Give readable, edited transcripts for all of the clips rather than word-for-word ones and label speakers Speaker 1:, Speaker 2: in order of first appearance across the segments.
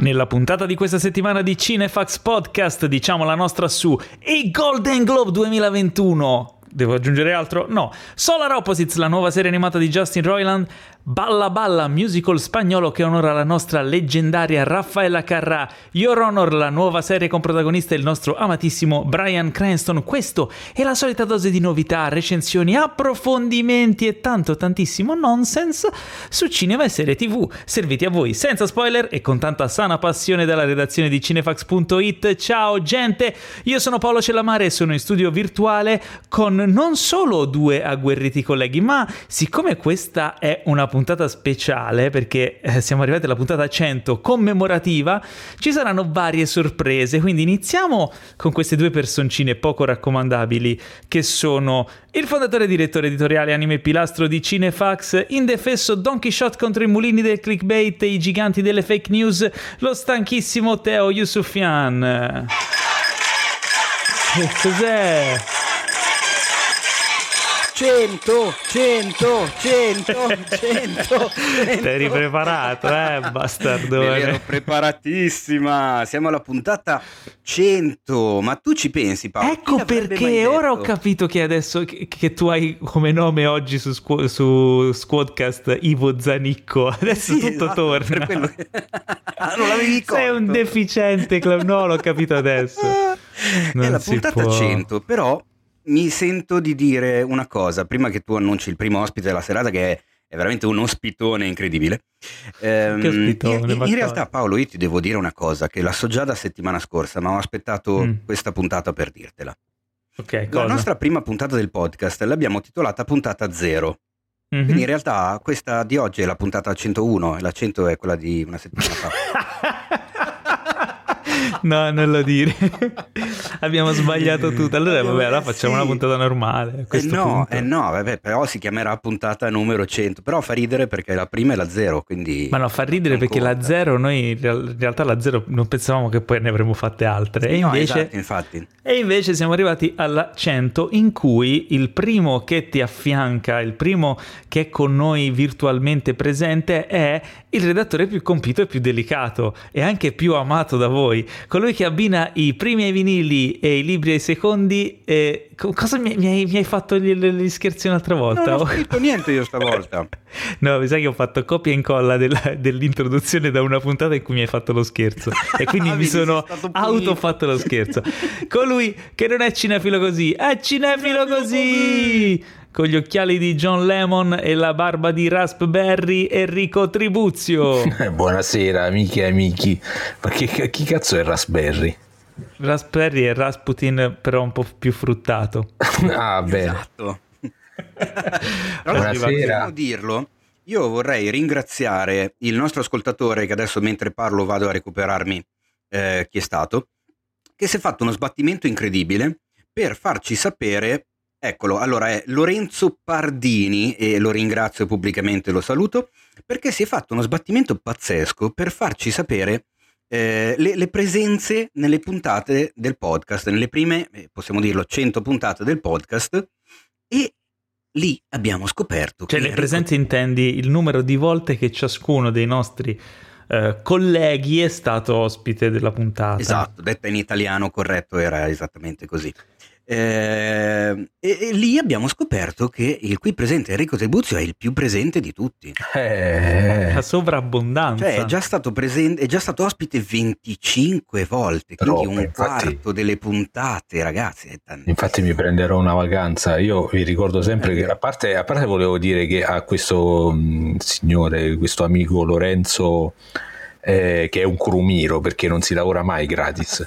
Speaker 1: Nella puntata di questa settimana di Cinefax Podcast diciamo la nostra su i Golden Globe 2021. Devo aggiungere altro? No. Solar Opposites, la nuova serie animata di Justin Roiland. Balla Balla, musical spagnolo che onora la nostra leggendaria Raffaella Carrà. Your Honor, la nuova serie con protagonista il nostro amatissimo Bryan Cranston. Questo è la solita dose di novità, recensioni, approfondimenti e tantissimo nonsense su cinema e serie TV, serviti a voi senza spoiler e con tanta sana passione dalla redazione di cinefax.it. Ciao gente, io sono Paolo Cellamare e sono in studio virtuale con non solo due agguerriti colleghi, ma siccome questa è una puntata speciale, perché siamo arrivati alla puntata 100 commemorativa, ci saranno varie sorprese, quindi iniziamo con queste due personcine poco raccomandabili che sono il fondatore e direttore editoriale anime pilastro di Cinefax, indefesso Don Quixote contro i mulini del clickbait e i giganti delle fake news, lo stanchissimo Teo Yusufian. Che cos'è?
Speaker 2: 100.
Speaker 1: T'eri preparato, bastardone?
Speaker 2: Me l'ero preparatissima. Siamo alla puntata 100. Ma tu ci pensi, Paolo?
Speaker 1: Ecco perché ora ho capito che adesso che tu hai come nome oggi su Squadcast Ivo Zanicco. Adesso
Speaker 2: sì,
Speaker 1: tutto
Speaker 2: esatto,
Speaker 1: torna.
Speaker 2: Per quello che... non l'avevi colto.
Speaker 1: Sei un deficiente, no, l'ho capito adesso.
Speaker 2: È la puntata 100, però mi sento di dire una cosa prima che tu annunci il primo ospite della serata, che è veramente un ospitone incredibile.
Speaker 1: Che ospitone,
Speaker 2: in realtà, Paolo, io ti devo dire una cosa che la so già da settimana scorsa, ma ho aspettato questa puntata per dirtela.
Speaker 1: Ok,
Speaker 2: la nostra prima puntata del podcast l'abbiamo titolata puntata 0. Quindi in realtà questa di oggi è la puntata 101 e la 100 è quella di una settimana fa.
Speaker 1: No, non lo dire. Abbiamo sbagliato tutto. Allora facciamo una puntata normale a questo punto.
Speaker 2: Vabbè, però si chiamerà puntata numero 100. Però fa ridere perché la prima è la 0, quindi...
Speaker 1: Ma no, fa ridere perché conta. La 0, noi in realtà la 0 non pensavamo che poi ne avremmo fatte altre. E invece,
Speaker 2: esatto, infatti.
Speaker 1: E invece siamo arrivati alla 100, in cui il primo che ti affianca, il primo che è con noi virtualmente presente è il redattore più compito e più delicato e anche più amato da voi, colui che abbina i primi ai vinili e i libri ai secondi. Cosa mi hai fatto gli scherzi un'altra volta?
Speaker 2: Non ho scritto niente io stavolta.
Speaker 1: No, mi sa che ho fatto copia e incolla dell'introduzione da una puntata in cui mi hai fatto lo scherzo e quindi mi sono autofatto lo scherzo. Colui che non è cinefilo così, è cinefilo così! Con gli occhiali di John Lemon e la barba di Raspberry, Enrico Tribuzio.
Speaker 3: Buonasera amiche e amici. Ma chi cazzo è Raspberry?
Speaker 1: Raspberry è Rasputin però un po' più fruttato.
Speaker 3: Ah, bene.
Speaker 2: Esatto. Allora, possiamo dirlo. Io vorrei ringraziare il nostro ascoltatore, che adesso mentre parlo vado a recuperarmi chi è stato, che si è fatto uno sbattimento incredibile per farci sapere. Eccolo, allora è Lorenzo Pardini e lo ringrazio pubblicamente, lo saluto, perché si è fatto uno sbattimento pazzesco per farci sapere le presenze nelle puntate del podcast, nelle prime, possiamo dirlo, 100 puntate del podcast, e lì abbiamo scoperto...
Speaker 1: Cioè le presenze intendi il numero di volte che ciascuno dei nostri colleghi è stato ospite della puntata.
Speaker 2: Esatto, detta in italiano corretto era esattamente così. E lì abbiamo scoperto che il qui presente Enrico Tribuzio è il più presente di tutti.
Speaker 1: La sovrabbondanza.
Speaker 2: Cioè è già stato presente, è già stato ospite 25 volte, quindi un quarto delle puntate, ragazzi.
Speaker 3: Infatti mi prenderò una vacanza. Io vi ricordo sempre che a parte volevo dire che a questo signore, questo amico Lorenzo, che è un crumiro perché non si lavora mai gratis.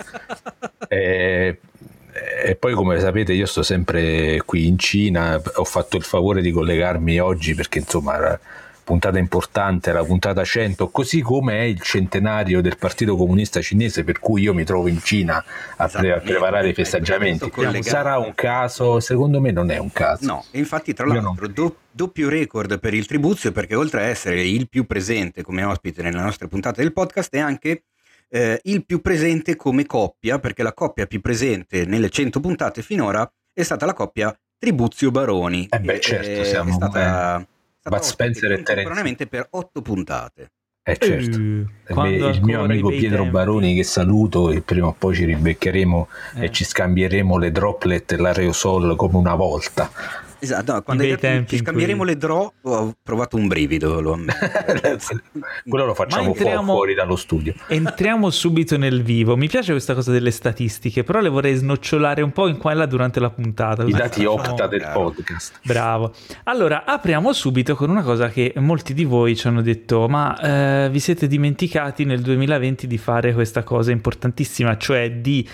Speaker 3: E poi, come sapete, io sto sempre qui in Cina, ho fatto il favore di collegarmi oggi perché insomma era puntata importante, la puntata 100, così come è il centenario del Partito Comunista Cinese, per cui io mi trovo in Cina a preparare i festeggiamenti. Sarà un caso? Secondo me non è un caso.
Speaker 2: No, infatti tra l'altro doppio record per il Tribuzio, perché oltre a essere il più presente come ospite nelle nostre puntate del podcast è anche il più presente come coppia, perché la coppia più presente nelle 100 puntate finora è stata la coppia Tribuzio Baroni.
Speaker 3: Certo, siamo
Speaker 2: stata
Speaker 3: Bud Spencer e Terence
Speaker 2: per 8 puntate.
Speaker 3: Certo. Il mio amico Pietro Baroni, che saluto, e prima o poi ci ribeccheremo e ci scambieremo le droplet e l'aerosol come una volta.
Speaker 2: Esatto, no, quando ci scambieremo le draw ho provato un brivido.
Speaker 3: Quello lo facciamo fuori dallo studio.
Speaker 1: Entriamo subito nel vivo. Mi piace questa cosa delle statistiche, però le vorrei snocciolare un po' in qua e là durante la puntata.
Speaker 3: I dati Opta del podcast.
Speaker 1: Bravo. Allora, apriamo subito con una cosa che molti di voi ci hanno detto, ma vi siete dimenticati nel 2020 di fare questa cosa importantissima, cioè di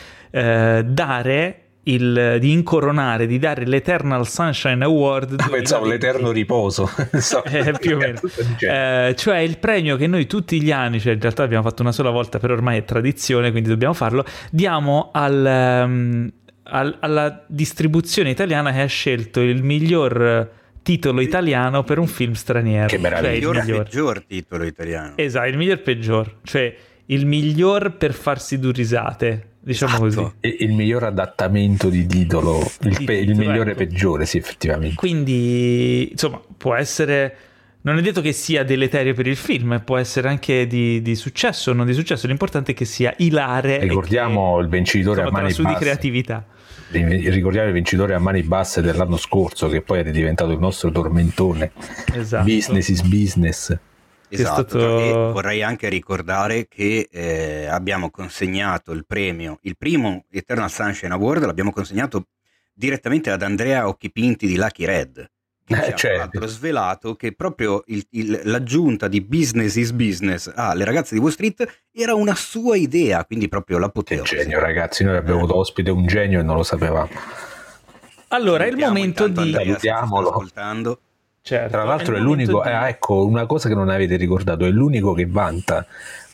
Speaker 1: dare... di incoronare, di dare l'Eternal Sunshine Award.
Speaker 3: Pensavo l'eterno riposo.
Speaker 1: Più o meno. Cioè il premio che noi tutti gli anni, cioè in realtà abbiamo fatto una sola volta, però ormai è tradizione, quindi dobbiamo farlo, diamo alla distribuzione italiana che ha scelto il miglior titolo italiano per un film straniero.
Speaker 3: Che meraviglia.
Speaker 2: Cioè, il peggior titolo italiano.
Speaker 1: Esatto, il miglior peggior, cioè il miglior per farsi due risate, diciamo così.
Speaker 3: Il miglior adattamento di titolo, il migliore peggiore, sì, effettivamente.
Speaker 1: Quindi, insomma, può essere... Non è detto che sia deleterio per il film, può essere anche di successo o non di successo. L'importante è che sia ilare.
Speaker 3: Ricordiamo il vincitore a mani basse.
Speaker 1: Di creatività.
Speaker 3: Ricordiamo il vincitore a mani basse dell'anno scorso, che poi è diventato il nostro tormentone.
Speaker 1: Esatto.
Speaker 3: Business is business.
Speaker 2: Esatto, e vorrei anche ricordare che abbiamo consegnato il premio, il primo Eternal Sunshine Award l'abbiamo consegnato direttamente ad Andrea Occhipinti di Lucky Red, che ci ha tra l'altro svelato che proprio l'aggiunta di Business is Business alle ragazze di Wall Street era una sua idea, quindi proprio l'apoteosi.
Speaker 3: Che genio, ragazzi, noi abbiamo avuto ospite un genio e non lo sapevamo.
Speaker 1: Allora, è il momento di...
Speaker 2: Salutiamolo. Ascoltando.
Speaker 3: Certo, tra l'altro è l'unico, ecco, una cosa che non avete ricordato, è l'unico che vanta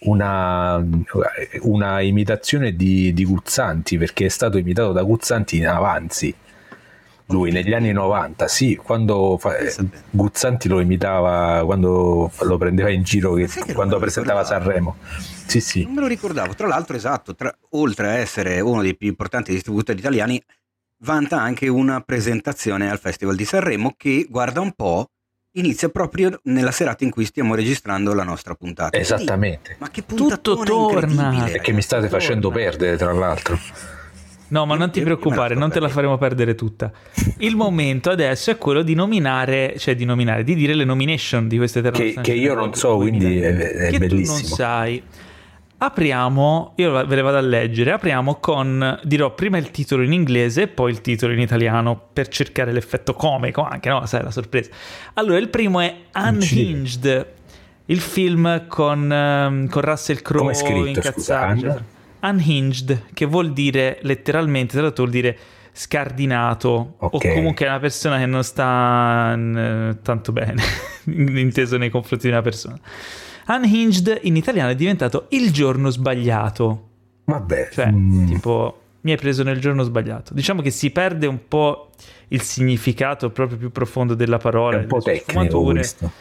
Speaker 3: una imitazione di Guzzanti, perché è stato imitato da Guzzanti in avanzi, lui negli anni 90, sì, quando Guzzanti lo imitava, quando lo prendeva in giro, quando presentava Sanremo. Sì.
Speaker 2: Non me lo ricordavo, tra l'altro, esatto, oltre a essere uno dei più importanti distributori italiani, vanta anche una presentazione al Festival di Sanremo che, guarda un po', inizia proprio nella serata in cui stiamo registrando la nostra puntata.
Speaker 3: Esattamente.
Speaker 2: Ma che puntatona
Speaker 1: torna!
Speaker 3: E che mi state facendo perdere, tra l'altro.
Speaker 1: No, ma non ti preoccupare, non te la faremo perdere tutta. Il momento adesso è quello di di dire le nomination di queste Eternal
Speaker 3: che io non so, quindi è bellissimo.
Speaker 1: Tu non sai. Apriamo, io ve le vado a leggere, apriamo con, dirò prima il titolo in inglese e poi il titolo in italiano per cercare l'effetto comico anche, no? Sai, la sorpresa. Allora, il primo è Unhinged, il film con Russell Crowe.
Speaker 3: Come è scritto,
Speaker 1: incazzato. Unhinged, che vuol dire letteralmente, tra l'altro vuol dire scardinato, okay. O comunque una persona che non sta tanto bene, inteso nei confronti di una persona. Unhinged in italiano è diventato Il giorno sbagliato.
Speaker 3: Vabbè.
Speaker 1: Cioè, tipo, mi hai preso nel giorno sbagliato. Diciamo che si perde un po' il significato proprio più profondo della parola.
Speaker 3: È un po' tecnico questo.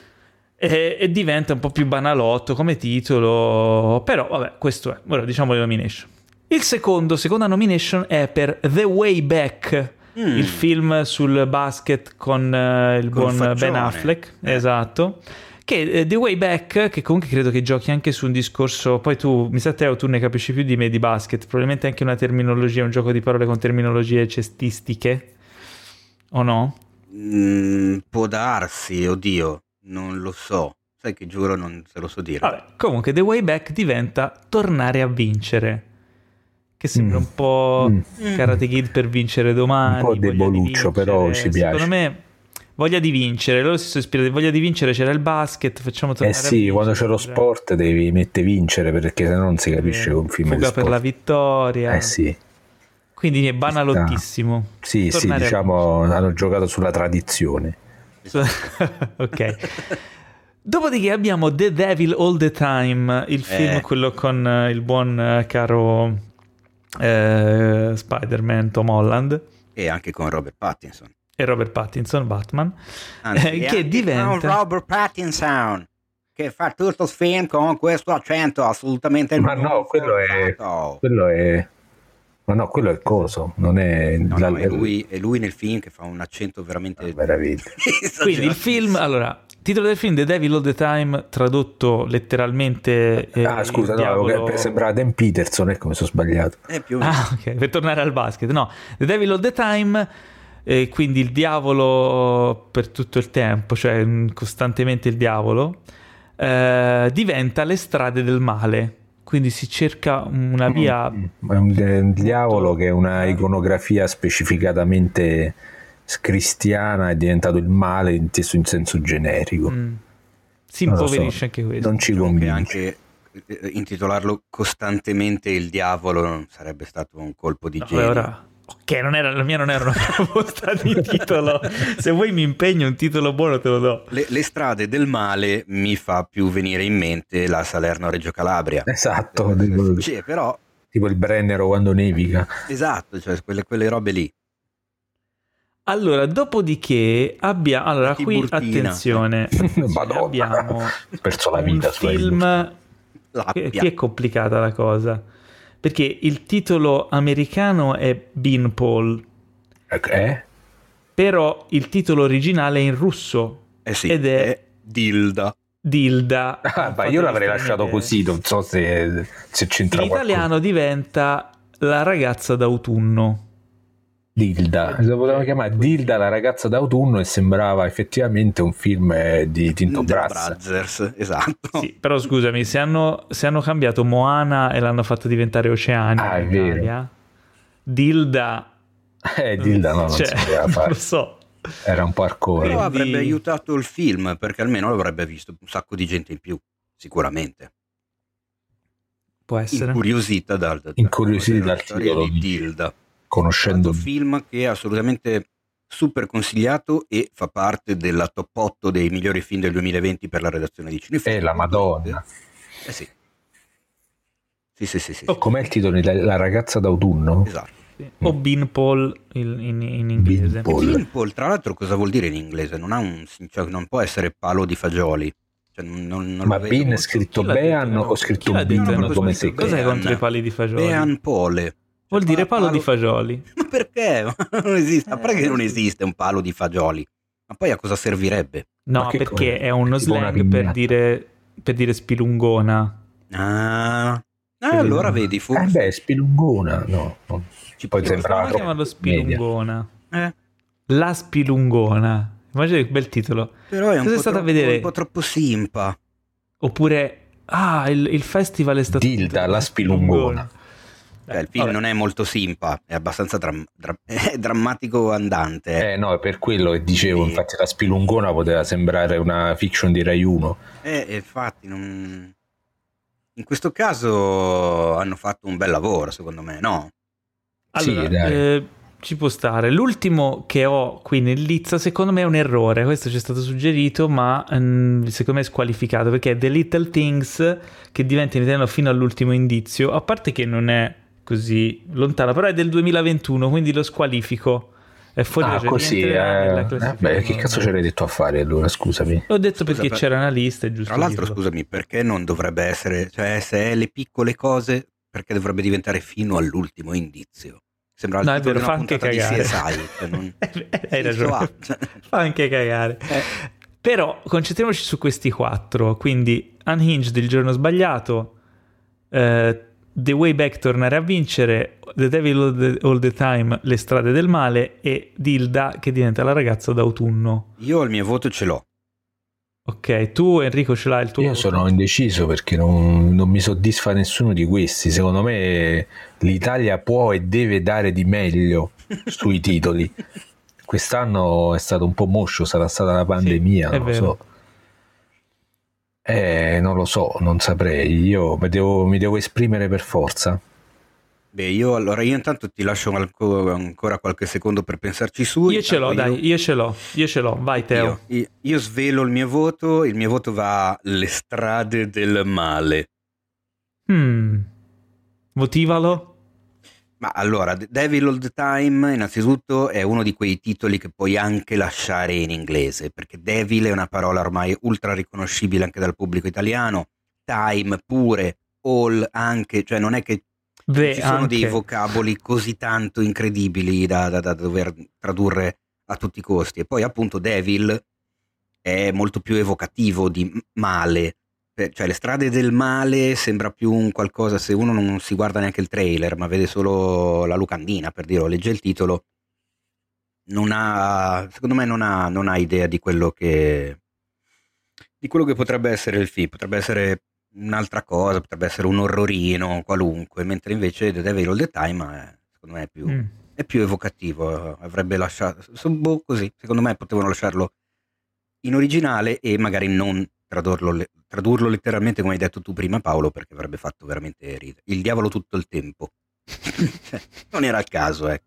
Speaker 1: E diventa un po' più banalotto come titolo. Però, vabbè, questo è. Ora, diciamo le nomination. Il seconda nomination è per The Way Back, il film sul basket con il buon Ben Affleck. Esatto. Che The Way Back, che comunque credo che giochi anche su un discorso, poi tu, mi sa te, tu ne capisci più di me di basket, probabilmente anche una terminologia, un gioco di parole con terminologie cestistiche, o no?
Speaker 2: Può darsi, oddio, non lo so, sai che giuro non se lo so dire.
Speaker 1: Vabbè, comunque The Way Back diventa Tornare a vincere, che sembra un po' Karate Kid per vincere domani.
Speaker 3: Un po' deboluccio, però ci piace.
Speaker 1: Secondo me voglia di vincere, loro si sono ispirati, voglia di vincere, c'era il basket, facciamo tornare a vincere.
Speaker 3: Quando c'è lo sport devi mettere vincere, perché sennò non si capisce un film
Speaker 1: fuga
Speaker 3: di sport.
Speaker 1: Per la vittoria.
Speaker 3: Sì.
Speaker 1: Quindi è banalottissimo.
Speaker 3: Sì, diciamo hanno giocato sulla tradizione.
Speaker 1: Ok. Dopodiché abbiamo The Devil All the Time, il film quello con il buon caro Spider-Man Tom Holland.
Speaker 2: E anche con Robert Pattinson.
Speaker 1: E Robert Pattinson, Batman,
Speaker 2: anzi,
Speaker 1: che diventa
Speaker 2: Robert Pattinson che fa tutto il film con questo accento assolutamente
Speaker 3: quello è ma no, quello è coso, non è
Speaker 2: è lui nel film che fa un accento veramente
Speaker 3: meraviglia.
Speaker 1: Quindi il film, allora, Titolo del film The Devil All the Time, tradotto letteralmente.
Speaker 3: Scusa, no, sembrava Dan Peterson, ecco, mi sono sbagliato.
Speaker 2: Più o meno.
Speaker 1: Ok, per tornare al basket. No, The Devil All the Time, quindi il diavolo per tutto il tempo, cioè costantemente il diavolo, diventa le strade del male. Quindi si cerca una via.
Speaker 3: Un diavolo che è una iconografia specificatamente cristiana, è diventato il male inteso in senso generico.
Speaker 1: Si impoverisce anche questo.
Speaker 3: Non ci convince.
Speaker 2: Anche intitolarlo costantemente il diavolo non sarebbe stato un colpo di genio.
Speaker 1: Ora, ok, la mia non era una proposta di titolo. Se vuoi mi impegno un titolo buono te lo do.
Speaker 2: Le strade del male mi fa più venire in mente la Salerno-Reggio Calabria.
Speaker 3: Esatto,
Speaker 2: però
Speaker 3: tipo il Brennero quando nevica.
Speaker 2: Esatto, cioè quelle robe lì.
Speaker 1: Allora, dopodiché abbiamo... Allora, qui,
Speaker 2: Tiburtina.
Speaker 1: attenzione, abbiamo
Speaker 3: perso la vita
Speaker 1: un film... Qui è complicata la cosa, perché il titolo americano è Beanpole, però il titolo originale è in russo,
Speaker 2: sì,
Speaker 1: ed è
Speaker 2: Dilda.
Speaker 3: Io l'avrei lasciato così, non so se c'entra
Speaker 1: in italiano diventa La ragazza d'autunno.
Speaker 3: Dilda, lo potevamo chiamare Dilda, la ragazza d'autunno, e sembrava effettivamente un film di Tinto Brass.
Speaker 2: Brothers, esatto.
Speaker 1: Sì, però scusami, se hanno cambiato Moana e l'hanno fatto diventare Oceania in Italia, Dilda
Speaker 3: non si poteva fare.
Speaker 1: Lo so.
Speaker 3: Era un po' hardcore.
Speaker 2: Però avrebbe aiutato il film, perché almeno l'avrebbe visto un sacco di gente in più, sicuramente.
Speaker 1: Può essere.
Speaker 2: Incuriosita dal
Speaker 3: titolo
Speaker 2: di Dilda.
Speaker 3: Conoscendo
Speaker 2: un film che è assolutamente super consigliato e fa parte della top 8 dei migliori film del 2020 per la redazione di Cinefilm.
Speaker 3: La Madonna.
Speaker 2: Sì.
Speaker 3: Com'è il titolo? La ragazza d'autunno?
Speaker 2: Esatto.
Speaker 1: O Beanpole in inglese.
Speaker 2: Beanpole, tra l'altro, cosa vuol dire in inglese? Non può essere palo di fagioli. Cioè,
Speaker 3: ma Bean è scritto Bean o scritto Bean come se...
Speaker 1: Cos'è contro i pali di fagioli?
Speaker 2: Beanpole.
Speaker 1: Vuol dire palo di fagioli.
Speaker 2: Ma perché? Non esiste. A parte che non esiste un palo di fagioli. Ma poi a cosa servirebbe?
Speaker 1: No, perché è uno slang per dire spilungona.
Speaker 2: Allora vedi, forse.
Speaker 3: spilungona, no.
Speaker 2: Ci
Speaker 1: poi sembrava troppo chiamarlo spilungona. La spilungona. Immagina che bel titolo.
Speaker 2: Però è un po' troppo simpa.
Speaker 1: Oppure il festival è stato
Speaker 3: Dilda, la spilungona.
Speaker 2: Il film non è molto simpa, è abbastanza è drammatico andante.
Speaker 3: No, è per quello che dicevo, infatti la spilungona poteva sembrare una fiction di Rai 1.
Speaker 2: Infatti, in questo caso hanno fatto un bel lavoro, secondo me, no?
Speaker 1: Allora,
Speaker 3: sì, dai.
Speaker 1: Ci può stare. L'ultimo che ho qui nel lizza, secondo me è un errore, questo ci è stato suggerito, ma secondo me è squalificato, perché è The Little Things, che diventa in italiano Fino all'ultimo indizio, a parte che non è così lontano, però è del 2021, quindi lo squalifico. È fuori
Speaker 3: così, che cazzo c'era detto a fare allora, scusami?
Speaker 1: L'ho detto perché c'era una lista, è giusto.
Speaker 2: Tra l'altro, scusami, perché non dovrebbe essere, cioè se è le piccole cose, perché dovrebbe diventare Fino all'ultimo indizio? Sembra il titolo di una puntata di CSI, cioè non...
Speaker 1: Hai ragione, fa anche cagare. Però concentriamoci su questi 4, quindi Unhinged, Il giorno sbagliato, The Way Back, Tornare a vincere, The Devil All the Time, Le strade del male, e Dilda, che diventa la ragazza d'autunno.
Speaker 2: Io il mio voto ce l'ho.
Speaker 1: Ok, tu Enrico ce l'hai il tuo
Speaker 3: Io
Speaker 1: voto?
Speaker 3: sono indeciso perché non mi soddisfa nessuno di questi. Secondo me l'Italia può e deve dare di meglio sui titoli. Quest'anno è stato un po' moscio, sarà stata la pandemia,
Speaker 1: sì,
Speaker 3: non lo so. Non lo so, non saprei. Io mi devo esprimere per forza.
Speaker 2: Beh, io intanto ti lascio ancora qualche secondo per pensarci su.
Speaker 1: Io ce l'ho, vai Teo.
Speaker 2: Io svelo il mio voto va Le strade del male.
Speaker 1: Motivalo?
Speaker 2: Ma allora, Devil All the Time innanzitutto è uno di quei titoli che puoi anche lasciare in inglese, perché Devil è una parola ormai ultra riconoscibile anche dal pubblico italiano, Time pure, All anche, cioè non è che ci sono dei vocaboli così tanto incredibili da dover tradurre a tutti i costi. E poi appunto Devil è molto più evocativo di male. Cioè le strade del male sembra più un qualcosa, se uno non si guarda neanche il trailer ma vede solo la locandina, per dire, o legge il titolo, secondo me non ha idea di quello che potrebbe essere il film. Potrebbe essere un'altra cosa, potrebbe essere un orrorino qualunque, mentre invece The Devil All the Time secondo me è più evocativo. Avrebbe lasciato così, secondo me potevano lasciarlo in originale e magari non tradurlo letteralmente come hai detto tu prima, Paolo, perché avrebbe fatto veramente ridere. Il diavolo tutto il tempo. Non era il caso, ecco.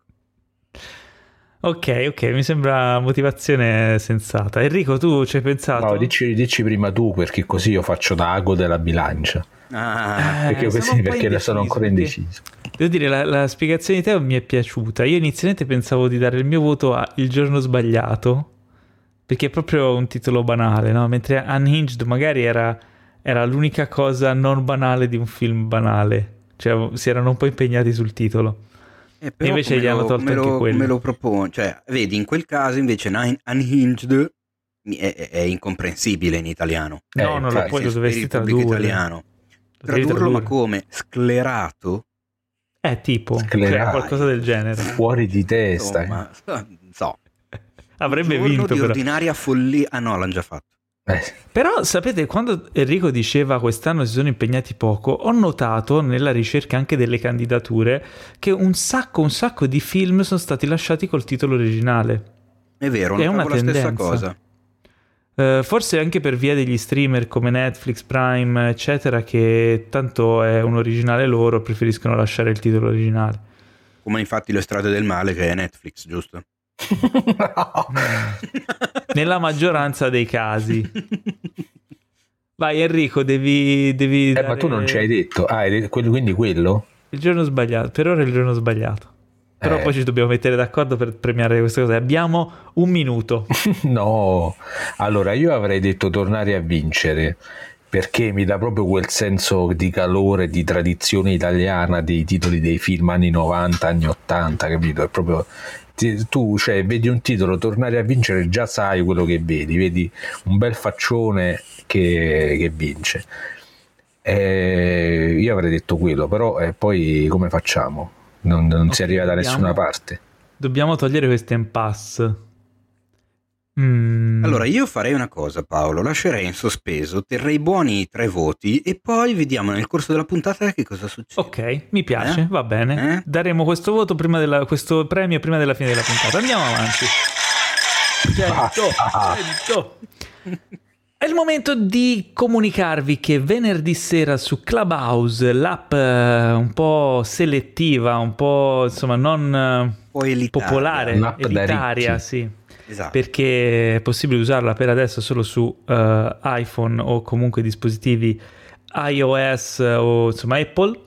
Speaker 1: Ok, mi sembra motivazione sensata. Enrico, tu ci hai pensato?
Speaker 3: No, dici prima tu, perché così io faccio da ago della bilancia. Perché sono ancora indeciso.
Speaker 1: Devo dire, la spiegazione di te mi è piaciuta. Io inizialmente pensavo di dare il mio voto a Il giorno sbagliato, perché è proprio un titolo banale, no? Mentre Unhinged magari era l'unica cosa non banale di un film banale. Cioè si erano un po' impegnati sul titolo. E invece gli hanno tolto anche quello.
Speaker 2: Me lo propone, cioè, vedi, in quel caso invece Unhinged è incomprensibile in italiano.
Speaker 1: No, non lo puoi, lo dovresti tradurre.
Speaker 2: Italiano. Tradurlo ma come? Sclerato?
Speaker 1: Tipo, cioè, qualcosa del genere.
Speaker 3: Fuori di testa.
Speaker 2: Insomma, so.
Speaker 1: Avrebbe vinto
Speaker 2: di
Speaker 1: però.
Speaker 2: Ordinaria follia. Ah no, l'hanno già fatto.
Speaker 1: Però sapete, quando Enrico diceva quest'anno si sono impegnati poco, ho notato nella ricerca anche delle candidature che un sacco di film sono stati lasciati col titolo originale.
Speaker 2: È vero, è una stessa cosa.
Speaker 1: Forse anche per via degli streamer come Netflix, Prime, eccetera, che tanto è un originale loro, preferiscono lasciare il titolo originale.
Speaker 2: Come infatti Le strade del male, che è Netflix, giusto?
Speaker 3: No.
Speaker 1: Nella maggioranza dei casi. Vai Enrico, devi dare...
Speaker 3: Ma tu non ci hai detto. Quindi quello?
Speaker 1: Il giorno sbagliato. Per ora è il giorno sbagliato. Però poi ci dobbiamo mettere d'accordo per premiare queste cose. Abbiamo un minuto.
Speaker 3: No, allora io avrei detto Tornare a vincere, perché mi dà proprio quel senso di calore, di tradizione italiana dei titoli dei film anni 90, anni 80, capito? È proprio... Tu, cioè, vedi un titolo Tornare a vincere, già sai quello che vedi un bel faccione che vince. Io avrei detto quello, però poi come facciamo? Non si arriva da nessuna parte.
Speaker 1: Dobbiamo togliere questo impasse.
Speaker 2: Allora io farei una cosa, Paolo, lascerei in sospeso, terrei buoni i 3 voti e poi vediamo nel corso della puntata che cosa succede.
Speaker 1: Ok, mi piace, va bene. Daremo questo voto questo premio prima della fine della puntata. Andiamo avanti. 100. È il momento di comunicarvi che venerdì sera su Clubhouse, l'app un po' selettiva, un po' insomma non popolare, elitaria, sì.
Speaker 2: Esatto.
Speaker 1: Perché è possibile usarla per adesso solo su iPhone o comunque dispositivi iOS o insomma Apple.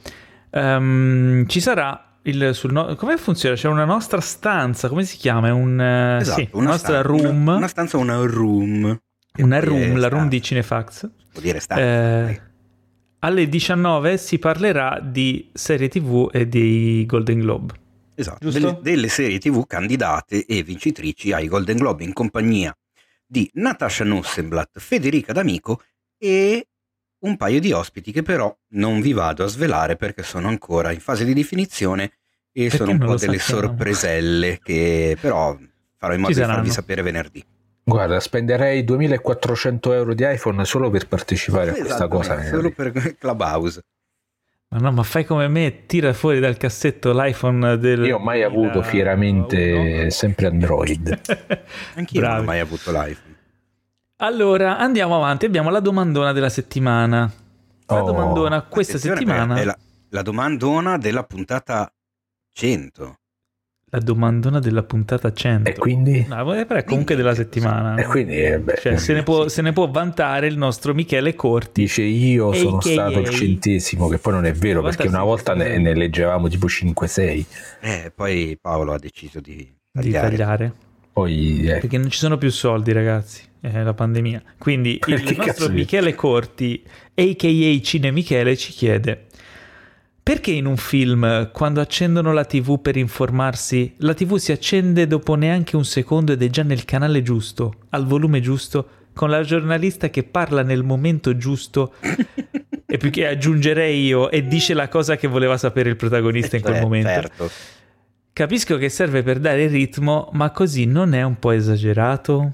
Speaker 1: Ci sarà come funziona? C'è una nostra stanza, come si chiama?
Speaker 2: Esatto,
Speaker 1: una nostra room.
Speaker 2: Una stanza, una room.
Speaker 1: La room di Cinefax.
Speaker 2: Vuol dire stanza.
Speaker 1: Alle 19 si parlerà di serie TV e di Golden Globe.
Speaker 2: Esatto, delle serie TV candidate e vincitrici ai Golden Globe in compagnia di Natasha Nussenblatt, Federica D'Amico e un paio di ospiti che però non vi vado a svelare perché sono ancora in fase di definizione e perché sono un po' delle sorpreselle che però farò in modo di farvi sapere venerdì.
Speaker 3: Guarda, spenderei 2.400 euro di iPhone solo per partecipare a questa cosa.
Speaker 2: Solo per Clubhouse.
Speaker 1: Ma no, ma fai come me, tira fuori dal cassetto l'iPhone del...
Speaker 3: Io ho mai avuto fieramente sempre Android.
Speaker 2: Anch'io non ho mai avuto l'iPhone.
Speaker 1: Allora, andiamo avanti, abbiamo la domandona della settimana. La domandona questa settimana...
Speaker 2: È la domandona della puntata 100.
Speaker 1: La domandona della puntata 100.
Speaker 3: E quindi?
Speaker 1: No, però è comunque della settimana.
Speaker 3: E quindi
Speaker 1: cioè, se ne può vantare il nostro Michele Corti.
Speaker 3: Dice io sono stato il 100°, che poi non è vero, perché una volta ne leggevamo tipo 5-6.
Speaker 2: Poi Paolo ha deciso di
Speaker 1: tagliare.
Speaker 3: Poi,
Speaker 1: perché non ci sono più soldi, ragazzi. È la pandemia. Quindi il nostro Michele Corti, a.k.a. Cine Michele, ci chiede: perché in un film, quando accendono la TV per informarsi, la TV si accende dopo neanche un secondo ed è già nel canale giusto, al volume giusto, con la giornalista che parla nel momento giusto e più che aggiungerei io e dice la cosa che voleva sapere il protagonista in quel momento.
Speaker 2: Certo.
Speaker 1: Capisco che serve per dare il ritmo, ma così non è un po' esagerato?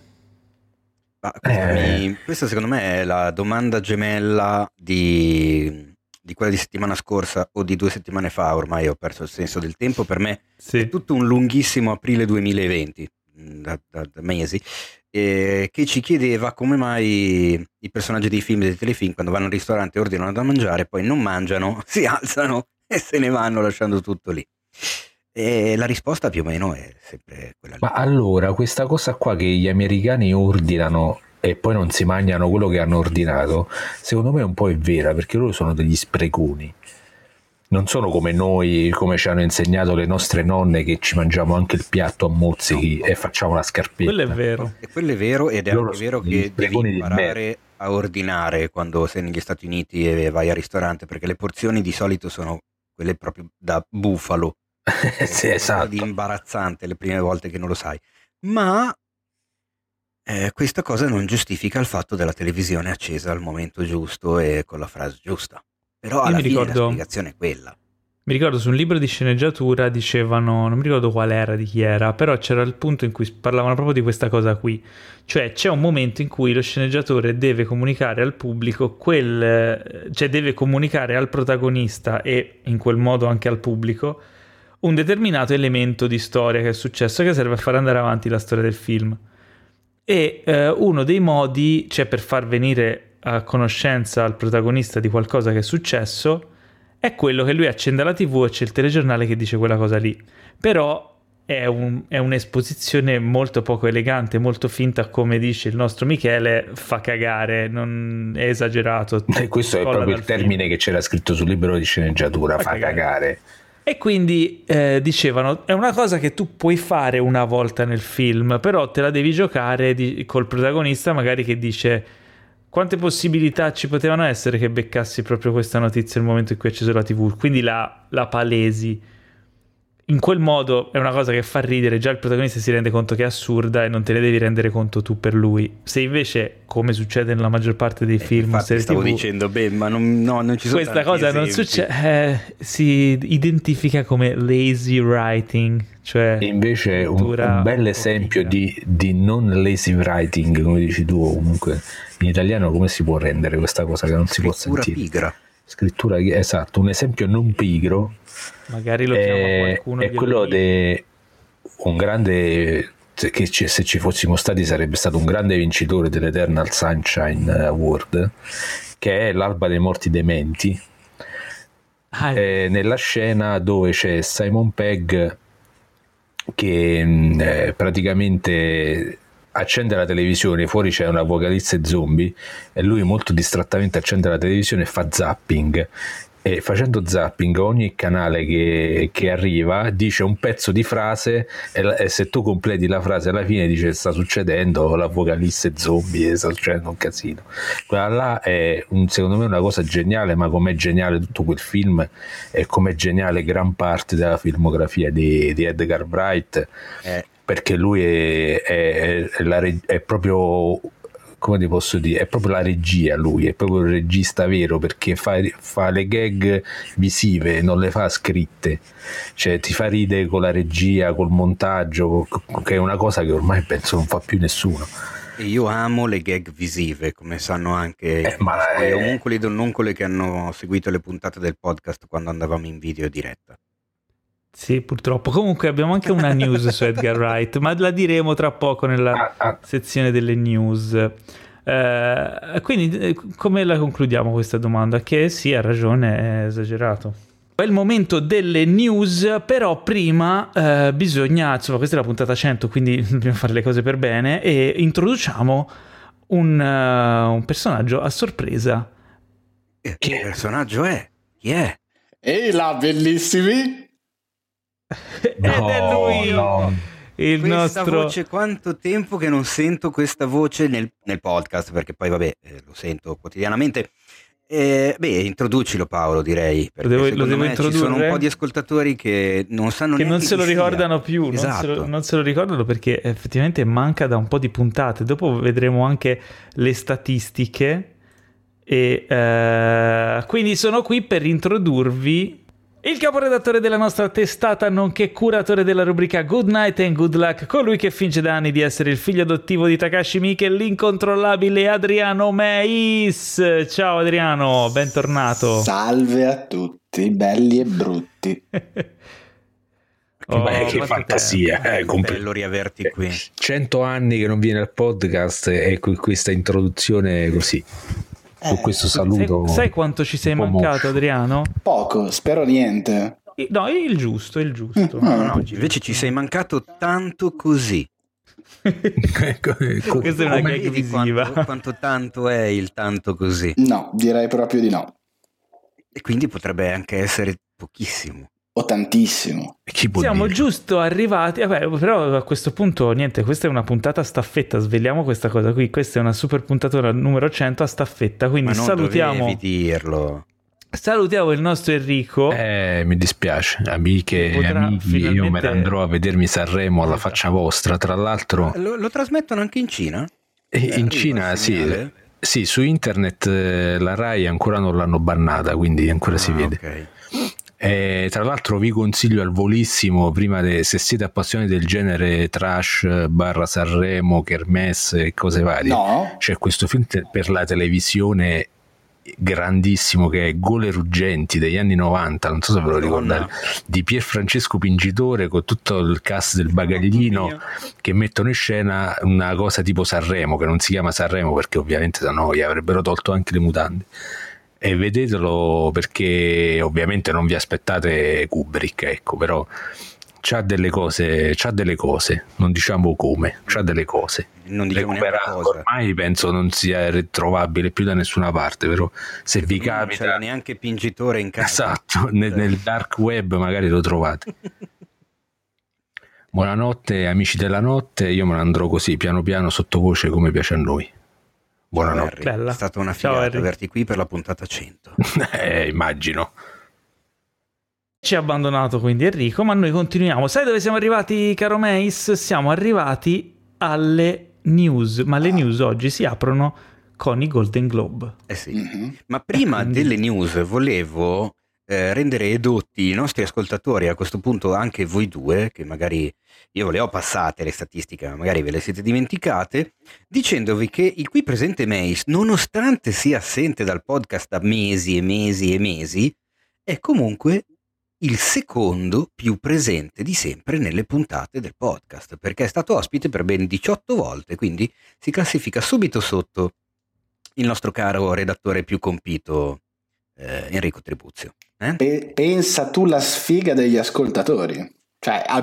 Speaker 2: Questa secondo me è la domanda gemella di quella di settimana scorsa o di 2 settimane fa. Ormai ho perso il senso del tempo. Per me è tutto un lunghissimo aprile 2020 da mesi, che ci chiedeva come mai i personaggi dei film e dei telefilm, quando vanno al ristorante e ordinano da mangiare, poi non mangiano, si alzano e se ne vanno lasciando tutto lì. E la risposta più o meno è sempre quella lì.
Speaker 3: Ma allora, questa cosa qua che gli americani ordinano e poi non si mangiano quello che hanno ordinato, secondo me un po' è vera, perché loro sono degli spreconi. Non sono come noi, come ci hanno insegnato le nostre nonne, che ci mangiamo anche il piatto a mozzichi e facciamo la scarpetta.
Speaker 1: Quello è vero.
Speaker 2: E quello è vero, ed è anche vero che devi imparare a ordinare quando sei negli Stati Uniti e vai al ristorante, perché le porzioni di solito sono quelle proprio da bufalo.
Speaker 3: Sì, esatto.
Speaker 2: Di imbarazzante le prime volte che non lo sai, ma questa cosa non giustifica il fatto della televisione accesa al momento giusto e con la frase giusta. Però alla fine la spiegazione è quella.
Speaker 1: Mi ricordo su un libro di sceneggiatura dicevano, non mi ricordo qual era, di chi era, però c'era il punto in cui parlavano proprio di questa cosa qui. Cioè c'è un momento in cui lo sceneggiatore deve comunicare al pubblico cioè deve comunicare al protagonista e in quel modo anche al pubblico un determinato elemento di storia che è successo, che serve a far andare avanti la storia del film. E uno dei modi, cioè per far venire a conoscenza al protagonista di qualcosa che è successo, è quello che lui accende la TV e c'è il telegiornale che dice quella cosa lì. Però è un'esposizione molto poco elegante, molto finta, come dice il nostro Michele, fa cagare, non è esagerato.
Speaker 3: E questo è proprio il termine che c'era scritto sul libro di sceneggiatura, fa cagare.
Speaker 1: E quindi dicevano, è una cosa che tu puoi fare una volta nel film, però te la devi giocare col protagonista magari che dice quante possibilità ci potevano essere che beccassi proprio questa notizia nel momento in cui hai acceso la TV, quindi la palesi. In quel modo è una cosa che fa ridere, già il protagonista si rende conto che è assurda e non te ne devi rendere conto tu per lui. Se invece, come succede nella maggior parte dei film o serie
Speaker 2: stavo
Speaker 1: TV,
Speaker 2: dicendo, ma non ci sono
Speaker 1: questa cosa
Speaker 2: esempi.
Speaker 1: non succede, si identifica come lazy writing, cioè
Speaker 3: invece un bel esempio di non lazy writing, come dici tu, comunque in italiano come si può rendere questa cosa che non si può sentire?
Speaker 2: Pigra.
Speaker 3: Scrittura, esatto, un esempio non pigro,
Speaker 1: magari lo chiama qualcuno,
Speaker 3: è quello di un grande, che se ci fossimo stati sarebbe stato un grande vincitore dell'Eternal Sunshine Award, che è L'alba dei morti dementi. Nella scena dove c'è Simon Pegg che praticamente accende la televisione, fuori c'è un apocalisse zombie e lui molto distrattamente accende la televisione e fa zapping, e facendo zapping ogni canale che arriva dice un pezzo di frase e se tu completi la frase alla fine dice sta succedendo l'apocalisse zombie, sta succedendo un casino. Quella là è secondo me una cosa geniale, ma com'è geniale tutto quel film e com'è geniale gran parte della filmografia di Edgar Wright, perché lui è proprio, come ti posso dire, è proprio la regia, lui è proprio il regista vero, perché fa le gag visive, non le fa scritte, cioè ti fa ridere con la regia, col montaggio, che è una cosa che ormai penso non fa più nessuno.
Speaker 2: E io amo le gag visive, come sanno anche gli omuncoli donnuncoli che hanno seguito le puntate del podcast quando andavamo in video diretta.
Speaker 1: Sì, purtroppo. Comunque abbiamo anche una news su Edgar Wright, ma la diremo tra poco nella sezione delle news. Quindi come la concludiamo questa domanda? Che sì, ha ragione, è esagerato. È il momento delle news, però prima bisogna, insomma, questa è la puntata 100, quindi dobbiamo fare le cose per bene e introduciamo un personaggio a sorpresa.
Speaker 2: Che personaggio è? Chi è?
Speaker 4: Ehi là, bellissimi!
Speaker 1: Ed è lui, il
Speaker 2: questa
Speaker 1: nostro
Speaker 2: voce. Quanto tempo che non sento questa voce nel podcast, perché poi vabbè, lo sento quotidianamente. Introducilo Paolo, direi, perché
Speaker 1: lo devo
Speaker 2: me ci sono un po' di ascoltatori che non sanno
Speaker 1: che
Speaker 2: neanche
Speaker 1: non se lo ricordano più,
Speaker 2: esatto.
Speaker 1: non se lo ricordano perché effettivamente manca da un po' di puntate. Dopo vedremo anche le statistiche e quindi sono qui per introdurvi il caporedattore della nostra testata, nonché curatore della rubrica Good Night and Good Luck, colui che finge da anni di essere il figlio adottivo di Takashi Miike, l'incontrollabile Adriano Meis. Ciao Adriano, bentornato.
Speaker 4: Salve a tutti, belli e brutti.
Speaker 3: Che fantasia,
Speaker 2: bello riaverti qui.
Speaker 3: 100 anni che non viene al podcast e con questa introduzione così. Con questo saluto.
Speaker 1: Sai quanto ci sei mancato, Adriano?
Speaker 4: Poco, spero niente.
Speaker 1: No, il giusto.
Speaker 2: No, invece ci sei mancato tanto così.
Speaker 1: Questa è una gag visiva.
Speaker 2: Quanto tanto è il tanto così?
Speaker 4: No, direi proprio di no.
Speaker 2: E quindi potrebbe anche essere pochissimo.
Speaker 4: O tantissimo.
Speaker 1: Siamo giusto arrivati, però a questo punto niente, questa è una puntata a staffetta, sveliamo questa cosa qui, questa è una super puntata numero 100 a staffetta, quindi
Speaker 2: ma non dovevi dirlo.
Speaker 1: Salutiamo il nostro Enrico.
Speaker 3: Mi dispiace, amiche e amici, finalmente... io me ne andrò a vedermi Sanremo alla faccia vostra, tra l'altro.
Speaker 2: Lo trasmettono anche in Cina?
Speaker 3: In Cina sì, su internet la Rai ancora non l'hanno bannata, quindi ancora si vede.
Speaker 2: Okay.
Speaker 3: Tra l'altro vi consiglio al volissimo, prima se siete appassionati del genere trash / Sanremo, Kermesse e cose varie, c'è questo film per la televisione grandissimo che è Gole ruggenti degli anni 90, non so se ve lo ricordate, di Pierfrancesco Pingitore con tutto il cast del bagaglino che mettono in scena una cosa tipo Sanremo, che non si chiama Sanremo perché ovviamente sennò gli avrebbero tolto anche le mutande. E vedetelo, perché ovviamente non vi aspettate Kubrick, ecco, però c'ha delle cose, non diciamo come, c'ha delle cose.
Speaker 2: Non diciamo neanche cosa.
Speaker 3: Ormai penso non sia ritrovabile più da nessuna parte, però se vi capita...
Speaker 2: Non c'è neanche Pingitore in casa.
Speaker 3: Esatto, nel dark web magari lo trovate. Buonanotte amici della notte, io me ne andrò così piano piano sottovoce come piace a noi. Buonanotte.
Speaker 2: È stata una figata averti qui per la puntata 100.
Speaker 3: Immagino.
Speaker 1: Ci ha abbandonato quindi Enrico, ma noi continuiamo. Sai dove siamo arrivati, caro Meis? Siamo arrivati alle news, ma le news oggi si aprono con i Golden Globe.
Speaker 2: Sì. Mm-hmm. Ma prima delle news volevo rendere edotti i nostri ascoltatori, a questo punto anche voi due, che magari io ve le ho passate le statistiche, ma magari ve le siete dimenticate, dicendovi che il qui presente Meis, nonostante sia assente dal podcast da mesi e mesi e mesi, è comunque il secondo più presente di sempre nelle puntate del podcast, perché è stato ospite per ben 18 volte, quindi si classifica subito sotto il nostro caro redattore più compito, Enrico Tribuzio.
Speaker 4: Pensa tu la sfiga degli ascoltatori. Cioè, al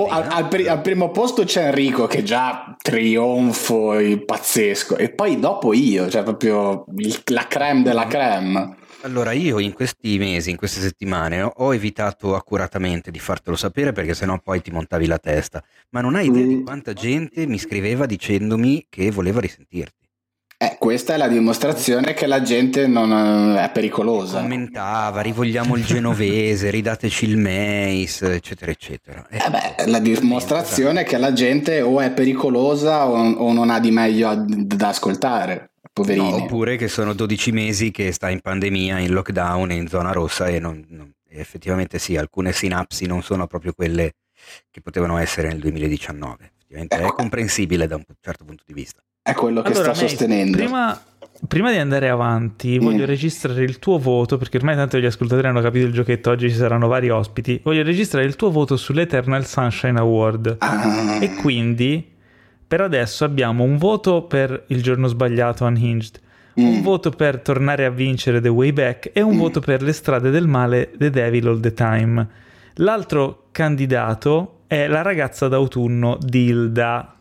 Speaker 4: primo posto c'è Enrico, che già trionfo pazzesco, e poi dopo io, cioè proprio la crème della crème.
Speaker 2: Allora, io in questi mesi, in queste settimane, ho evitato accuratamente di fartelo sapere, perché sennò poi ti montavi la testa, ma non hai idea di quanta gente mi scriveva dicendomi che voleva risentirti.
Speaker 4: Questa è la dimostrazione che la gente non è pericolosa.
Speaker 2: Commentava, rivogliamo il genovese, ridateci il Meis, eccetera, eccetera.
Speaker 4: La dimostrazione che la gente o è pericolosa o non ha di meglio da ascoltare, poverini.
Speaker 2: No, oppure che sono 12 mesi che sta in pandemia, in lockdown, in zona rossa e effettivamente sì, alcune sinapsi non sono proprio quelle che potevano essere nel 2019. Effettivamente è comprensibile da un certo punto di vista.
Speaker 4: È quello che sta sostenendo.
Speaker 1: Prima di andare avanti voglio registrare il tuo voto, perché ormai tanto gli ascoltatori hanno capito il giochetto, oggi ci saranno vari ospiti. Voglio registrare il tuo voto sull'Eternal Sunshine Award. E quindi per adesso abbiamo un voto per Il giorno sbagliato, Unhinged, un voto per Tornare a vincere, The Way Back, e un voto per Le strade del male, The Devil All the Time. L'altro candidato è La ragazza d'autunno, Dilda.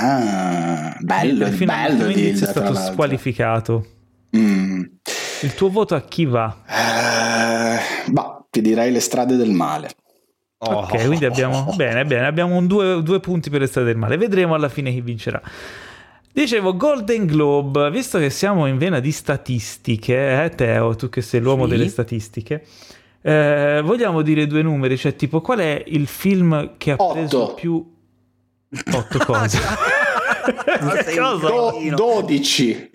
Speaker 4: Bello,
Speaker 1: è stato squalificato. Il tuo voto a chi va?
Speaker 4: Ti direi Le strade del male.
Speaker 1: Ok, quindi abbiamo bene, abbiamo due punti per Le strade del male. Vedremo alla fine chi vincerà. Dicevo, Golden Globe, visto che siamo in vena di statistiche, Teo, tu che sei l'uomo delle statistiche, vogliamo dire due numeri, cioè tipo qual è il film che ha preso più... 8 cose.
Speaker 4: 12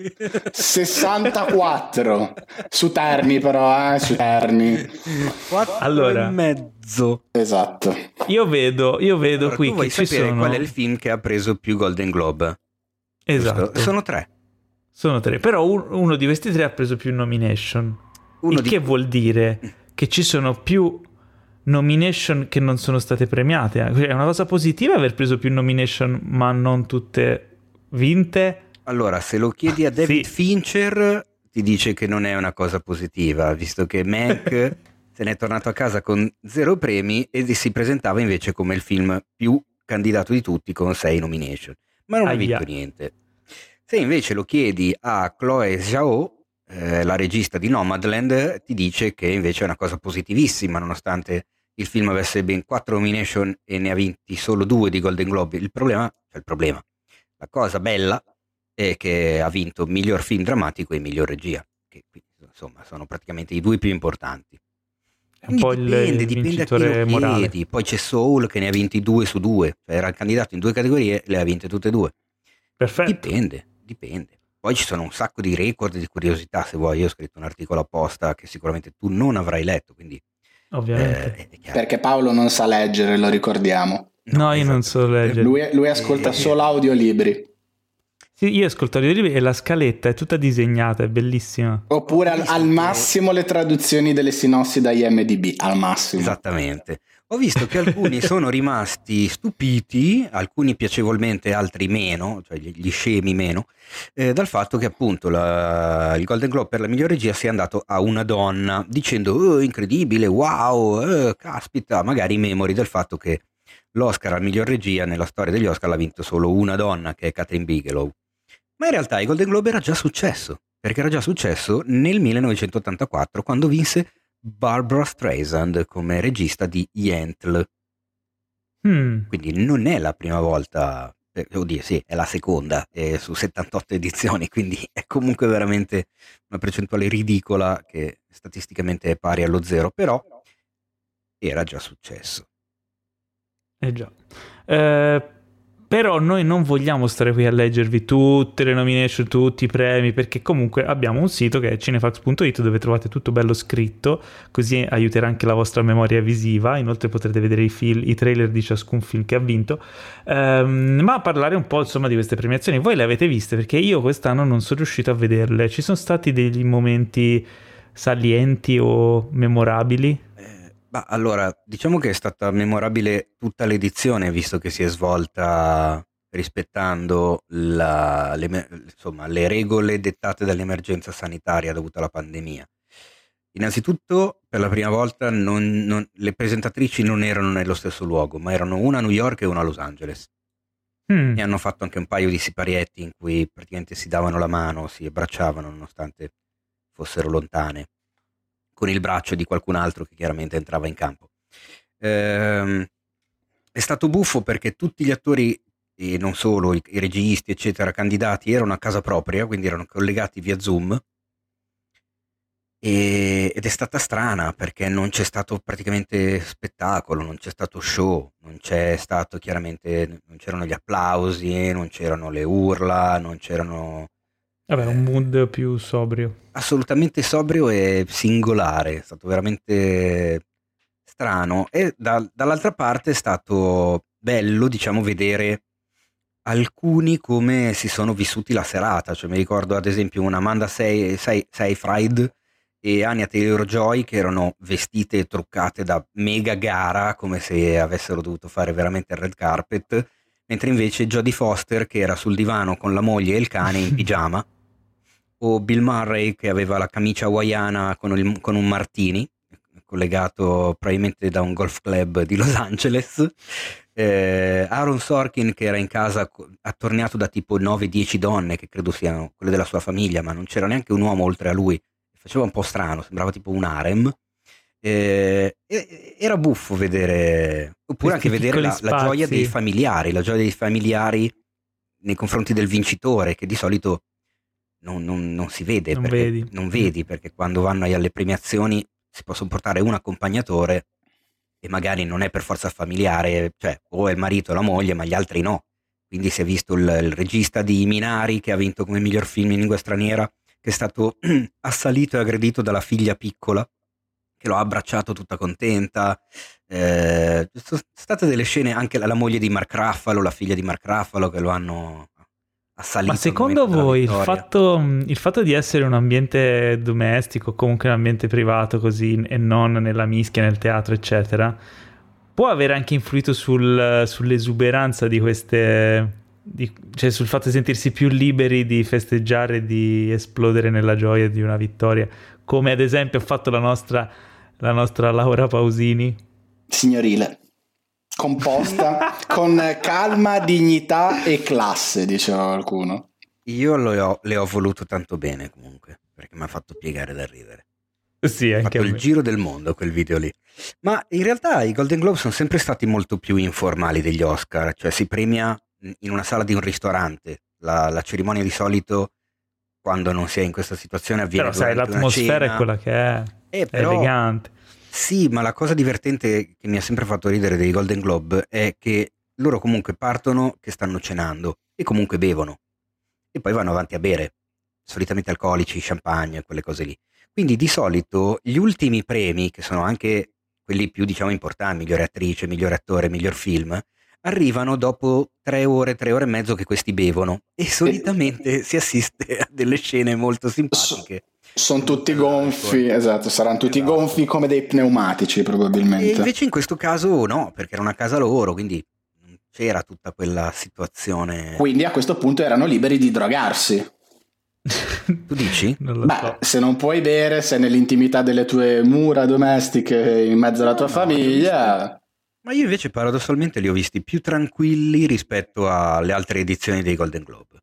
Speaker 4: 64 su Terni, però su Terni
Speaker 2: 4 allora, e mezzo.
Speaker 4: Esatto.
Speaker 1: Io vedo allora, qui che ci sono.
Speaker 2: Qual è il film che ha preso più Golden Globe?
Speaker 1: Esatto.
Speaker 2: Giusto? Sono tre,
Speaker 1: però uno di questi tre ha preso più nomination, che vuol dire che ci sono più nomination che non sono state premiate. È una cosa positiva aver preso più nomination ma non tutte vinte?
Speaker 2: Allora, se lo chiedi a David Fincher ti dice che non è una cosa positiva, visto che Mank se n'è tornato a casa con 0 premi e si presentava invece come il film più candidato di tutti con 6 nomination, ma non ha vinto niente. Se invece lo chiedi a Chloe Zhao, la regista di Nomadland, ti dice che invece è una cosa positivissima, nonostante il film avesse ben 4 nomination e ne ha vinti solo 2 di Golden Globe. La cosa bella è che ha vinto miglior film drammatico e miglior regia, che insomma sono praticamente i 2 più importanti.
Speaker 1: Un po'
Speaker 2: dipende a chi lo
Speaker 1: morale.
Speaker 2: Chiedi. Poi c'è Soul che ne ha vinti 2 su 2, cioè era candidato in 2 categorie e le ha vinte tutte e 2.
Speaker 1: Perfetto.
Speaker 2: Dipende. Poi ci sono un sacco di record, di curiosità, se vuoi. Io ho scritto un articolo apposta che sicuramente tu non avrai letto, quindi
Speaker 1: ovviamente.
Speaker 4: Perché Paolo non sa leggere, lo ricordiamo.
Speaker 1: No, io non so leggere.
Speaker 4: Lui ascolta solo audiolibri.
Speaker 1: Sì, io ascolto audiolibri e la scaletta è tutta disegnata, è bellissima.
Speaker 4: Oppure al massimo le traduzioni delle sinossi da IMDb, al massimo.
Speaker 2: Esattamente. Ho visto che alcuni sono rimasti stupiti, alcuni piacevolmente, altri meno, cioè gli scemi meno, dal fatto che appunto il Golden Globe per la miglior regia sia andato a una donna, dicendo incredibile, wow, caspita, magari memori del fatto che l'Oscar al miglior regia nella storia degli Oscar l'ha vinto solo una donna, che è Catherine Bigelow. Ma in realtà il Golden Globe era già successo, perché era già successo nel 1984 quando vinse Barbra Streisand come regista di Yentl. Quindi non è la prima volta, sì, è la seconda su 78 edizioni, quindi è comunque veramente una percentuale ridicola che statisticamente è pari allo 0, però era già successo.
Speaker 1: Già. Però noi non vogliamo stare qui a leggervi tutte le nomination, tutti i premi, perché comunque abbiamo un sito che è cinefax.it dove trovate tutto bello scritto, così aiuterà anche la vostra memoria visiva. Inoltre potrete vedere i trailer di ciascun film che ha vinto, ma parlare un po' insomma di queste premiazioni. Voi le avete viste? Perché io quest'anno non sono riuscito a vederle. Ci sono stati degli momenti salienti o memorabili?
Speaker 2: Allora, diciamo che è stata memorabile tutta l'edizione, visto che si è svolta rispettando le regole dettate dall'emergenza sanitaria dovuta alla pandemia. Innanzitutto, per la prima volta le presentatrici non erano nello stesso luogo, ma erano una a New York e una a Los Angeles. E hanno fatto anche un paio di siparietti in cui praticamente si davano la mano, si abbracciavano nonostante fossero lontane, con il braccio di qualcun altro che chiaramente entrava in campo. È stato buffo perché tutti gli attori, e non solo, i registi eccetera, candidati, erano a casa propria, quindi erano collegati via Zoom, ed è stata strana perché non c'è stato praticamente spettacolo, non c'è stato show, non c'erano gli applausi, non c'erano le urla, non c'erano...
Speaker 1: Vabbè, un mood più sobrio.
Speaker 2: Assolutamente sobrio e singolare, è stato veramente strano. E dall'altra parte è stato bello, diciamo, vedere alcuni come si sono vissuti la serata. Cioè, mi ricordo ad esempio una Amanda Seyfried e Anya Taylor-Joy che erano vestite e truccate da mega gara, come se avessero dovuto fare veramente il red carpet, mentre invece Jodie Foster che era sul divano con la moglie e il cane in pigiama, o Bill Murray che aveva la camicia hawaiana con un martini, collegato probabilmente da un golf club di Los Angeles, Aaron Sorkin che era in casa attorniato da tipo 9-10 donne, che credo siano quelle della sua famiglia, ma non c'era neanche un uomo oltre a lui, faceva un po' strano, sembrava tipo un harem. Era buffo vedere, oppure anche vedere la gioia dei familiari, nei confronti del vincitore, che di solito non si vede, non vedi, perché quando vanno alle premiazioni si possono portare un accompagnatore e magari non è per forza familiare, cioè o è il marito o la moglie, ma gli altri no. Quindi si è visto il regista di Minari, che ha vinto come miglior film in lingua straniera, che è stato assalito e aggredito dalla figlia piccola, che lo ha abbracciato tutta contenta. Sono state delle scene, anche la moglie di Mark Ruffalo, la figlia di Mark Ruffalo, che lo hanno assalito.
Speaker 1: Ma secondo voi il fatto di essere un ambiente domestico, comunque un ambiente privato così, e non nella mischia, nel teatro eccetera, può aver anche influito sull'esuberanza di queste, cioè sul fatto di sentirsi più liberi di festeggiare, di esplodere nella gioia di una vittoria, come ad esempio ha fatto la nostra Laura Pausini?
Speaker 4: Signorile, composta, con calma, dignità e classe, diceva qualcuno.
Speaker 2: Io le ho voluto tanto bene comunque, perché mi ha fatto piegare da ridere.
Speaker 1: Sì, anche
Speaker 2: ha fatto il giro del mondo quel video lì. Ma in realtà i Golden Globe sono sempre stati molto più informali degli Oscar, cioè si premia in una sala di un ristorante. La cerimonia di solito, quando non si è in questa situazione, avviene
Speaker 1: però sai, l'atmosfera è quella che è
Speaker 2: però,
Speaker 1: elegante.
Speaker 2: Sì, ma la cosa divertente che mi ha sempre fatto ridere dei Golden Globe è che loro comunque partono che stanno cenando e comunque bevono e poi vanno avanti a bere, solitamente alcolici, champagne, quelle cose lì. Quindi di solito gli ultimi premi, che sono anche quelli più importanti, migliore attrice, migliore attore, miglior film, arrivano dopo 3 ore e mezzo che questi bevono e solitamente si assiste a delle scene molto simpatiche.
Speaker 4: Sono tutti gonfi, esatto, saranno tutti gonfi come dei pneumatici probabilmente.
Speaker 2: E invece in questo caso no, perché era una casa loro, quindi non c'era tutta quella situazione.
Speaker 4: Quindi a questo punto erano liberi di drogarsi.
Speaker 2: Tu dici?
Speaker 4: Beh, se non puoi bere, sei nell'intimità delle tue mura domestiche in mezzo alla tua famiglia.
Speaker 2: Ma io invece paradossalmente li ho visti più tranquilli rispetto alle altre edizioni dei Golden Globe.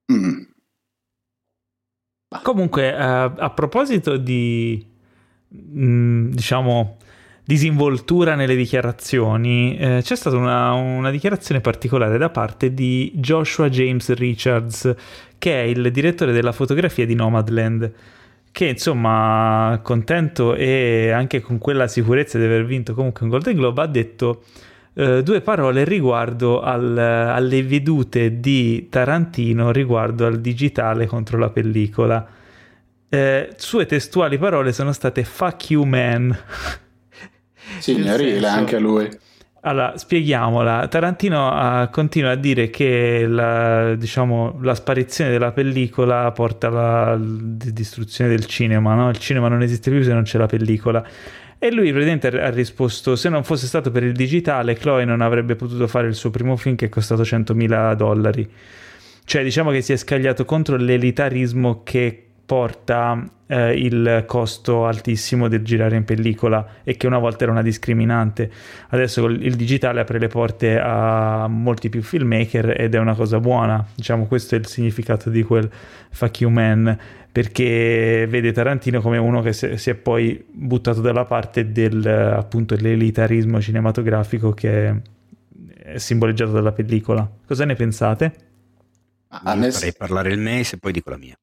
Speaker 1: Comunque, a proposito di diciamo disinvoltura nelle dichiarazioni, c'è stata una dichiarazione particolare da parte di Joshua James Richards, che è il direttore della fotografia di Nomadland, che insomma, contento e anche con quella sicurezza di aver vinto comunque un Golden Globe, ha detto 2 parole riguardo alle vedute di Tarantino riguardo al digitale contro la pellicola. Sue testuali parole sono state "fuck you man".
Speaker 4: Signorile anche lui.
Speaker 1: Allora, spieghiamola. Tarantino continua a dire che la sparizione della pellicola porta alla distruzione del cinema, no? Il cinema non esiste più se non c'è la pellicola. E lui praticamente ha risposto: se non fosse stato per il digitale, Chloe non avrebbe potuto fare il suo primo film, che è costato $100,000. Cioè, diciamo che si è scagliato contro l'elitarismo che porta il costo altissimo del girare in pellicola, e che una volta era una discriminante. Adesso il digitale apre le porte a molti più filmmaker ed è una cosa buona. Diciamo, questo è il significato di quel fuck you man, perché vede Tarantino come uno che si è poi buttato dalla parte del appunto l'elitarismo cinematografico che è simboleggiato dalla pellicola. Cosa ne pensate?
Speaker 2: Farei parlare il Mace e poi dico la mia.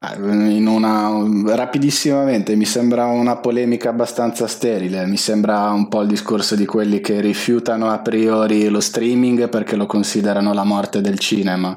Speaker 4: Rapidissimamente, mi sembra una polemica abbastanza sterile. Mi sembra un po' il discorso di quelli che rifiutano a priori lo streaming perché lo considerano la morte del cinema.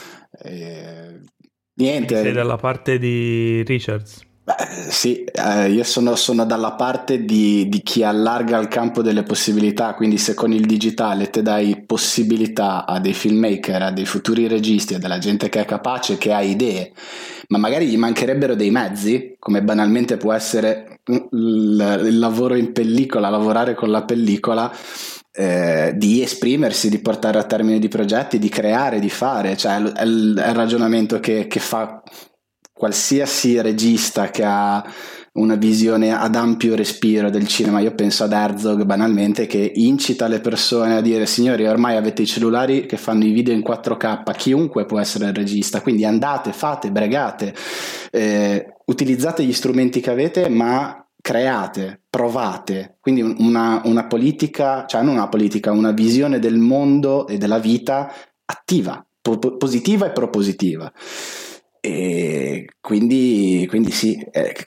Speaker 4: Niente.
Speaker 1: Sei dalla parte di Richards?
Speaker 4: Beh, sì, io sono dalla parte di chi allarga il campo delle possibilità. Quindi se con il digitale te dai possibilità a dei filmmaker, a dei futuri registi, a della gente che è capace, che ha idee, ma magari gli mancherebbero dei mezzi, come banalmente può essere il lavoro in pellicola, lavorare con la pellicola, di esprimersi, di portare a termine di progetti, di creare, di fare. Cioè è il ragionamento che fa qualsiasi regista che ha una visione ad ampio respiro del cinema. Io penso ad Herzog banalmente, che incita le persone a dire: signori, ormai avete i cellulari che fanno i video in 4K, chiunque può essere il regista, quindi andate, fate, bregate, utilizzate gli strumenti che avete, ma create, provate. Quindi una politica, cioè non una politica, una visione del mondo e della vita attiva, positiva e propositiva. E quindi sì,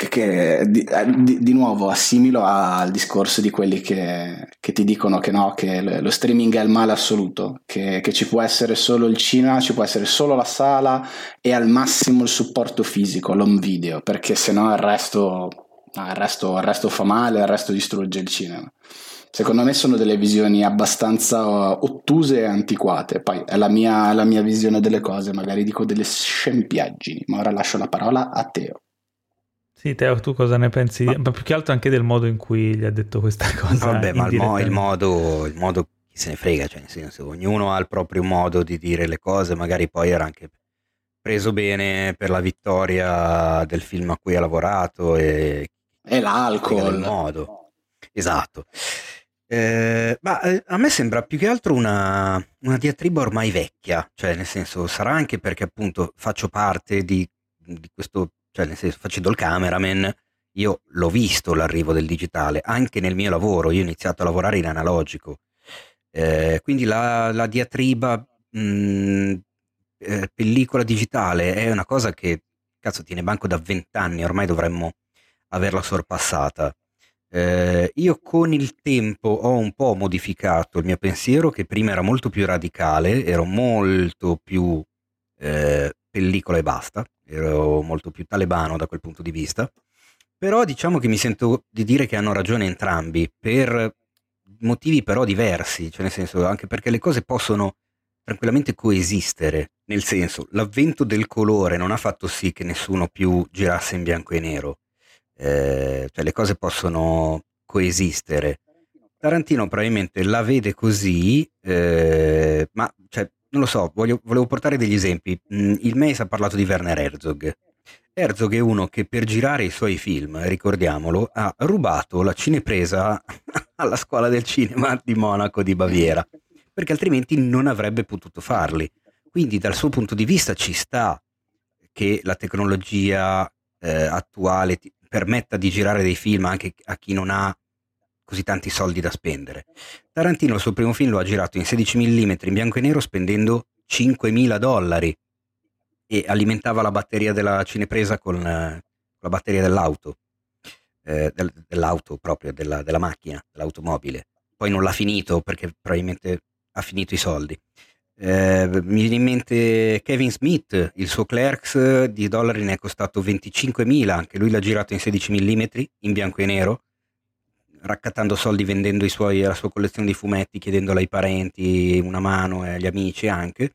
Speaker 4: di nuovo assimilo al discorso di quelli che ti dicono che no, che lo streaming è il male assoluto, che ci può essere solo il cinema, ci può essere solo la sala e al massimo il supporto fisico, l'home video, perché sennò il resto fa male, il resto distrugge il cinema. Secondo me sono delle visioni abbastanza ottuse e antiquate. Poi è la mia visione delle cose, magari dico delle scempiaggini, ma ora lascio la parola a Teo.
Speaker 1: Sì, Teo, tu cosa ne pensi? Ma più che altro anche del modo in cui gli ha detto questa cosa.
Speaker 2: Vabbè, ma il modo chi se ne frega, cioè nel senso, ognuno ha il proprio modo di dire le cose, magari poi era anche preso bene per la vittoria del film a cui ha lavorato e
Speaker 4: l'alcol.
Speaker 2: Il modo. Esatto. Ma a me sembra più che altro una diatriba ormai vecchia, cioè nel senso, sarà anche perché appunto faccio parte di questo, cioè nel senso, facendo il cameraman, io l'ho visto l'arrivo del digitale anche nel mio lavoro. Io ho iniziato a lavorare in analogico, quindi la diatriba pellicola digitale è una cosa che cazzo tiene banco da 20 anni, ormai dovremmo averla sorpassata. Io con il tempo ho un po' modificato il mio pensiero, che prima era molto più radicale, ero molto più pellicola e basta, ero molto più talebano da quel punto di vista, però diciamo che mi sento di dire che hanno ragione entrambi, per motivi però diversi, cioè nel senso, anche perché le cose possono tranquillamente coesistere, nel senso, l'avvento del colore non ha fatto sì che nessuno più girasse in bianco e nero. Cioè le cose possono coesistere. Tarantino probabilmente la vede così, ma cioè, non lo so, volevo portare degli esempi. Il Meis ha parlato di Werner Herzog. Herzog è uno che per girare i suoi film, ricordiamolo, ha rubato la cinepresa alla scuola del cinema di Monaco di Baviera, perché altrimenti non avrebbe potuto farli. Quindi dal suo punto di vista ci sta che la tecnologia attuale permetta di girare dei film anche a chi non ha così tanti soldi da spendere. Tarantino il suo primo film lo ha girato in 16 mm in bianco e nero spendendo $5.000 e alimentava la batteria della cinepresa con la batteria dell'auto, dell'auto proprio, della macchina, dell'automobile. Poi non l'ha finito perché probabilmente ha finito i soldi. Mi viene in mente Kevin Smith, il suo Clerks di dollari ne è costato 25.000, anche lui l'ha girato in 16 mm in bianco e nero, raccattando soldi vendendo la sua collezione di fumetti, chiedendola ai parenti una mano e agli amici anche.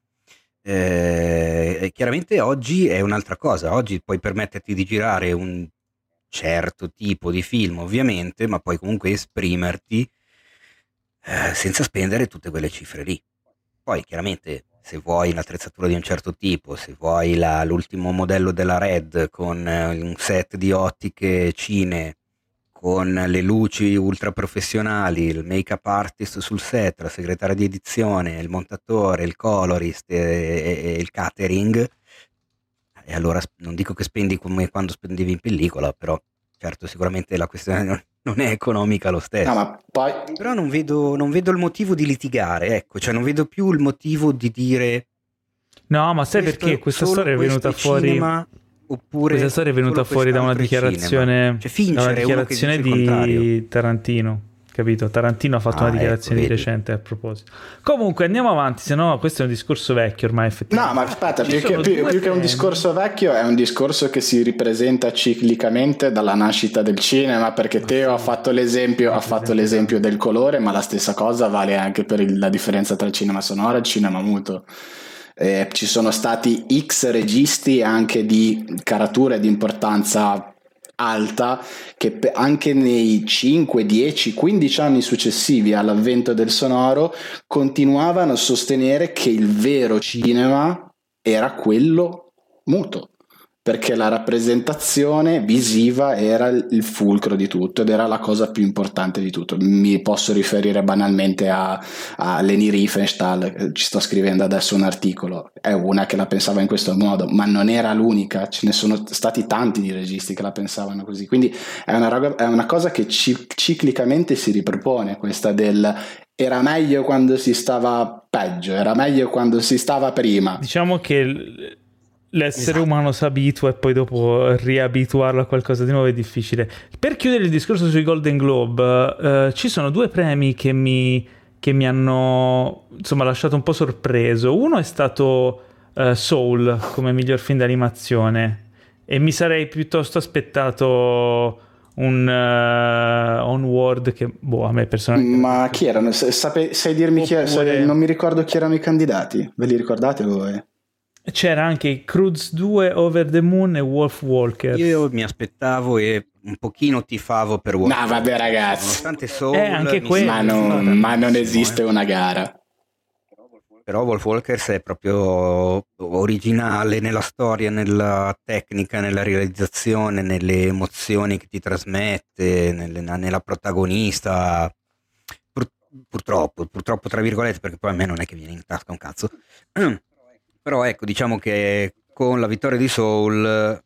Speaker 2: Chiaramente oggi è un'altra cosa, oggi puoi permetterti di girare un certo tipo di film ovviamente, ma puoi comunque esprimerti senza spendere tutte quelle cifre lì. Poi chiaramente se vuoi un'attrezzatura di un certo tipo, se vuoi l'ultimo modello della Red con un set di ottiche cine, con le luci ultra professionali, il make-up artist sul set, la segretaria di edizione, il montatore, il colorist e il catering, e allora non dico che spendi come quando spendevi in pellicola, però certo sicuramente la questione non è economica lo stesso.
Speaker 4: No, ma poi...
Speaker 2: Però non vedo il motivo di litigare, ecco, cioè non vedo più il motivo di dire
Speaker 1: no, ma sai perché questa storia è venuta fuori
Speaker 2: cinema, oppure
Speaker 1: questa storia è venuta fuori da una dichiarazione, di Tarantino, capito? Tarantino ha fatto una dichiarazione di recente a proposito. Comunque andiamo avanti, se no questo è un discorso vecchio ormai effettivamente.
Speaker 4: No, ma aspetta, più che un discorso vecchio è un discorso che si ripresenta ciclicamente dalla nascita del cinema, perché Teo ha fatto l'esempio del colore, ma la stessa cosa vale anche per la differenza tra il cinema sonoro e il cinema muto. Ci sono stati X registi anche di caratura e di importanza alta che anche nei 5, 10, 15 anni successivi all'avvento del sonoro continuavano a sostenere che il vero cinema era quello muto, perché la rappresentazione visiva era il fulcro di tutto ed era la cosa più importante di tutto. Mi posso riferire banalmente a Leni Riefenstahl, ci sto scrivendo adesso un articolo, è una che la pensava in questo modo, ma non era l'unica, ce ne sono stati tanti di registi che la pensavano così, quindi è una cosa che ciclicamente si ripropone, questa del era meglio quando si stava peggio, era meglio quando si stava prima.
Speaker 1: Diciamo che l'essere umano si abitua e poi dopo riabituarlo a qualcosa di nuovo è difficile. Per chiudere il discorso sui Golden Globe, ci sono 2 premi che mi hanno insomma lasciato un po' sorpreso. Uno è stato Soul come miglior film d'animazione, e mi sarei piuttosto aspettato un Onward che a me personalmente.
Speaker 4: Ma chi erano? Sai dirmi chi erano? Non mi ricordo chi erano i candidati. Ve li ricordate voi?
Speaker 1: C'era anche Cruz 2, Over the Moon e Wolf Walker.
Speaker 2: Io mi aspettavo e un pochino tifavo per Wolf.
Speaker 4: No, vabbè, ragazzi.
Speaker 2: Nonostante Soul,
Speaker 1: anche
Speaker 4: ma non esiste una gara.
Speaker 2: Però Wolf Walkers è proprio originale nella storia, nella tecnica, nella realizzazione, nelle emozioni che ti trasmette, nella protagonista. Purtroppo tra virgolette, perché poi a me non è che viene in tasca un cazzo. Però ecco, diciamo che con la vittoria di Soul,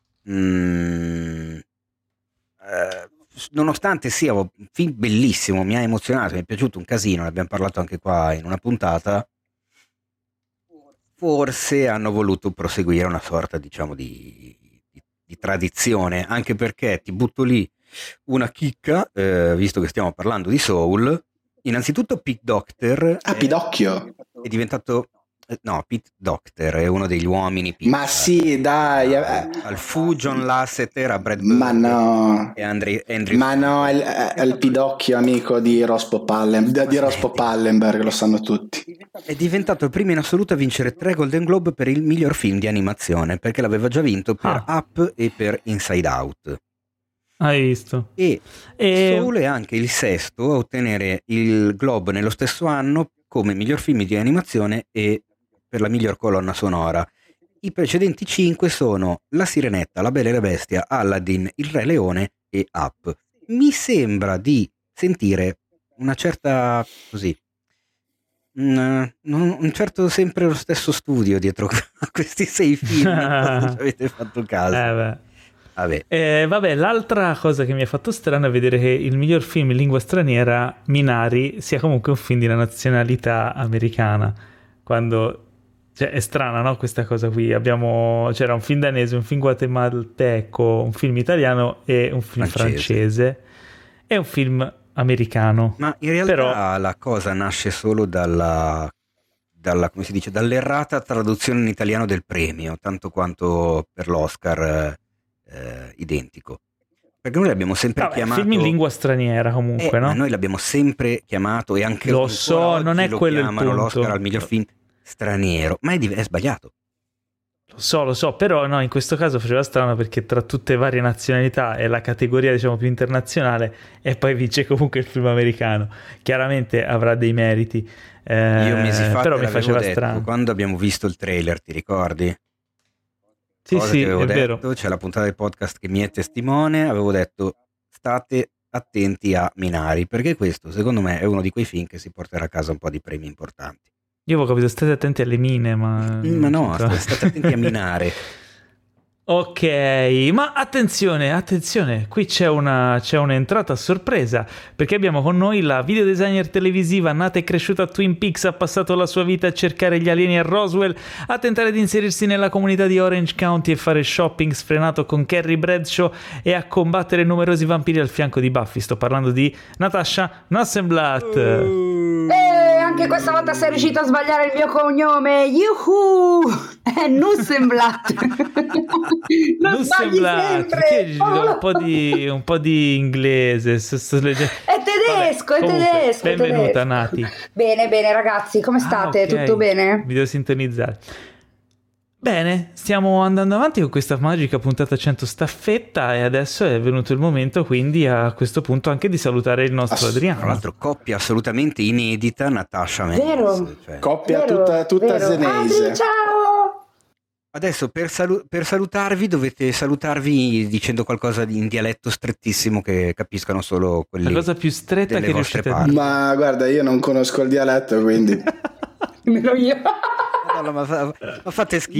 Speaker 2: nonostante sia un film bellissimo, mi ha emozionato, mi è piaciuto un casino, ne abbiamo parlato anche qua in una puntata, forse hanno voluto proseguire una sorta, diciamo, di tradizione, anche perché ti butto lì una chicca, visto che stiamo parlando di Soul. Innanzitutto Pete Docter
Speaker 4: Pidocchio
Speaker 2: è diventato... No, Pete Docter è uno degli uomini Pixar.
Speaker 4: Ma sì, dai.
Speaker 2: Al fu John Lasseter, a Brad Bird
Speaker 4: Ma no.
Speaker 2: e Andrew.
Speaker 4: Ma no, è il Pidocchio amico di Rospo Pallenberg, lo sanno tutti.
Speaker 2: È diventato il primo in assoluto a vincere 3 Golden Globe per il miglior film di animazione, perché l'aveva già vinto per Up e per Inside Out.
Speaker 1: Hai visto?
Speaker 2: E Soul è anche il 6º a ottenere il Globe nello stesso anno come miglior film di animazione e per la miglior colonna sonora. I precedenti 5 sono La Sirenetta, La Bella e la Bestia, Aladdin, Il Re Leone e Up. Mi sembra di sentire una certa, così, un certo sempre lo stesso studio dietro a questi 6 film, non so se ci avete fatto caso.
Speaker 1: Vabbè, l'altra cosa che mi ha fatto strano è vedere che il miglior film in lingua straniera, Minari, sia comunque un film di una nazionalità americana, quando è strana, no, questa cosa qui. C'era un film danese, un film guatemalteco, un film italiano e un film francese e un film americano.
Speaker 2: Ma in realtà la cosa nasce solo dalla come si dice, dall'errata traduzione in italiano del premio, tanto quanto per l'Oscar identico, perché noi l'abbiamo sempre chiamato
Speaker 1: film in lingua straniera comunque, no?
Speaker 2: Ma noi l'abbiamo sempre chiamato, e anche
Speaker 1: lo so, non è quello il punto.
Speaker 2: L'Oscar al miglior film straniero, ma è sbagliato.
Speaker 1: Lo so, però no, in questo caso faceva strano perché tra tutte le varie nazionalità è la categoria, diciamo, più internazionale e poi vince comunque il film americano. Chiaramente avrà dei meriti.
Speaker 2: Io mesi fa
Speaker 1: però mi faceva
Speaker 2: detto,
Speaker 1: strano.
Speaker 2: quando abbiamo visto il trailer, ti ricordi?
Speaker 1: Sì, è
Speaker 2: detto,
Speaker 1: vero.
Speaker 2: c'è la puntata del podcast che mi è testimone, avevo detto state attenti a Minari, perché questo secondo me è uno di quei film che si porterà a casa un po' di premi importanti.
Speaker 1: Io avevo capito, state attenti alle mine, ma
Speaker 2: no, state attenti a minare.
Speaker 1: Ok, ma attenzione, qui c'è un'entrata a sorpresa, perché abbiamo con noi la videodesigner televisiva nata e cresciuta a Twin Peaks, ha passato la sua vita a cercare gli alieni a Roswell, a tentare di inserirsi nella comunità di Orange County e fare shopping sfrenato con Carrie Bradshaw e a combattere numerosi vampiri al fianco di Buffy. Sto parlando di Natasha Nassenblatt.
Speaker 5: Anche questa volta sei riuscito a sbagliare il mio cognome. Yuhu! È Nussenblatt. Non sbagli sempre.
Speaker 1: Un po' di inglese.
Speaker 5: È tedesco.
Speaker 1: Benvenuta, Nati.
Speaker 5: Bene ragazzi, come state?
Speaker 1: Okay.
Speaker 5: Tutto bene?
Speaker 1: Vi devo sintonizzare. Bene, stiamo andando avanti con questa magica puntata 100 staffetta e adesso è venuto il momento quindi a questo punto anche di salutare il nostro Adriano.
Speaker 2: Tra l'altro coppia assolutamente inedita, Natasha Mendes.
Speaker 5: Vero.
Speaker 4: Coppia tutta senese.
Speaker 5: Ciao!
Speaker 2: Adesso per salutarvi dovete salutarvi dicendo qualcosa in dialetto strettissimo che capiscate solo quelli.
Speaker 1: La cosa più stretta che riuscite a
Speaker 4: dire. Ma guarda, io non conosco il dialetto, quindi
Speaker 5: nemmeno io.
Speaker 2: Ma fate schifo.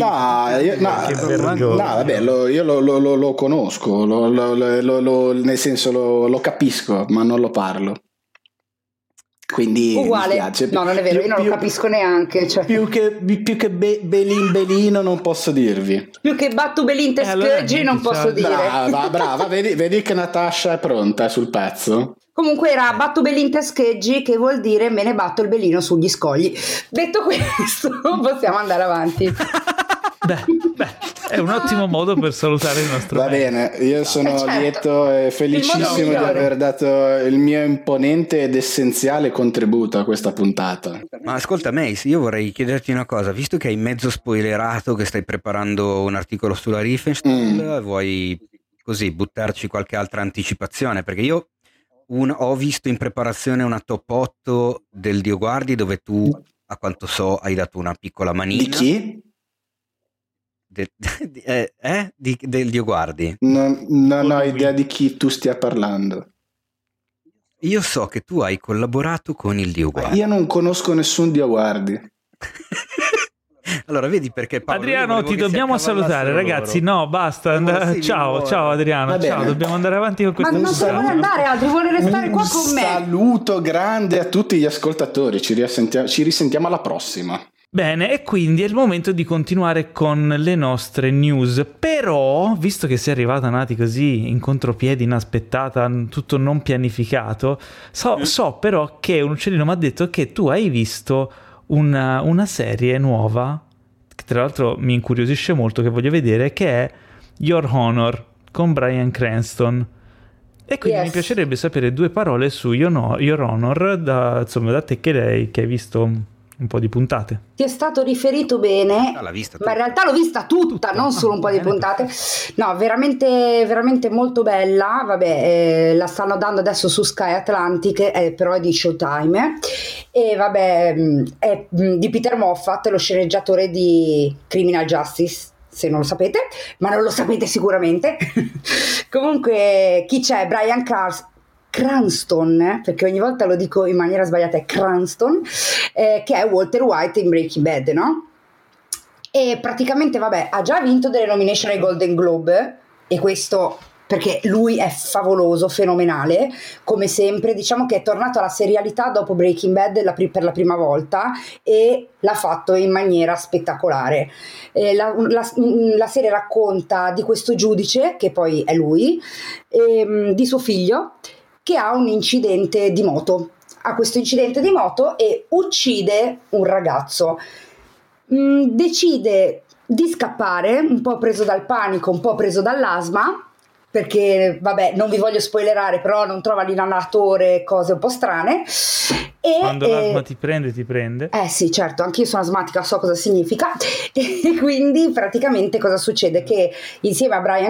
Speaker 4: Vabbè, io lo conosco, nel senso lo capisco, ma non lo parlo. Quindi
Speaker 5: uguale.
Speaker 4: mi piace.
Speaker 5: No, non è vero, io non lo capisco neanche. Cioè.
Speaker 4: Più che Belin Belino non posso dirvi.
Speaker 5: Più che Battu Belin Scheggi non posso dire.
Speaker 4: Brava, vedi che Natasha è pronta sul pezzo.
Speaker 5: Comunque era Battu Belin Scheggi, che vuol dire me ne batto il belino sugli scogli. Detto questo, possiamo andare avanti.
Speaker 1: Beh, è un ottimo modo per salutare il nostro
Speaker 4: Va bene, io sono lieto e felicissimo di aver dato il mio imponente ed essenziale contributo a questa puntata.
Speaker 2: Ma ascolta Mace, io vorrei chiederti una cosa, visto che hai mezzo spoilerato che stai preparando un articolo sulla Riefenstahl, vuoi così buttarci qualche altra anticipazione? Perché io ho visto in preparazione una top 8 del Dio Guardi, dove tu, a quanto so, hai dato una piccola manina.
Speaker 4: Di chi?
Speaker 2: Del Dio Guardi.
Speaker 4: Non ho idea di chi tu stia parlando.
Speaker 2: Io so che tu hai collaborato con il Dio Guardi.
Speaker 4: Io non conosco nessun Dio Guardi.
Speaker 2: Allora vedi perché Paolo,
Speaker 1: Adriano, ti dobbiamo salutare, ragazzi. No, basta. Ciao Adriano. Ciao, dobbiamo andare avanti con questo.
Speaker 5: Ma non se ne vuole andare, altri vuole restare qua con me.
Speaker 4: Un saluto grande a tutti gli ascoltatori. Ci risentiamo alla prossima.
Speaker 1: Bene, e quindi è il momento di continuare con le nostre news. Però, visto che sei arrivata Nati così in contropiedi, inaspettata, tutto non pianificato, so però che un uccellino mi ha detto che tu hai visto una serie nuova, che tra l'altro mi incuriosisce molto, che voglio vedere, che è Your Honor con Bryan Cranston. E quindi mi piacerebbe sapere due parole su Your Honor da te che hai visto un po' di puntate.
Speaker 5: Ti è stato riferito bene, ma in realtà l'ho vista tutta, non solo un po' di puntate. No, veramente, veramente molto bella. Vabbè, la stanno dando adesso su Sky Atlantic, però è di Showtime. E vabbè, è di Peter Moffat, lo sceneggiatore di Criminal Justice, se non lo sapete, ma non lo sapete sicuramente. Comunque, chi c'è? Bryan Cranston, perché ogni volta lo dico in maniera sbagliata, è Cranston, che è Walter White in Breaking Bad, no? E praticamente, vabbè, ha già vinto delle nomination ai Golden Globe, e questo perché lui è favoloso, fenomenale, come sempre. Diciamo che è tornato alla serialità dopo Breaking Bad per la prima volta, e l'ha fatto in maniera spettacolare. La serie racconta di questo giudice, che poi è lui, di suo figlio, che ha un incidente di moto. Ha questo incidente di moto e uccide un ragazzo. Decide di scappare, un po' preso dal panico, un po' preso dall'asma, perché vabbè, non vi voglio spoilerare, però non trova l'inalatore, cose un po' strane. E
Speaker 1: quando l'asma ti prende.
Speaker 5: Sì, certo, anch'io sono asmatica, so cosa significa. E quindi praticamente cosa succede? Che insieme a Bryan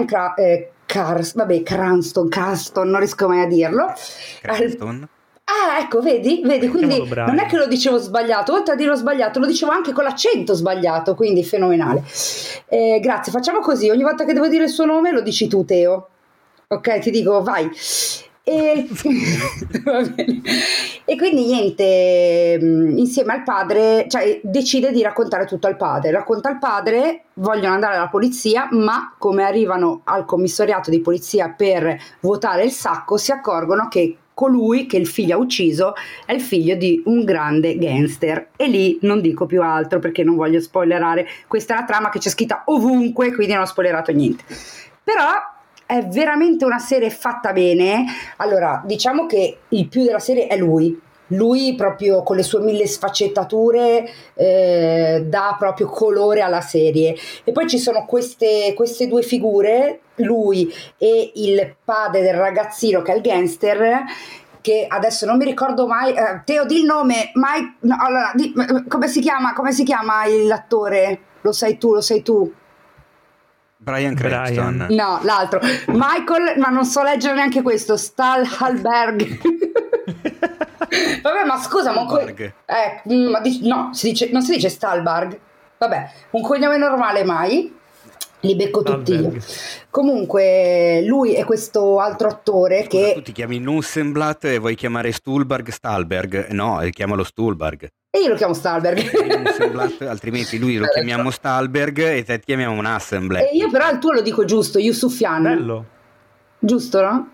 Speaker 5: Cranston, non riesco mai a dirlo.
Speaker 2: Cranston?
Speaker 5: Ecco, vedi, quindi non è che lo dicevo sbagliato, oltre a dirlo sbagliato, lo dicevo anche con l'accento sbagliato, quindi fenomenale. Grazie, facciamo così, ogni volta che devo dire il suo nome lo dici tu, Teo. Ok, ti dico, vai. Va bene. E quindi niente, insieme al padre, cioè decide di raccontare tutto al padre. Racconta al padre, vogliono andare alla polizia, ma come arrivano al commissariato di polizia per votare il sacco, si accorgono che colui che il figlio ha ucciso è il figlio di un grande gangster. E lì non dico più altro perché non voglio spoilerare. Questa è la trama che c'è scritta ovunque, quindi non ho spoilerato niente. Però è veramente una serie fatta bene. Allora, diciamo che il più della serie è lui proprio con le sue 1000 sfaccettature dà proprio colore alla serie. E poi ci sono queste due figure, lui e il padre del ragazzino che è il gangster, che adesso non mi ricordo mai. Teo, di il nome. Allora, come si chiama l'attore? Lo sai tu.
Speaker 2: Bryan Cranston.
Speaker 5: No, l'altro. Michael, ma non so leggere neanche questo. Stahlberg. Vabbè, ma scusa, no, non si dice Stahlberg. Vabbè, un cognome normale mai. Li becco tutti io. Comunque lui e questo altro attore. Scusa, che
Speaker 2: tu ti chiami Nussenblatt e vuoi chiamare Stahlberg? No, chiamalo Stuhlbarg.
Speaker 5: E io lo chiamo Stahlberg.
Speaker 2: Altrimenti lui lo chiamiamo Stahlberg e te ti chiamiamo Nassenblatt.
Speaker 5: E io però il tuo lo dico giusto, Yusufian.
Speaker 1: Bello.
Speaker 5: Giusto, no?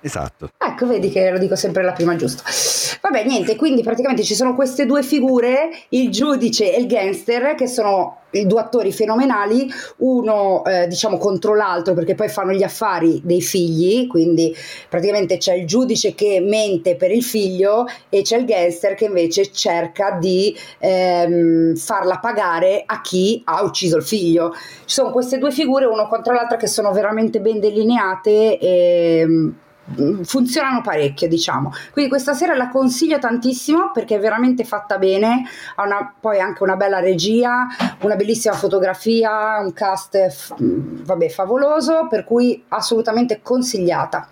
Speaker 2: Esatto.
Speaker 5: Ecco, vedi che lo dico sempre la prima giusto. Vabbè, niente, quindi praticamente ci sono queste due figure, il giudice e il gangster, che sono i due attori fenomenali, uno diciamo contro l'altro, perché poi fanno gli affari dei figli, quindi praticamente c'è il giudice che mente per il figlio e c'è il gangster che invece cerca di farla pagare a chi ha ucciso il figlio. Ci sono queste due figure, uno contro l'altra, che sono veramente ben delineate e funzionano parecchio, diciamo. Quindi questa sera la consiglio tantissimo perché è veramente fatta bene, ha poi anche una bella regia, una bellissima fotografia, un cast vabbè favoloso, per cui assolutamente consigliata.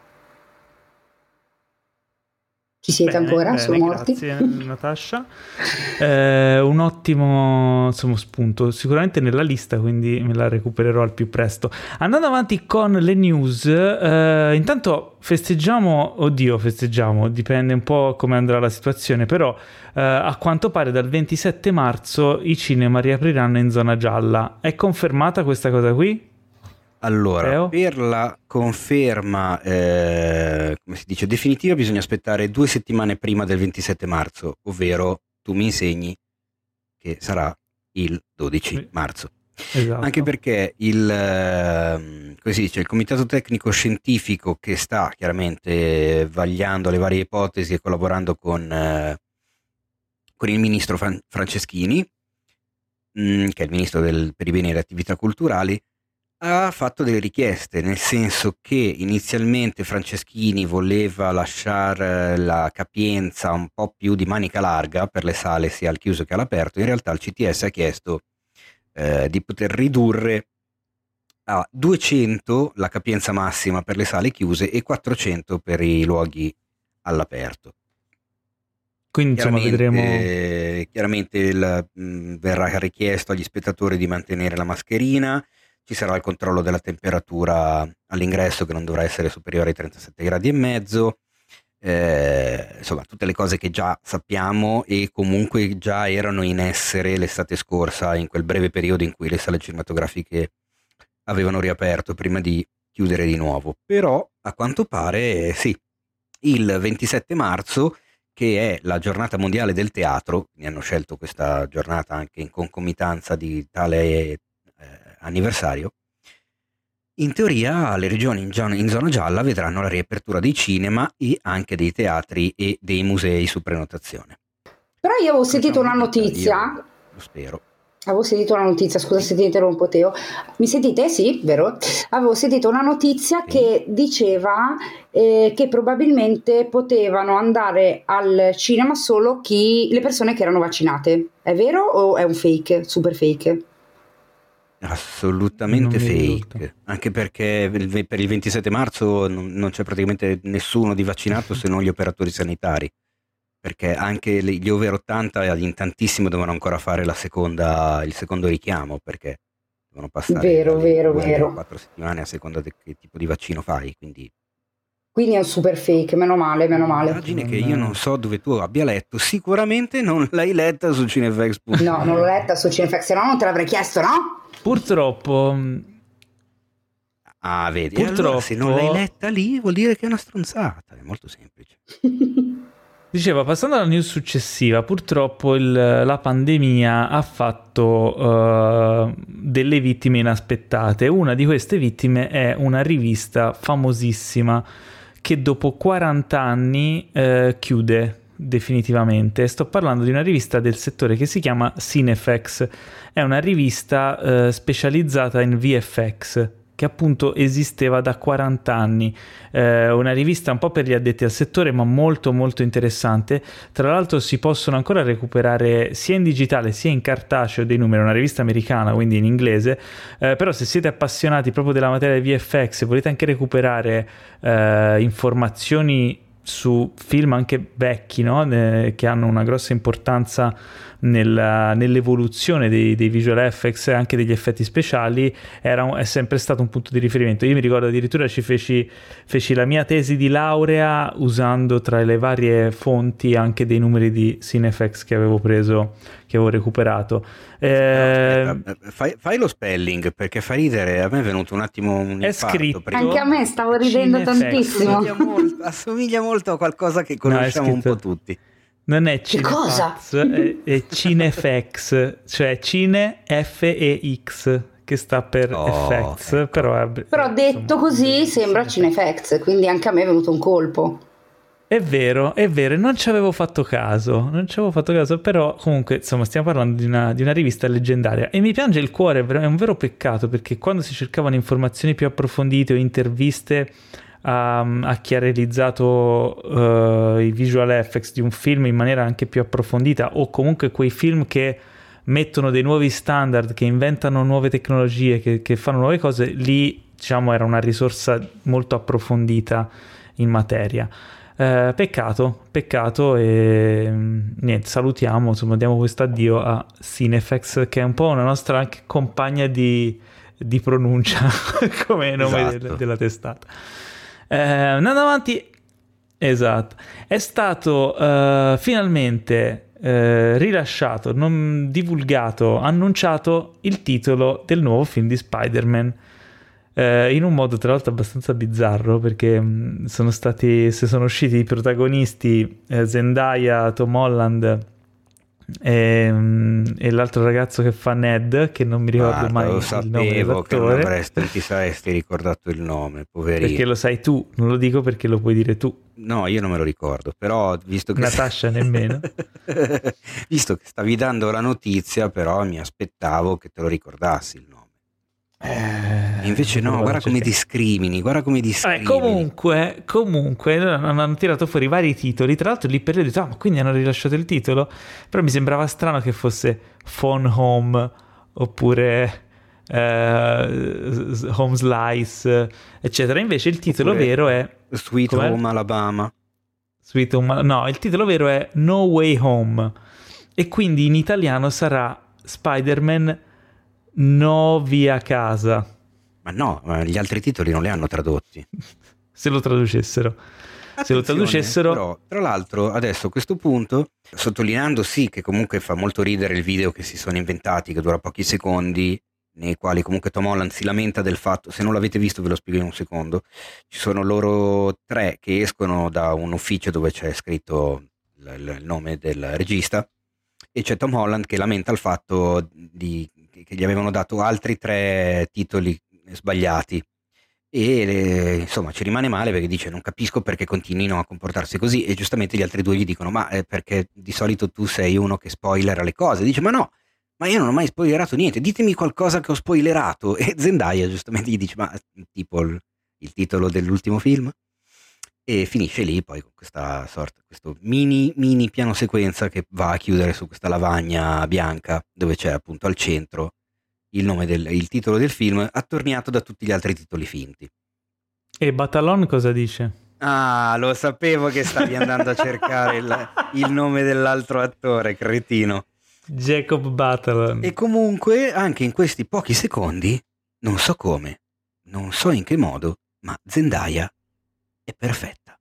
Speaker 5: Ci siete ancora? Sono morti?
Speaker 1: Grazie Natascia. Un ottimo insomma, spunto, sicuramente nella lista, quindi me la recupererò al più presto. Andando avanti con le news, intanto festeggiamo, dipende un po' come andrà la situazione, però a quanto pare dal 27 marzo i cinema riapriranno in zona gialla. È confermata questa cosa qui?
Speaker 2: Allora, Teo? Per la conferma, come si dice, definitiva bisogna aspettare 2 settimane prima del 27 marzo, ovvero tu mi insegni che sarà il 12 marzo.
Speaker 1: Esatto.
Speaker 2: Anche perché come si dice, il comitato tecnico scientifico che sta chiaramente vagliando le varie ipotesi e collaborando con il ministro Franceschini, che è il ministro per i beni e le attività culturali, ha fatto delle richieste, nel senso che inizialmente Franceschini voleva lasciare la capienza un po' più di manica larga per le sale sia al chiuso che all'aperto. In realtà il CTS ha chiesto di poter ridurre a 200 la capienza massima per le sale chiuse e 400 per i luoghi all'aperto.
Speaker 1: Quindi insomma vedremo.
Speaker 2: Chiaramente verrà richiesto agli spettatori di mantenere la mascherina. Ci sarà il controllo della temperatura all'ingresso che non dovrà essere superiore ai 37 gradi e mezzo, insomma tutte le cose che già sappiamo e comunque già erano in essere l'estate scorsa, in quel breve periodo in cui le sale cinematografiche avevano riaperto prima di chiudere di nuovo. Però a quanto pare sì, il 27 marzo, che è la giornata mondiale del teatro, ne hanno scelto questa giornata anche in concomitanza di tale anniversario, in teoria le regioni in zona gialla vedranno la riapertura dei cinema e anche dei teatri e dei musei su prenotazione.
Speaker 5: Però io avevo sentito una notizia,
Speaker 2: lo spero.
Speaker 5: Avevo sentito una notizia, scusa se ti interrompo Teo. Mi sentite? Sì, vero? Avevo sentito una notizia che diceva che probabilmente potevano andare al cinema solo le persone che erano vaccinate. È vero o è un fake, super fake?
Speaker 2: Assolutamente fake, anche perché per il 27 marzo non c'è praticamente nessuno di vaccinato se non gli operatori sanitari, perché anche gli over 80 in tantissimo devono ancora fare il secondo richiamo, perché devono passare
Speaker 5: vero
Speaker 2: 4 settimane a seconda di che tipo di vaccino fai, quindi
Speaker 5: è un super fake, meno male.
Speaker 2: Immagine che io non so dove tu abbia letto, sicuramente non l'hai letta su Cinefx.
Speaker 5: No, non l'ho letta su Cinefx, se no non te l'avrei chiesto, no?
Speaker 1: Purtroppo.
Speaker 2: Vedi, allora, se non l'hai letta lì vuol dire che è una stronzata, è molto semplice.
Speaker 1: Diceva, passando alla news successiva, purtroppo la pandemia ha fatto delle vittime inaspettate. Una di queste vittime è una rivista famosissima che dopo 40 anni chiude definitivamente. Sto parlando di una rivista del settore che si chiama Cinefx. È una rivista specializzata in VFX, che appunto esisteva da 40 anni, una rivista un po' per gli addetti al settore, ma molto molto interessante. Tra l'altro si possono ancora recuperare sia in digitale sia in cartaceo dei numeri, una rivista americana, quindi in inglese, però se siete appassionati proprio della materia di VFX e volete anche recuperare informazioni su film anche vecchi, no? Che hanno una grossa importanza nell'evoluzione dei visual effects e anche degli effetti speciali, è sempre stato un punto di riferimento. Io mi ricordo addirittura feci la mia tesi di laurea usando tra le varie fonti anche dei numeri di CineFX che avevo preso, che avevo recuperato.
Speaker 2: Fai lo spelling, perché fa ridere. A me è venuto un attimo un
Speaker 1: è scritto,
Speaker 5: anche a me stavo ridendo
Speaker 1: CineFX.
Speaker 5: tantissimo.
Speaker 2: Assomiglia molto a qualcosa che conosciamo un po' tutti.
Speaker 1: Non è CineFX, è CineFX, cioè Cine FEX, che sta per effects,
Speaker 2: ecco.
Speaker 5: Però detto così sembra CineFX, quindi anche a me è venuto un colpo.
Speaker 1: È vero, non ci avevo fatto caso, però comunque insomma stiamo parlando di una rivista leggendaria e mi piange il cuore, è un vero peccato, perché quando si cercavano informazioni più approfondite o interviste a chi ha realizzato i visual effects di un film in maniera anche più approfondita, o comunque quei film che mettono dei nuovi standard, che inventano nuove tecnologie, che fanno nuove cose, lì diciamo era una risorsa molto approfondita in materia. Peccato e niente, salutiamo, insomma diamo questo addio a CineFX, che è un po' una nostra anche compagna di pronuncia come nome della testata. Andando avanti, esatto, è stato finalmente rilasciato, non divulgato, annunciato il titolo del nuovo film di Spider-Man, in un modo tra l'altro abbastanza bizzarro, perché sono usciti i protagonisti, Zendaya, Tom Holland e l'altro ragazzo che fa Ned, che non mi ricordo mai
Speaker 2: lo
Speaker 1: il nome
Speaker 2: sapevo che
Speaker 1: dell'attore.
Speaker 2: non ti saresti ricordato il nome, poverino.
Speaker 1: Perché lo sai tu, non lo dico perché lo puoi dire tu.
Speaker 2: No, io non me lo ricordo, però visto che
Speaker 1: Natasha nemmeno.
Speaker 2: Visto che stavi dando la notizia, però mi aspettavo che te lo ricordassi il nome. Invece no, guarda come discrimini.
Speaker 1: Comunque hanno tirato fuori vari titoli, tra l'altro lì per lì ho detto, ma quindi hanno rilasciato il titolo? Però mi sembrava strano che fosse Phone Home oppure Home Slice, eccetera. Invece il titolo vero è
Speaker 2: Sweet Home Alabama.
Speaker 1: No, il titolo vero è No Way Home, e quindi in italiano sarà Spider-Man No Via Casa.
Speaker 2: Ma no, gli altri titoli non li hanno tradotti.
Speaker 1: Se lo traducessero.
Speaker 2: Però, tra l'altro, adesso a questo punto, sottolineando sì che comunque fa molto ridere il video che si sono inventati, che dura pochi secondi, nei quali comunque Tom Holland si lamenta del fatto, se non l'avete visto ve lo spiego in un secondo, ci sono loro tre che escono da un ufficio dove c'è scritto il nome del regista, e c'è Tom Holland che lamenta il fatto che gli avevano dato altri 3 titoli sbagliati, e insomma ci rimane male perché dice non capisco perché continuino a comportarsi così, e giustamente gli altri 2 gli dicono ma perché di solito tu sei uno che spoilera le cose. Dice ma no, ma io non ho mai spoilerato niente, ditemi qualcosa che ho spoilerato. E Zendaya giustamente gli dice ma tipo il titolo dell'ultimo film, e finisce lì poi con questa sorta, questo mini piano sequenza che va a chiudere su questa lavagna bianca dove c'è appunto al centro il titolo del film, attorniato da tutti gli altri titoli finti.
Speaker 1: E Batalon cosa dice?
Speaker 2: Ah, lo sapevo che stavi andando a cercare il nome dell'altro attore, cretino.
Speaker 1: Jacob Batalon.
Speaker 2: E comunque anche in questi pochi secondi, non so come, non so in che modo, ma Zendaya è perfetta.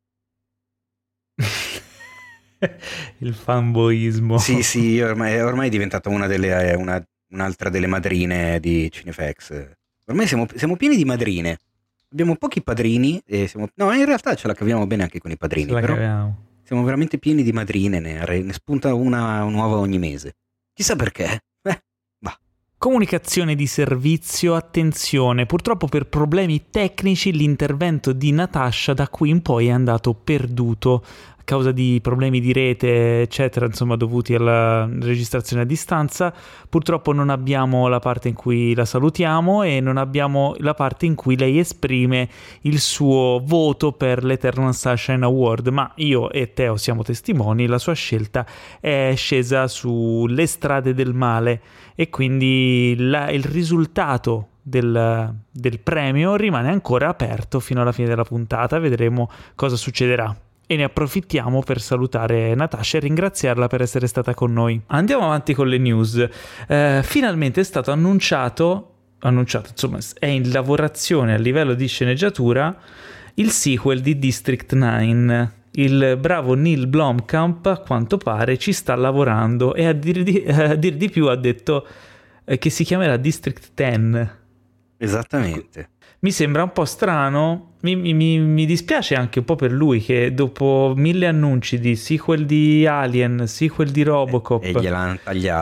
Speaker 1: Il fanboismo.
Speaker 2: Sì, ormai è diventata un'altra delle madrine di CineFX. Ormai siamo pieni di madrine. Abbiamo pochi padrini no, in realtà ce la caviamo bene anche con i padrini, però siamo veramente pieni di madrine, ne spunta una nuova ogni mese. Chissà perché.
Speaker 1: Comunicazione di servizio, attenzione, purtroppo per problemi tecnici l'intervento di Natasha da qui in poi è andato perduto a causa di problemi di rete, eccetera, insomma, dovuti alla registrazione a distanza. Purtroppo non abbiamo la parte in cui la salutiamo e non abbiamo la parte in cui lei esprime il suo voto per l'Eternal Sunshine Award, ma io e Teo siamo testimoni, la sua scelta è scesa sulle strade del male e quindi il risultato del premio rimane ancora aperto fino alla fine della puntata. Vedremo cosa succederà. e ne approfittiamo per salutare Natasha e ringraziarla per essere stata con noi. Andiamo avanti con le news. Finalmente è stato annunciato, insomma è in lavorazione a livello di sceneggiatura il sequel di District 9. Il bravo Neil Blomkamp a quanto pare ci sta lavorando e a dir di più ha detto che si chiamerà District 10.
Speaker 2: Esattamente.
Speaker 1: Mi sembra un po' strano, mi dispiace anche un po' per lui che dopo 1000 annunci di sequel di Alien, sequel di Robocop
Speaker 2: e gliel'hanno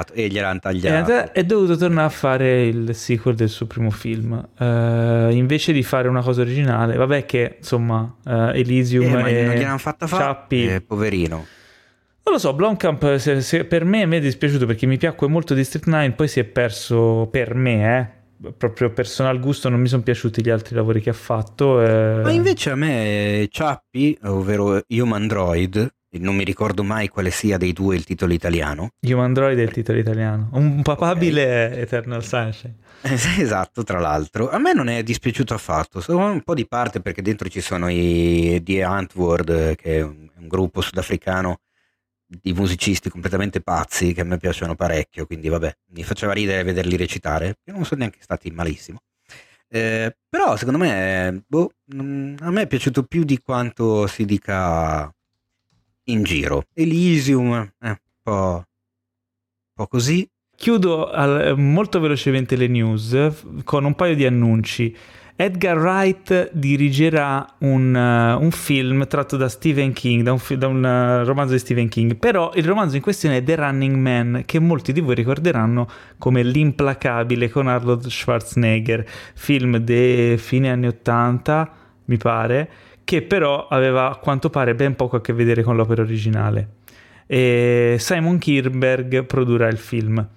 Speaker 2: tagliato,
Speaker 1: è dovuto tornare a fare il sequel del suo primo film, invece di fare una cosa originale. Vabbè che insomma Elysium
Speaker 2: ma non gliel'hanno fatta fare, poverino.
Speaker 1: Non lo so, Blomkamp se per me mi è dispiaciuto perché mi piacque molto District 9, poi si è perso per me, proprio personal gusto, non mi sono piaciuti gli altri lavori che ha fatto.
Speaker 2: Ma invece a me Chappie, ovvero Human Droid, non mi ricordo mai quale sia dei due il titolo italiano.
Speaker 1: Human Droid è il titolo italiano, un papabile Eternal Sunshine.
Speaker 2: Esatto, tra l'altro. A me non è dispiaciuto affatto, sono un po' di parte perché dentro ci sono i The Antwoord, che è un gruppo sudafricano di musicisti completamente pazzi che a me piacciono parecchio, quindi vabbè, mi faceva ridere vederli recitare, che non sono neanche stati malissimo, però secondo me a me è piaciuto più di quanto si dica in giro. Elysium un po' così.
Speaker 1: Chiudo molto velocemente le news con un paio di annunci. Edgar Wright dirigerà un film tratto da Stephen King, da un romanzo di Stephen King, però il romanzo in questione è The Running Man, che molti di voi ricorderanno come L'implacabile con Arnold Schwarzenegger, film dei fine anni 80, mi pare, che però aveva a quanto pare ben poco a che vedere con l'opera originale. E Simon Kinberg produrrà il film.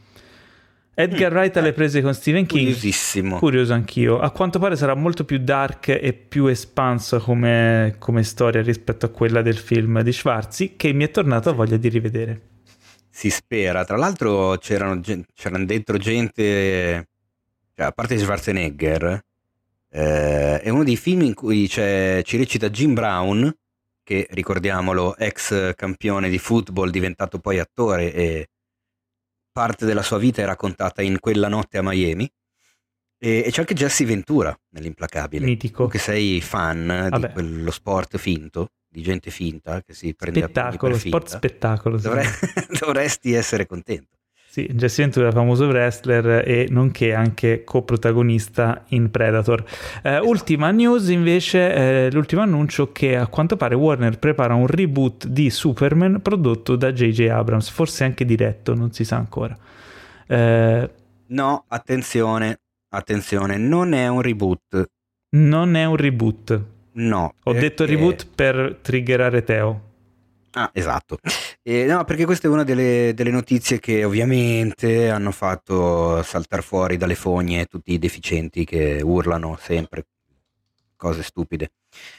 Speaker 1: Edgar Wright alle prese con Stephen King.
Speaker 2: Curiosissimo.
Speaker 1: Curioso anch'io. A quanto pare sarà molto più dark e più espansa come storia rispetto a quella del film di Schwarzi, che mi è tornato a voglia di rivedere.
Speaker 2: Si spera. Tra l'altro c'erano dentro gente, cioè, a parte Schwarzenegger, è uno dei film in cui ci recita Jim Brown, che ricordiamolo ex campione di football diventato poi attore, e parte della sua vita è raccontata in Quella notte a Miami, e c'è anche Jesse Ventura nell'Implacabile.
Speaker 1: Mitico.
Speaker 2: Tu che sei fan di quello sport finto, di gente finta che si prende
Speaker 1: spettacolo, sport spettacolo.
Speaker 2: Dovresti essere contento.
Speaker 1: Sì, Jesse Ventura, famoso wrestler e nonché anche coprotagonista in Predator. Ultima news invece, l'ultimo annuncio che a quanto pare Warner prepara un reboot di Superman prodotto da J.J. Abrams, forse anche diretto, non si sa ancora.
Speaker 2: No, attenzione, non è un reboot.
Speaker 1: Non è un reboot.
Speaker 2: No.
Speaker 1: Ho detto reboot per triggerare Teo.
Speaker 2: Ah, esatto. No, perché questa è una delle notizie che ovviamente hanno fatto saltare fuori dalle fogne tutti i deficienti che urlano sempre cose stupide.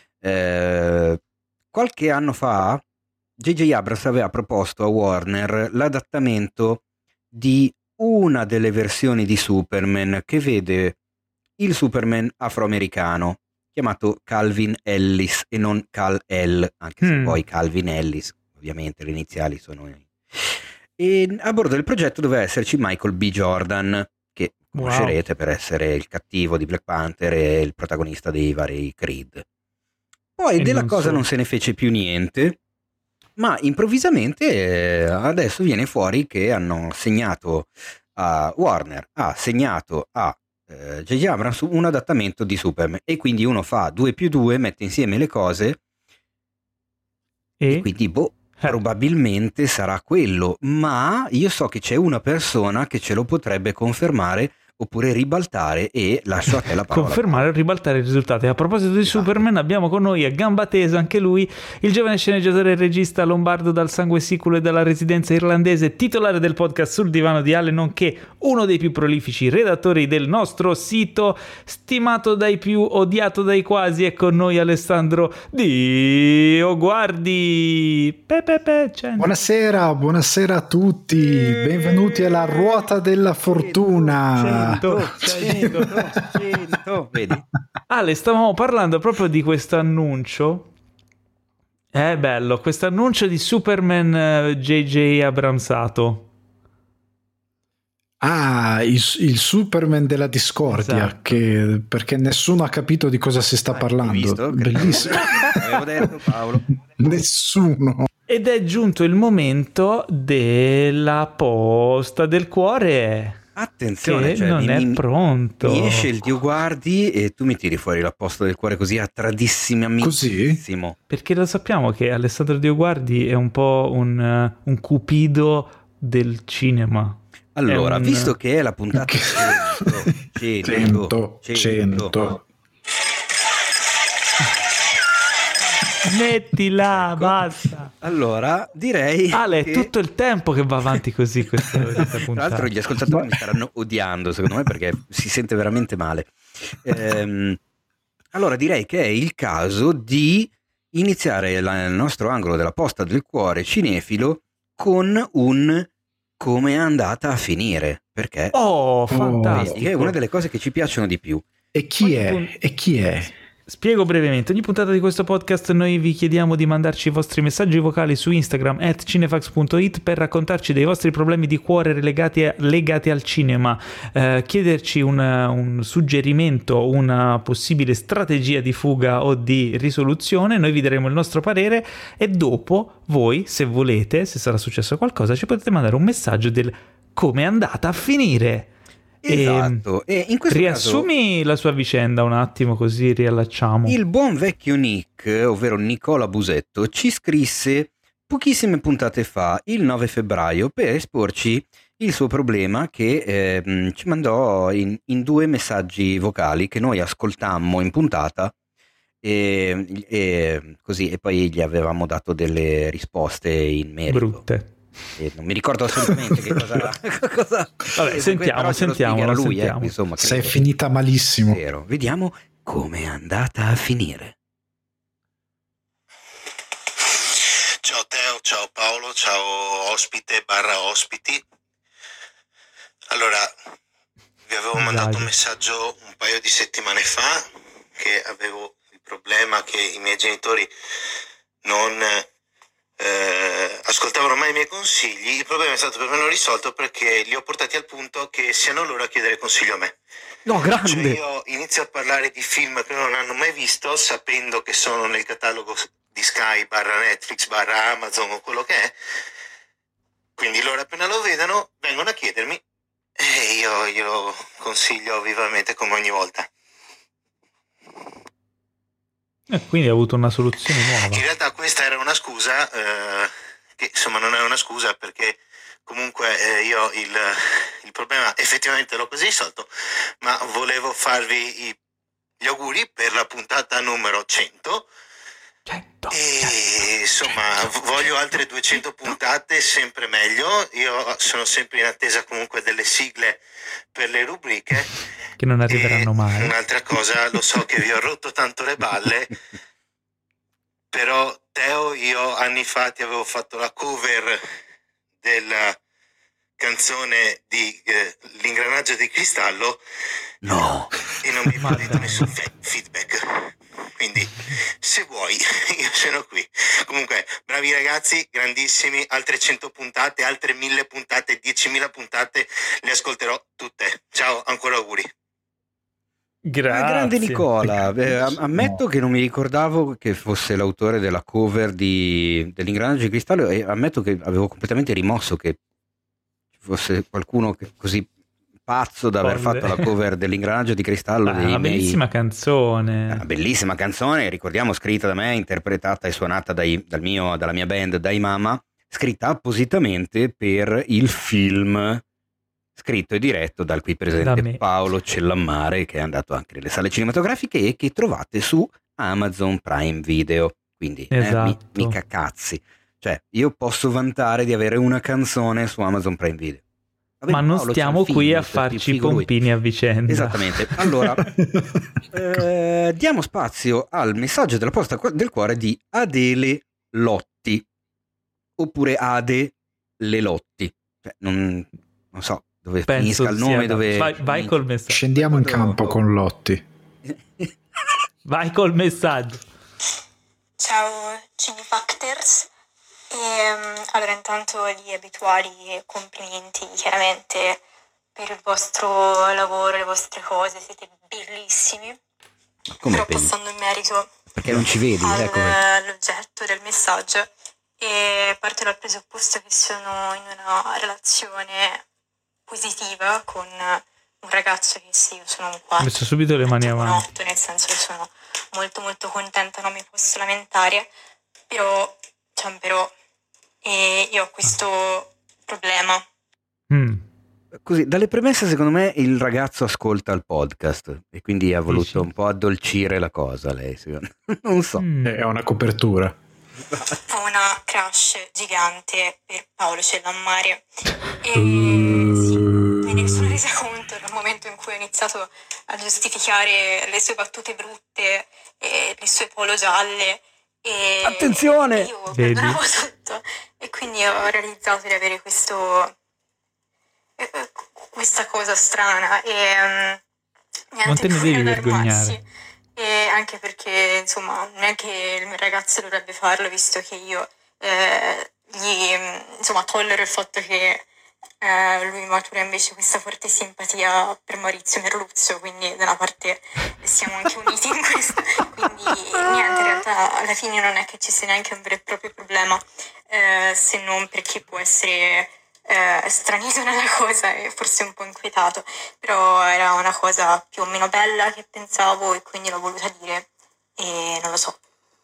Speaker 2: Qualche anno fa J.J. Abrams aveva proposto a Warner l'adattamento di una delle versioni di Superman che vede il Superman afroamericano chiamato Calvin Ellis e non Kal-El, anche se poi Calvin Ellis, ovviamente le iniziali sono... E a bordo del progetto doveva esserci Michael B. Jordan, che conoscerete per essere il cattivo di Black Panther e il protagonista dei vari Creed. Poi della cosa non se ne fece più niente, ma improvvisamente adesso viene fuori che hanno segnato a Warner, ha segnato a J.J. Abrams un adattamento di Superman, e quindi uno fa 2 più 2, mette insieme le cose e quindi probabilmente sarà quello, ma io so che c'è una persona che ce lo potrebbe confermare oppure ribaltare, e lascio a te la parola.
Speaker 1: Confermare o ribaltare i risultati. A proposito di Superman, abbiamo con noi a gamba tesa anche lui, il giovane sceneggiatore e regista lombardo dal sangue siculo e dalla residenza irlandese, titolare del podcast Sul divano di Ale, nonché uno dei più prolifici redattori del nostro sito, stimato dai più, odiato dai quasi. È con noi Alessandro Dio Guardi.
Speaker 6: Buonasera a tutti, benvenuti alla ruota della fortuna.
Speaker 2: 100. Vedi?
Speaker 1: Ale, stavamo parlando proprio di questo annuncio È bello, questo annuncio di Superman J.J. Abramsato.
Speaker 6: Ah, il Superman della discordia, esatto. Perché nessuno ha capito di cosa si sta parlando.
Speaker 2: Visto?
Speaker 6: Bellissimo.
Speaker 2: Avevo detto, Paolo.
Speaker 6: Nessuno.
Speaker 1: Ed è giunto il momento della posta del cuore.
Speaker 2: Attenzione,
Speaker 1: che non è pronto.
Speaker 2: Mi esce il Dio guardi e tu mi tiri fuori la posta del cuore così attradissimamente.
Speaker 1: Perché lo sappiamo che Alessandro Dio guardi è un po' un cupido del cinema.
Speaker 2: Allora, visto che è la puntata 100.
Speaker 1: Smettila, basta.
Speaker 2: Allora, direi
Speaker 1: Ale, è tutto il tempo che va avanti così questa puntata.
Speaker 2: Tra l'altro gli ascoltatori mi staranno odiando, secondo me, perché si sente veramente male. Allora, direi che è il caso di iniziare il nostro angolo della posta del cuore cinefilo con un come è andata a finire, perché
Speaker 1: fantastico,
Speaker 2: è una delle cose che ci piacciono di più.
Speaker 6: E chi è?
Speaker 1: Spiego brevemente. Ogni puntata di questo podcast noi vi chiediamo di mandarci i vostri messaggi vocali su Instagram @cinefax.it per raccontarci dei vostri problemi di cuore legati al cinema, chiederci un suggerimento, una possibile strategia di fuga o di risoluzione. Noi vi daremo il nostro parere e dopo voi, se volete, se sarà successo qualcosa, ci potete mandare un messaggio del come è andata a finire.
Speaker 2: Esatto. E in questo
Speaker 1: riassumi
Speaker 2: caso,
Speaker 1: la sua vicenda un attimo, così riallacciamo.
Speaker 2: Il buon vecchio Nick, ovvero Nicola Busetto, ci scrisse pochissime puntate fa, il 9 febbraio, per esporci il suo problema che ci mandò in 2 messaggi vocali che noi ascoltammo in puntata e così, e poi gli avevamo dato delle risposte in merito.
Speaker 1: Brutte.
Speaker 2: Non mi ricordo assolutamente che cosa.
Speaker 1: Vabbè, sentiamo.
Speaker 2: Lui, insomma,
Speaker 6: se è finita malissimo.
Speaker 2: Vero. Vediamo come è andata a finire.
Speaker 7: Ciao Teo, ciao Paolo, ciao ospite / ospiti. Allora, vi avevo mandato un messaggio un paio di settimane fa che avevo il problema che i miei genitori non ascoltavano mai i miei consigli. Il problema è stato per me non risolto perché li ho portati al punto che siano loro a chiedere consiglio a me.
Speaker 1: No, grande.
Speaker 7: Cioè io inizio a parlare di film che non hanno mai visto sapendo che sono nel catalogo di Sky / Netflix / Amazon o quello che è, quindi loro appena lo vedono vengono a chiedermi e io glielo consiglio vivamente come ogni volta.
Speaker 1: Quindi ha avuto una soluzione nuova.
Speaker 7: In realtà questa era una scusa, che insomma non è una scusa perché comunque io il problema effettivamente l'ho così risolto, ma volevo farvi gli auguri per la puntata numero 100. E insomma voglio altre 200 puntate, sempre meglio. Io sono sempre in attesa comunque delle sigle per le rubriche
Speaker 1: che non arriveranno mai.
Speaker 7: Un'altra cosa, lo so che vi ho rotto tanto le balle, però Teo, io anni fa ti avevo fatto la cover della canzone di L'ingranaggio di cristallo.
Speaker 2: No.
Speaker 7: E non mi hai dato nessun feedback. Quindi se vuoi io sono qui. Comunque bravi ragazzi, grandissimi, altre 100 puntate, altre 1000 puntate, 10.000 puntate, le ascolterò tutte. Ciao, ancora auguri.
Speaker 1: Grazie.
Speaker 2: Grande Nicola. Ammetto che non mi ricordavo che fosse l'autore della cover dell'ingranaggio di cristallo e ammetto che avevo completamente rimosso che ci fosse qualcuno così pazzo da aver fatto la cover dell'ingranaggio di cristallo.
Speaker 1: Una bellissima canzone.
Speaker 2: Una bellissima canzone, ricordiamo, scritta da me, interpretata e suonata dalla mia band Dai Mama, scritta appositamente per il film, scritto e diretto dal qui presente Paolo Cellammare, che è andato anche nelle sale cinematografiche e che trovate su Amazon Prime Video. Quindi
Speaker 1: esatto.
Speaker 2: Mica cazzi, cioè io posso vantare di avere una canzone su Amazon Prime Video.
Speaker 1: Ma non
Speaker 2: Paolo,
Speaker 1: stiamo qui a farci pompini a vicenda.
Speaker 2: Esattamente. Allora, diamo spazio al messaggio della posta del cuore di Adele Lotti, oppure Ade Le Lotti. Cioè, non so dove finisca il nome.
Speaker 1: Vai col messaggio.
Speaker 6: Scendiamo in campo con Lotti.
Speaker 1: Vai col messaggio.
Speaker 7: Ciao
Speaker 8: Ciao Cinefactors. Allora intanto gli abituali complimenti chiaramente per il vostro lavoro, le vostre cose, siete bellissimi.
Speaker 2: Come
Speaker 8: però passando in merito
Speaker 2: perché non ci vedi
Speaker 8: all'oggetto del messaggio, e parto dal presupposto che sono in una relazione positiva con un ragazzo che sì, io sono un 4,
Speaker 1: ho messo subito le mani avanti,
Speaker 8: un 8, nel senso che sono molto molto contenta, non mi posso lamentare, però c'è un però, e io ho questo problema.
Speaker 2: Così, dalle premesse, secondo me il ragazzo ascolta il podcast e quindi ha voluto un po' addolcire la cosa, lei, non so.
Speaker 6: È una copertura.
Speaker 8: Ho una crush gigante per Paolo Cellammare e sì, me ne sono resa conto nel momento in cui ho iniziato a giustificare le sue battute brutte e le sue polo gialle e
Speaker 2: attenzione!
Speaker 8: Io perdonavo tutto e quindi ho realizzato di avere questa cosa strana e niente,
Speaker 1: non te ne devi vergognare,
Speaker 8: e anche perché insomma non è che il mio ragazzo dovrebbe farlo, visto che io gli insomma tollero il fatto che lui matura invece questa forte simpatia per Maurizio Merluzzo, quindi da una parte siamo anche uniti in questo, quindi niente, in realtà alla fine non è che ci sia neanche un vero e proprio problema, se non perché può essere stranito nella cosa e forse un po' inquietato, però era una cosa più o meno bella che pensavo e quindi l'ho voluta dire e non lo so.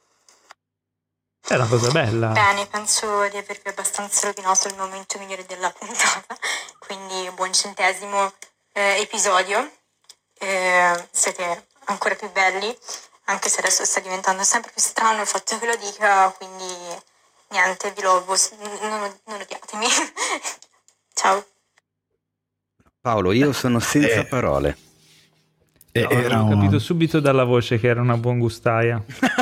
Speaker 1: È una cosa bella.
Speaker 8: Bene, penso di avervi abbastanza rovinato il momento migliore della puntata, quindi buon 100° episodio, siete ancora più belli, anche se adesso sta diventando sempre più strano il fatto che lo dica, quindi niente, vi lovo, non odiatemi. Ciao.
Speaker 2: Paolo, io sono senza parole.
Speaker 1: Ho capito subito dalla voce che era una buon gustaia.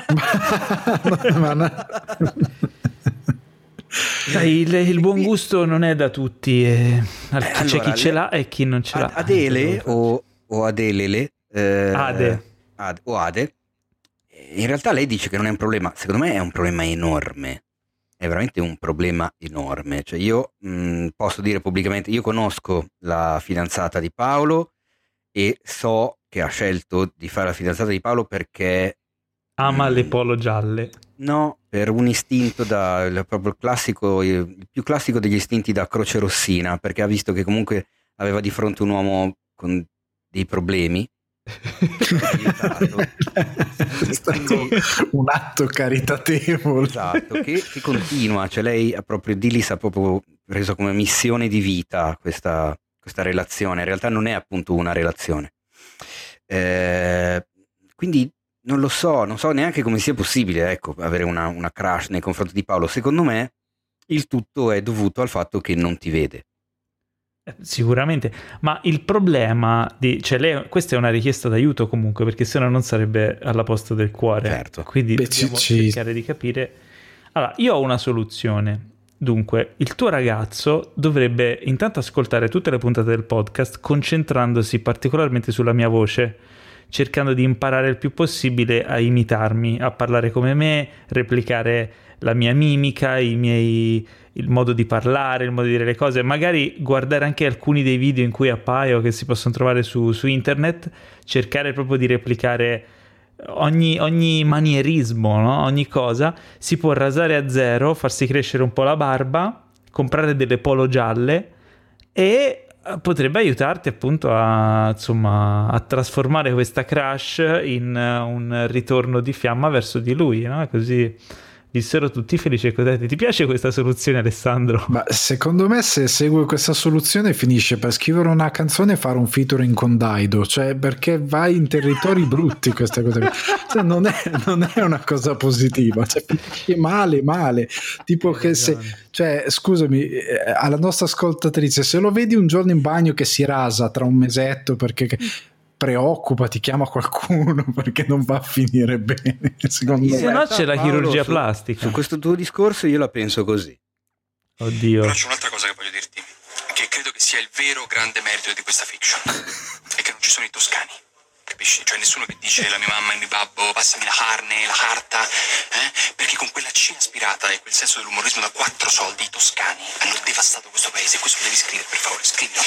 Speaker 1: Il buon gusto non è da tutti, c'è chi ce l'ha e chi non ce l'ha.
Speaker 2: Adele o Adelele,
Speaker 1: Ade,
Speaker 2: in realtà lei dice che non è un problema, secondo me è un problema enorme, è veramente un problema enorme. Cioè io posso dire pubblicamente, io conosco la fidanzata di Paolo e so che ha scelto di fare la fidanzata di Paolo perché
Speaker 1: ama le polo gialle.
Speaker 2: No, per un istinto proprio classico, il più classico degli istinti da crocerossina, perché ha visto che comunque aveva di fronte un uomo con dei problemi.
Speaker 6: È stato un atto caritatevole.
Speaker 2: Esatto, che continua, cioè lei ha proprio Dilis ha proprio preso come missione di vita questa relazione. In realtà non è appunto una relazione, quindi non so neanche come sia possibile, ecco, avere una crush nei confronti di Paolo. Secondo me il tutto è dovuto al fatto che non ti vede.
Speaker 1: Sicuramente, ma il problema cioè lei, questa è una richiesta d'aiuto comunque, perché sennò non sarebbe alla posto del cuore.
Speaker 2: Certo.
Speaker 1: Quindi dobbiamo cercare di capire. Allora, io ho una soluzione. Dunque, il tuo ragazzo dovrebbe intanto ascoltare tutte le puntate del podcast, concentrandosi particolarmente sulla mia voce, cercando di imparare il più possibile a imitarmi, a parlare come me, replicare la mia mimica, il modo di parlare, il modo di dire le cose, magari guardare anche alcuni dei video in cui appaio che si possono trovare su internet, cercare proprio di replicare ogni manierismo, no? Ogni cosa. Si può rasare a zero, farsi crescere un po' la barba, comprare delle polo gialle e potrebbe aiutarti appunto a trasformare questa crush in un ritorno di fiamma verso di lui, no? Così vissero tutti felici e contenti. Ti piace questa soluzione, Alessandro?
Speaker 6: Ma secondo me se segue questa soluzione finisce per scrivere una canzone e fare un featuring con Daido, cioè perché vai in territori brutti questa cosa. Cioè, non è una cosa positiva, cioè male, tipo che se, cioè scusami, alla nostra ascoltatrice, se lo vedi un giorno in bagno che si rasa tra un mesetto perché preoccupati, chiama qualcuno perché non va a finire bene, secondo me.
Speaker 1: Se no c'è la chirurgia plastica.
Speaker 2: Su questo tuo discorso io la penso così.
Speaker 1: Oddio.
Speaker 9: Però c'è un'altra cosa che voglio dirti, che credo che sia il vero grande merito di questa fiction, è che non ci sono i toscani. capisci? Cioè nessuno che dice la mia mamma e il mio babbo passami la carne, la carta, perché con quella Cina aspirata e quel senso dell'umorismo da 4 soldi i toscani hanno devastato questo paese. Questo lo devi scrivere, per favore, scrivilo.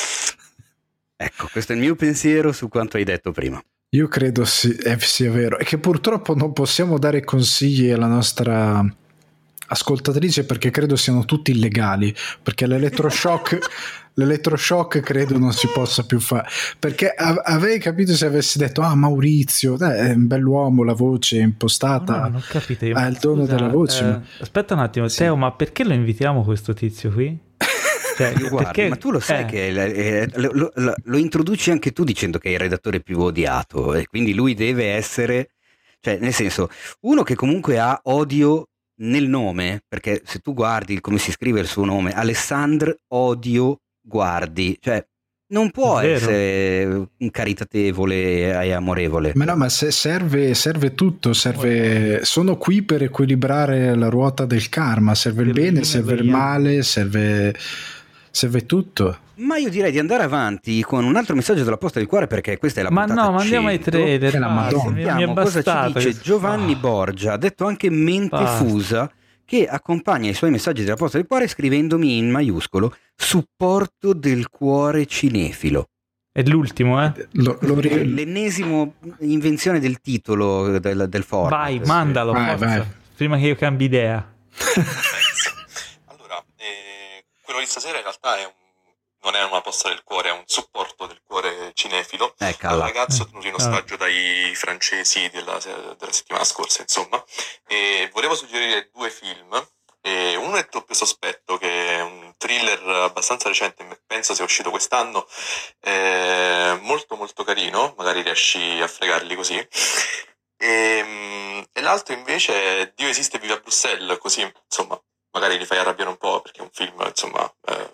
Speaker 2: Ecco, questo è il mio pensiero su quanto hai detto prima.
Speaker 6: Io credo sia vero, e che purtroppo non possiamo dare consigli alla nostra ascoltatrice perché credo siano tutti illegali, perché l'elettroshock credo non si possa più fare, perché avrei capito se avessi detto Maurizio è un bell'uomo, la voce impostata,
Speaker 1: non capite,
Speaker 6: ha il dono della voce,
Speaker 1: aspetta un attimo, Teo, ma perché lo invitiamo questo tizio qui?
Speaker 2: Guarda, ma tu lo sai che lo introduci anche tu dicendo che è il redattore più odiato, e quindi lui deve essere, cioè nel senso, uno che comunque ha odio nel nome, perché se tu guardi come si scrive il suo nome, Alessandro Odio Guardi, cioè non può essere caritatevole e amorevole.
Speaker 6: Ma no, ma serve tutto, sono qui per equilibrare la ruota del karma, serve il bene, serve il male, serve tutto.
Speaker 2: Ma io direi di andare avanti con un altro messaggio della Posta del Cuore, perché questa è la puntata 100.
Speaker 1: Ma andiamo ai trailer,
Speaker 6: la Madonna.
Speaker 2: Sentiamo cosa ci dice Giovanni Borgia, detto anche Mente Fusa, che accompagna i suoi messaggi della Posta del Cuore scrivendomi in maiuscolo supporto del cuore cinefilo.
Speaker 1: È l'ultimo,
Speaker 2: l'ennesimo invenzione del titolo del format.
Speaker 1: Vai, mandalo, vai. Prima che io cambi idea.
Speaker 10: Allora, quello di stasera in realtà non è una posta del cuore, è un supporto del cuore cinefilo. Un ragazzo tenuto in ostaggio dai francesi della settimana scorsa, insomma. E volevo suggerire 2 film. Uno è Doppio Sospetto, che è un thriller abbastanza recente, penso sia uscito quest'anno, molto molto carino, magari riesci a fregarli così. E l'altro invece è Dio esiste, vive a Bruxelles, così insomma magari li fai arrabbiare un po', perché è un film insomma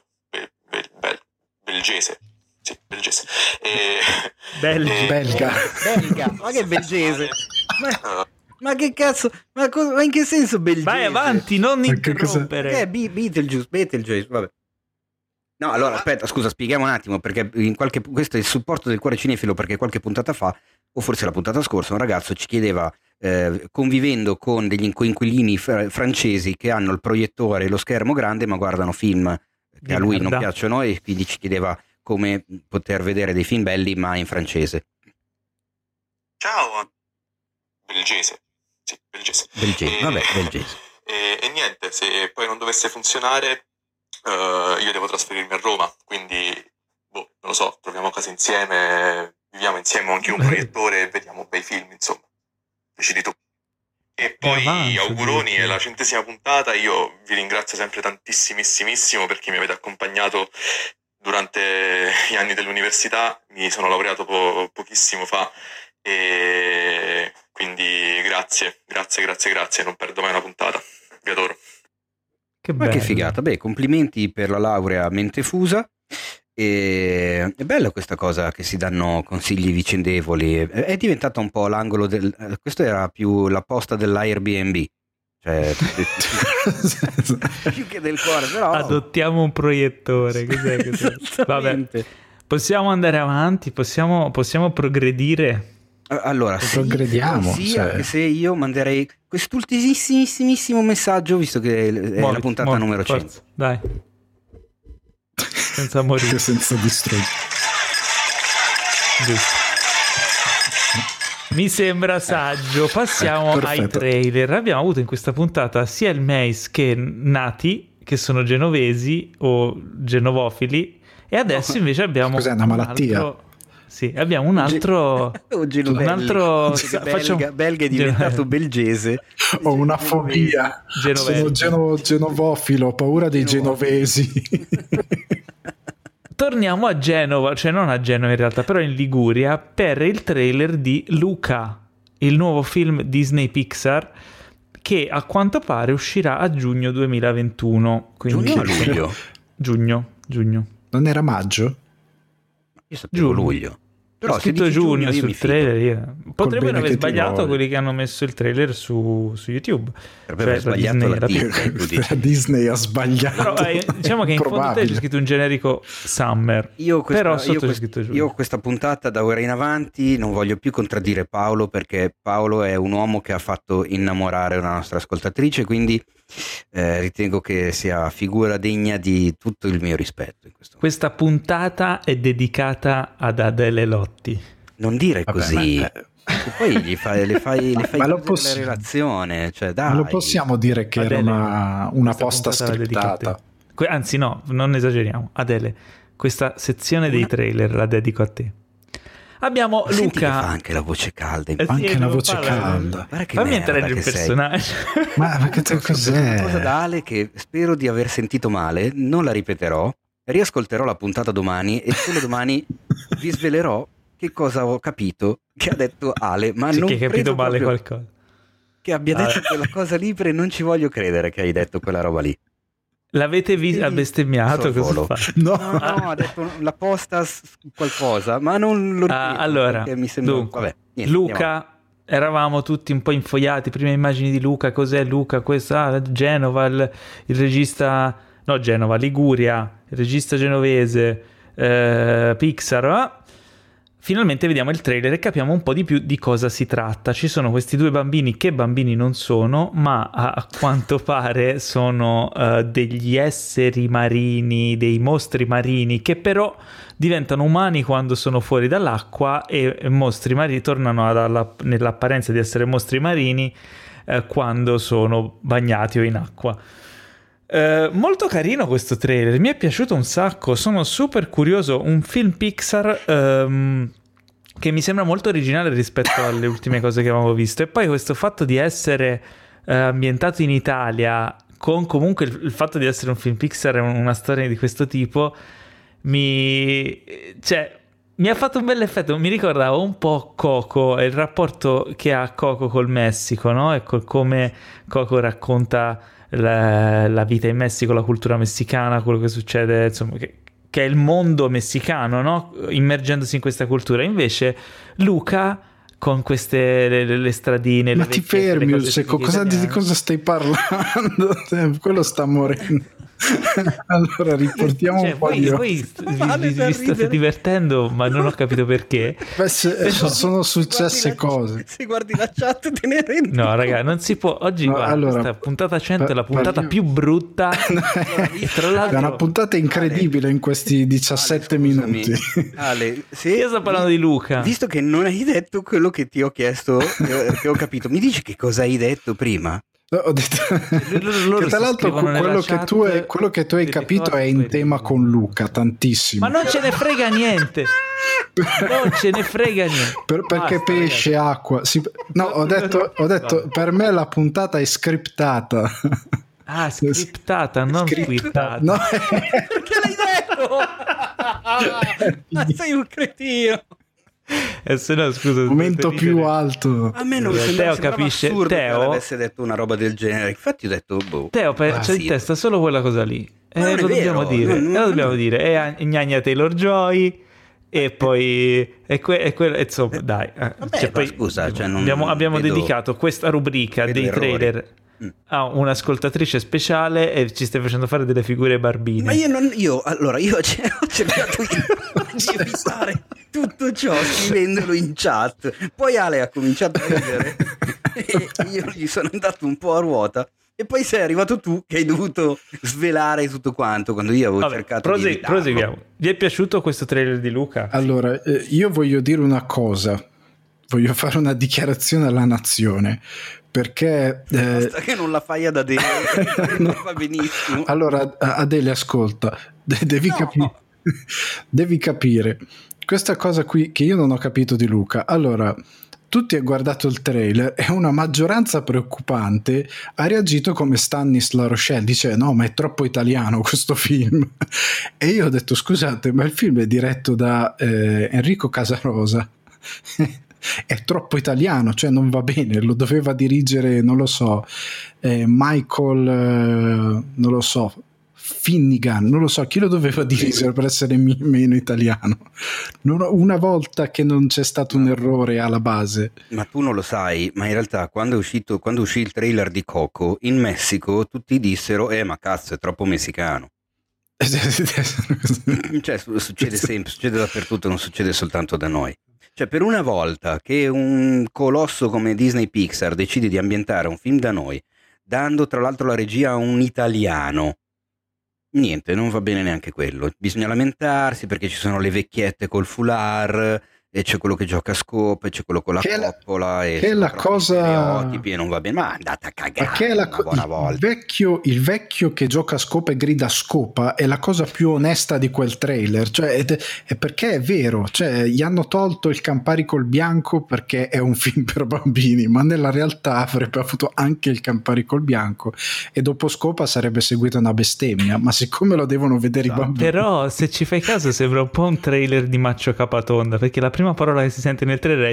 Speaker 10: belgese. Sì, belgese.
Speaker 2: Belga, ma che belgese? Ma che cazzo? Ma in che senso belgese?
Speaker 1: Vai avanti, non interrompere.
Speaker 2: Betelgeuse, vabbè. No, allora aspetta, scusa, spieghiamo un attimo, perché questo è il supporto del cuore cinefilo, perché qualche puntata fa, o forse la puntata scorsa, un ragazzo ci chiedeva, convivendo con degli coinquilini francesi che hanno il proiettore e lo schermo grande ma guardano film che a lui non piacciono, e quindi ci chiedeva come poter vedere dei film belli ma in francese.
Speaker 10: Ciao. Belgese. Sì, belgese.
Speaker 2: Belgese.
Speaker 10: E niente, se poi non dovesse funzionare, io devo trasferirmi a Roma, quindi non lo so, troviamo casa insieme, viviamo insieme anche un proiettore e vediamo bei film, insomma. Decidi tu. E poi auguroni, è la 100ª puntata. Io vi ringrazio sempre tantissimissimo perché mi avete accompagnato durante gli anni dell'università. Mi sono laureato pochissimo fa, e quindi grazie, non perdo mai una puntata, vi adoro.
Speaker 2: Ma che figata, complimenti per la laurea Mente Fusa. E è bella questa cosa che si danno consigli vicendevoli, è diventata un po' l'angolo questo era più la posta dell'Airbnb, cioè più che del cuore, però
Speaker 1: adottiamo un proiettore. Vabbè, possiamo andare avanti, possiamo progredire.
Speaker 2: Allora
Speaker 6: progrediamo,
Speaker 2: anche se io manderei quest'ultimissimo messaggio, visto che è la puntata numero 100.
Speaker 1: Forza, dai, senza morire,
Speaker 6: senza distruggere.
Speaker 1: Mi sembra saggio. Passiamo ai trailer. Abbiamo avuto in questa puntata sia il Mace che Nati, che sono genovesi o genovofili, e adesso invece abbiamo
Speaker 6: cos'è, una malattia?
Speaker 1: Sì, abbiamo un altro
Speaker 2: belga è diventato belgese.
Speaker 6: Ho una fobia. Sono genovofilo, ho paura dei genovesi.
Speaker 1: Torniamo a Genova, cioè non a Genova in realtà, però in Liguria, per il trailer di Luca, il nuovo film Disney Pixar, che a quanto pare uscirà a giugno 2021. Quindi
Speaker 2: Giugno o luglio?
Speaker 1: Giugno.
Speaker 6: Non era maggio?
Speaker 2: Io sapevo luglio.
Speaker 1: Però ho scritto Giugno sul trailer. Potrebbero aver sbagliato quelli che hanno messo il trailer su YouTube.
Speaker 2: Potrebbero aver sbagliato
Speaker 6: la Disney ha sbagliato.
Speaker 1: Però, diciamo che in fondo te c'è scritto un generico Summer. Però sotto c'è scritto Giugno.
Speaker 2: Io questa puntata da ora in avanti non voglio più contraddire Paolo, perché Paolo è un uomo che ha fatto innamorare una nostra ascoltatrice, quindi ritengo che sia figura degna di tutto il mio rispetto in questo
Speaker 1: Questa puntata è dedicata ad Adele Lotti.
Speaker 2: Non dire così. Poi le fai la relazione, cioè dai.
Speaker 6: Ma lo possiamo dire che Adele, era una posta scriptata.
Speaker 1: Anzi no, non esageriamo. Adele, questa sezione dei trailer la dedico a te. Abbiamo Luca.
Speaker 2: Fa anche la voce calda.
Speaker 6: Anche la voce calda.
Speaker 1: Fammi entrare nel personaggio.
Speaker 6: Ma che cos'è?
Speaker 2: Una cosa da Ale che spero di aver sentito male, non la ripeterò. Riascolterò la puntata domani e solo domani vi svelerò che cosa ho capito che ha detto Ale, ma non
Speaker 1: che hai capito male qualcosa.
Speaker 2: Che abbia detto quella cosa lì, perché non ci voglio credere che hai detto quella roba lì.
Speaker 1: L'avete visto? Ha bestemmiato? Cosa fa?
Speaker 2: No, ha detto la posta qualcosa, ma non lo ripeto.
Speaker 1: Allora,
Speaker 2: mi sembra...
Speaker 1: dunque,
Speaker 2: vabbè, niente,
Speaker 1: Luca, eravamo tutti un po' infogliati, prime immagini di Luca, cos'è Luca? Questa Genova, il regista... No, Genova, Liguria, il regista genovese, Pixar. Finalmente vediamo il trailer e capiamo un po' di più di cosa si tratta. Ci sono questi due bambini che bambini non sono, ma a quanto pare sono degli esseri marini, dei mostri marini che però diventano umani quando sono fuori dall'acqua e mostri marini tornano nell'apparenza di essere mostri marini quando sono bagnati o in acqua. Molto carino questo trailer, mi è piaciuto un sacco, sono super curioso. Un film Pixar che mi sembra molto originale rispetto alle ultime cose che avevamo visto, e poi questo fatto di essere ambientato in Italia con comunque il fatto di essere un film Pixar e una storia di questo tipo mi ha fatto un bel effetto. Mi ricordava un po' Coco e il rapporto che ha Coco col Messico, no? E come Coco racconta la vita in Messico, la cultura messicana, quello che succede, insomma, che è il mondo messicano, no? Immergendosi in questa cultura. Invece Luca con queste le stradine,
Speaker 6: ma
Speaker 1: le
Speaker 6: ti fermi un secondo, di cosa stai parlando? Quello sta morendo. Allora riportiamo un po' di
Speaker 1: voi vi state divertendo, ma non ho capito perché.
Speaker 6: Sono successe cose.
Speaker 2: Se guardi la chat te ne rendi.
Speaker 1: No raga, non si può. Oggi questa puntata 100 è la puntata più brutta.
Speaker 6: Tra l'altro è una puntata incredibile in questi 17 minuti.
Speaker 2: Ale,
Speaker 1: io sto parlando di Luca.
Speaker 2: Visto che non hai detto quello che ti ho chiesto, che ho capito, mi dici che cosa hai detto prima?
Speaker 6: Ho detto che tra l'altro quello che tu hai capito è in tema con Luca tantissimo,
Speaker 1: ma non ce ne frega niente. Non ce ne frega niente
Speaker 6: perché pesce, ragazzi. Acqua no, ho detto per me la puntata è scriptata.
Speaker 1: Scriptata, non scriptata.
Speaker 6: No.
Speaker 2: Perché l'hai detto? Ma sei un cretino.
Speaker 1: Se no, scusa,
Speaker 6: momento più alto.
Speaker 2: A me non
Speaker 1: Teo capisce.
Speaker 2: Teo avesse detto una roba del genere. Infatti ho detto
Speaker 1: Teo c'è in testa solo quella cosa lì. Lo dobbiamo dire. Lo dobbiamo dire. È Gnagna Taylor-Joy. E poi insomma, dai.
Speaker 2: Vabbè, poi, scusa,
Speaker 1: abbiamo dedicato questa rubrica dei trailer a un'ascoltatrice speciale e ci stai facendo fare delle figure barbine.
Speaker 2: Ma io ho cercato di evitare tutto ciò scrivendolo in chat. Poi Ale ha cominciato a ridere e io gli sono andato un po' a ruota. E poi sei arrivato tu che hai dovuto svelare tutto quanto quando io avevo cercato di evitarlo.
Speaker 1: Proseguiamo. Vi è piaciuto questo trailer di Luca?
Speaker 6: Allora, io voglio dire una cosa. Voglio fare una dichiarazione alla nazione. Perché
Speaker 2: basta che non la fai ad Adele. No. Va benissimo.
Speaker 6: Allora Adele, ascolta, devi capire questa cosa qui che io non ho capito di Luca. Allora, tutti hanno guardato il trailer e una maggioranza preoccupante ha reagito come Stannis La Rochelle, dice no, ma è troppo italiano questo film. E io ho detto scusate, ma il film è diretto da Enrico Casarosa. È troppo italiano, cioè non va bene, lo doveva dirigere, non lo so, Michael, non lo so, Finnegan, non lo so chi lo doveva dire per essere meno italiano. Una volta che non c'è stato un errore alla base.
Speaker 2: Ma tu non lo sai, ma in realtà quando uscì il trailer di Coco in Messico tutti dissero ma cazzo è troppo messicano. Cioè succede sempre, succede dappertutto, non succede soltanto da noi. Cioè per una volta che un colosso come Disney Pixar decide di ambientare un film da noi, dando tra l'altro la regia a un italiano, niente, non va bene neanche quello. Bisogna lamentarsi perché ci sono le vecchiette col foulard, e c'è quello che gioca a scope, e c'è quello con la coppola, e
Speaker 6: che è la cosa
Speaker 2: stereotipi e non va bene, ma andate a cagare
Speaker 6: che è
Speaker 2: una buona volta.
Speaker 6: Il vecchio che gioca a scopa e grida scopa è la cosa più onesta di quel trailer, cioè è perché è vero, cioè gli hanno tolto il Campari col bianco perché è un film per bambini, ma nella realtà avrebbe avuto anche il Campari col bianco e dopo scopa sarebbe seguita una bestemmia, ma siccome lo devono vedere i bambini.
Speaker 1: Però se ci fai caso sembra un po' un trailer di Maccio Capatonda, perché la prima parola che si sente nel trailer è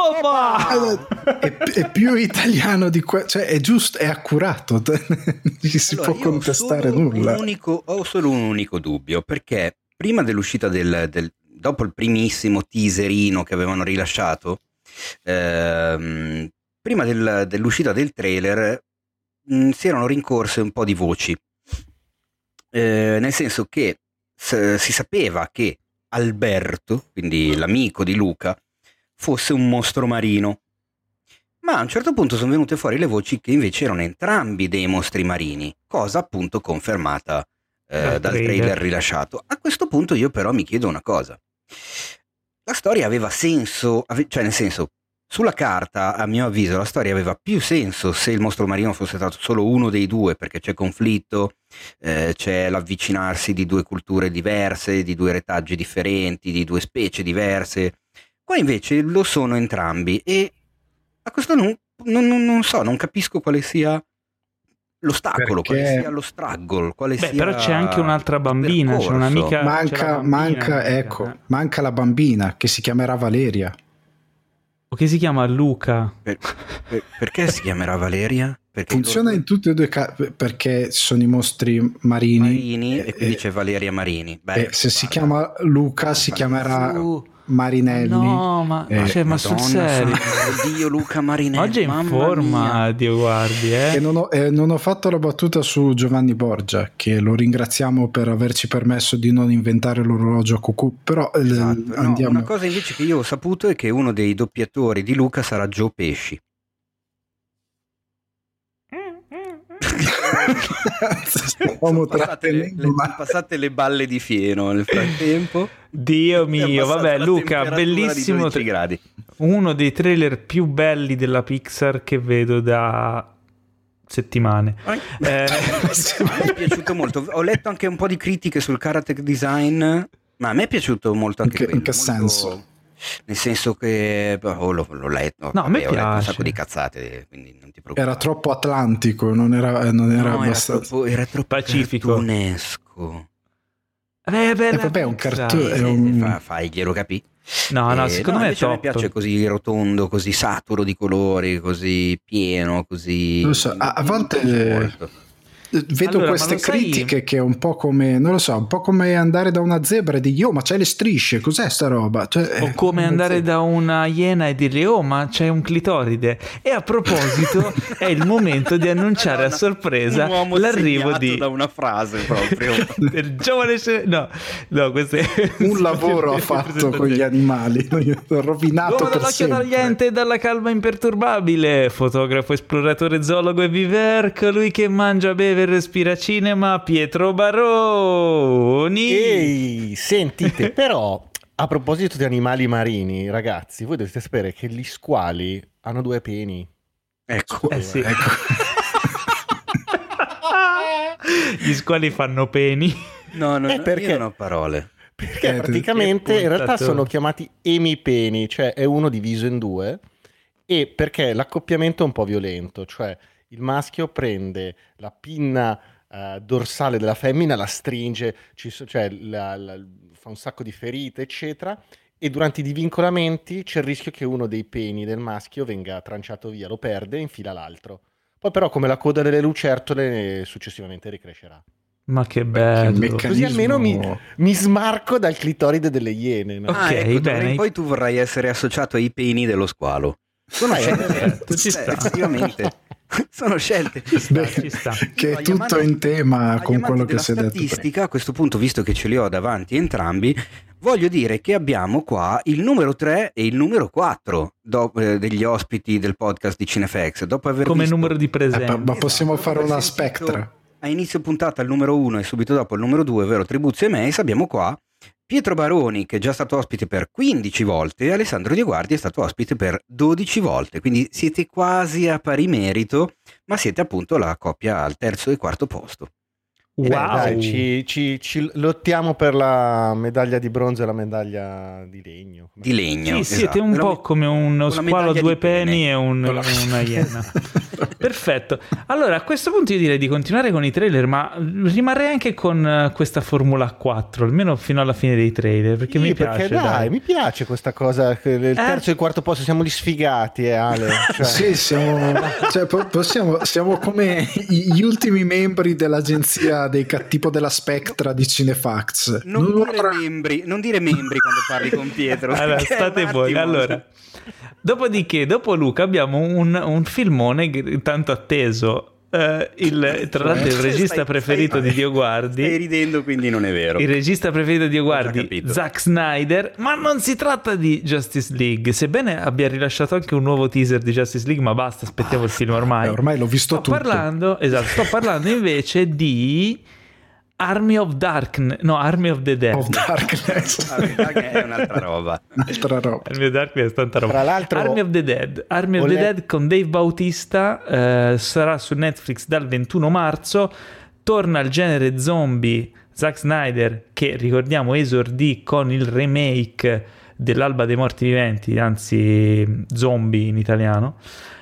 Speaker 1: scopa!
Speaker 6: È più italiano di cioè è giusto, è accurato, non ci si può contestare nulla.
Speaker 2: Ho solo un unico dubbio, perché prima dell'uscita dopo il primissimo teaserino che avevano rilasciato, prima dell'uscita del trailer si erano rincorse un po' di voci, nel senso che si sapeva che Alberto, quindi l'amico di Luca, fosse un mostro marino, ma a un certo punto sono venute fuori le voci che invece erano entrambi dei mostri marini, cosa appunto confermata dal trailer rilasciato. A questo punto io però mi chiedo una cosa: la storia aveva senso, cioè nel senso, sulla carta a mio avviso la storia aveva più senso se il mostro marino fosse stato solo uno dei due, perché c'è conflitto, c'è l'avvicinarsi di due culture diverse, di due retaggi differenti, di due specie diverse. Qua invece lo sono entrambi e a questo non so, non capisco quale sia l'ostacolo, quale sia lo struggle, quale sia.
Speaker 1: Però c'è anche un'altra bambina, c'è un'amica.
Speaker 6: Manca la bambina che si chiamerà Valeria.
Speaker 1: O che si chiama Luca.
Speaker 2: Perché si chiamerà Valeria? Perché
Speaker 6: funziona in tutti e due perché sono i mostri marini
Speaker 2: e quindi c'è Valeria Marini.
Speaker 6: Se si chiama Luca si chiamerà Marinelli.
Speaker 1: No, ma sul serio,
Speaker 2: Dio, Luca Marinelli
Speaker 1: oggi è in forma, Dio guardi,
Speaker 6: E non ho fatto la battuta su Giovanni Borgia, che lo ringraziamo per averci permesso di non inventare l'orologio a cucù, però
Speaker 2: esatto.
Speaker 6: Andiamo.
Speaker 2: Una cosa invece che io ho saputo è che uno dei doppiatori di Luca sarà Joe Pesci. Passate le balle di fieno nel frattempo.
Speaker 1: Dio mio, vabbè, Luca, bellissimo,
Speaker 2: gradi.
Speaker 1: Uno dei trailer più belli della Pixar che vedo da settimane.
Speaker 2: Mi è piaciuto molto. Ho letto anche un po' di critiche sul character design, ma a me è piaciuto molto anche quello.
Speaker 6: In che senso?
Speaker 2: Nel senso che l'ho letto,
Speaker 1: no, a me piace.
Speaker 2: Ho letto un sacco di cazzate, quindi non ti preoccupare.
Speaker 6: Era troppo atlantico, non era abbastanza.
Speaker 2: Era troppo
Speaker 1: pacifico,
Speaker 2: cartunesco.
Speaker 6: Vabbè, un cartone.
Speaker 2: Glielo capì.
Speaker 1: No, secondo me è top.
Speaker 2: Mi piace così rotondo, così saturo di colori, così pieno, così.
Speaker 6: Non so, a volte vedo queste critiche che è un po' come, non lo so, un po' come andare da una zebra e dirgli ma c'hai le strisce, cos'è sta roba? Cioè,
Speaker 1: o come andare da una iena e dirgli ma c'è un clitoride. E a proposito è il momento di annunciare a sorpresa l'arrivo di
Speaker 2: da una frase proprio
Speaker 1: del giovane no, questo è
Speaker 6: un lavoro ha fatto con gli animali, rovinato
Speaker 1: l'uomo
Speaker 6: per
Speaker 1: dall'occhio
Speaker 6: sempre.
Speaker 1: tagliente e dalla calma imperturbabile, fotografo, esploratore, zoologo e viver, colui che mangia, beve, respira cinema, Pietro Baroni.
Speaker 11: Ehi, sentite, però a proposito di animali marini, ragazzi, voi dovete sapere che gli squali hanno due peni.
Speaker 2: Ecco.
Speaker 1: Sì. Ecco. Gli squali fanno peni.
Speaker 2: No, perché non ho parole.
Speaker 11: Perché praticamente in realtà sono chiamati emipeni, cioè è uno diviso in due, e perché l'accoppiamento è un po' violento, cioè il maschio prende la pinna dorsale della femmina, la stringe, fa un sacco di ferite, eccetera, e durante i divincolamenti c'è il rischio che uno dei peni del maschio venga tranciato via, lo perde e infila l'altro. Poi però, come la coda delle lucertole, successivamente ricrescerà.
Speaker 1: Ma che bello.
Speaker 11: Così almeno mi smarco dal clitoride delle iene, no?
Speaker 2: Ok, ecco, bene. Poi tu vorrai essere associato ai peni dello squalo. Sono scelte,
Speaker 1: ci sta.
Speaker 2: effettivamente. Sono scelte.
Speaker 6: Ci sta. Che è tutto in tema con quello che si è detto.
Speaker 2: Statistica, a questo punto, visto che ce li ho davanti entrambi, voglio dire che abbiamo qua il numero 3 e il numero 4 degli ospiti del podcast di Cinefx. Dopo aver
Speaker 1: come
Speaker 2: visto...
Speaker 1: numero di presenza.
Speaker 6: Ma possiamo fare una spectra.
Speaker 2: A inizio puntata il numero 1 e subito dopo il numero 2, ovvero Tribuzio e Meis, abbiamo qua Pietro Baroni, che è già stato ospite per 15 volte, e Alessandro Dioguardi è stato ospite per 12 volte, quindi siete quasi a pari merito, ma siete appunto la coppia al terzo e quarto posto.
Speaker 11: Wow, dai, ci lottiamo per la medaglia di bronzo e la medaglia di legno.
Speaker 2: Di legno,
Speaker 1: sì, siete un po' come uno squalo a due peni e una iena. Perfetto. Allora, a questo punto io direi di continuare con i trailer, ma rimarrei anche con questa Formula 4, almeno fino alla fine dei trailer, perché mi piace.
Speaker 11: Dai, mi piace questa cosa, il terzo e il quarto posto, siamo gli sfigati, Ale. Cioè.
Speaker 6: Sì, siamo come gli ultimi membri dell'agenzia tipo della Spectra di Cinefax.
Speaker 2: Non dire membri quando parli con Pietro.
Speaker 1: Allora, state voi. Allora, dopodiché, dopo Luca, abbiamo un filmone tanto atteso. Tra l'altro il regista preferito di Dioguardi.
Speaker 2: Stai ridendo, quindi non è vero.
Speaker 1: Il regista preferito di Dioguardi, Zack Snyder. Ma non si tratta di Justice League, sebbene abbia rilasciato anche un nuovo teaser di Justice League, ma basta, aspettiamo il film ormai.
Speaker 6: Ormai l'ho visto tutto.
Speaker 1: Sto parlando invece di Army of the Dead.
Speaker 6: Of Darkness.
Speaker 2: È un'altra roba.
Speaker 1: Army of Darkness è tanta roba.
Speaker 11: Tra l'altro,
Speaker 1: Army of the Dead con Dave Bautista sarà su Netflix dal 21 marzo. Torna al genere zombie Zack Snyder, che ricordiamo esordì con il remake dell'Alba dei Morti Viventi, anzi Zombie in italiano.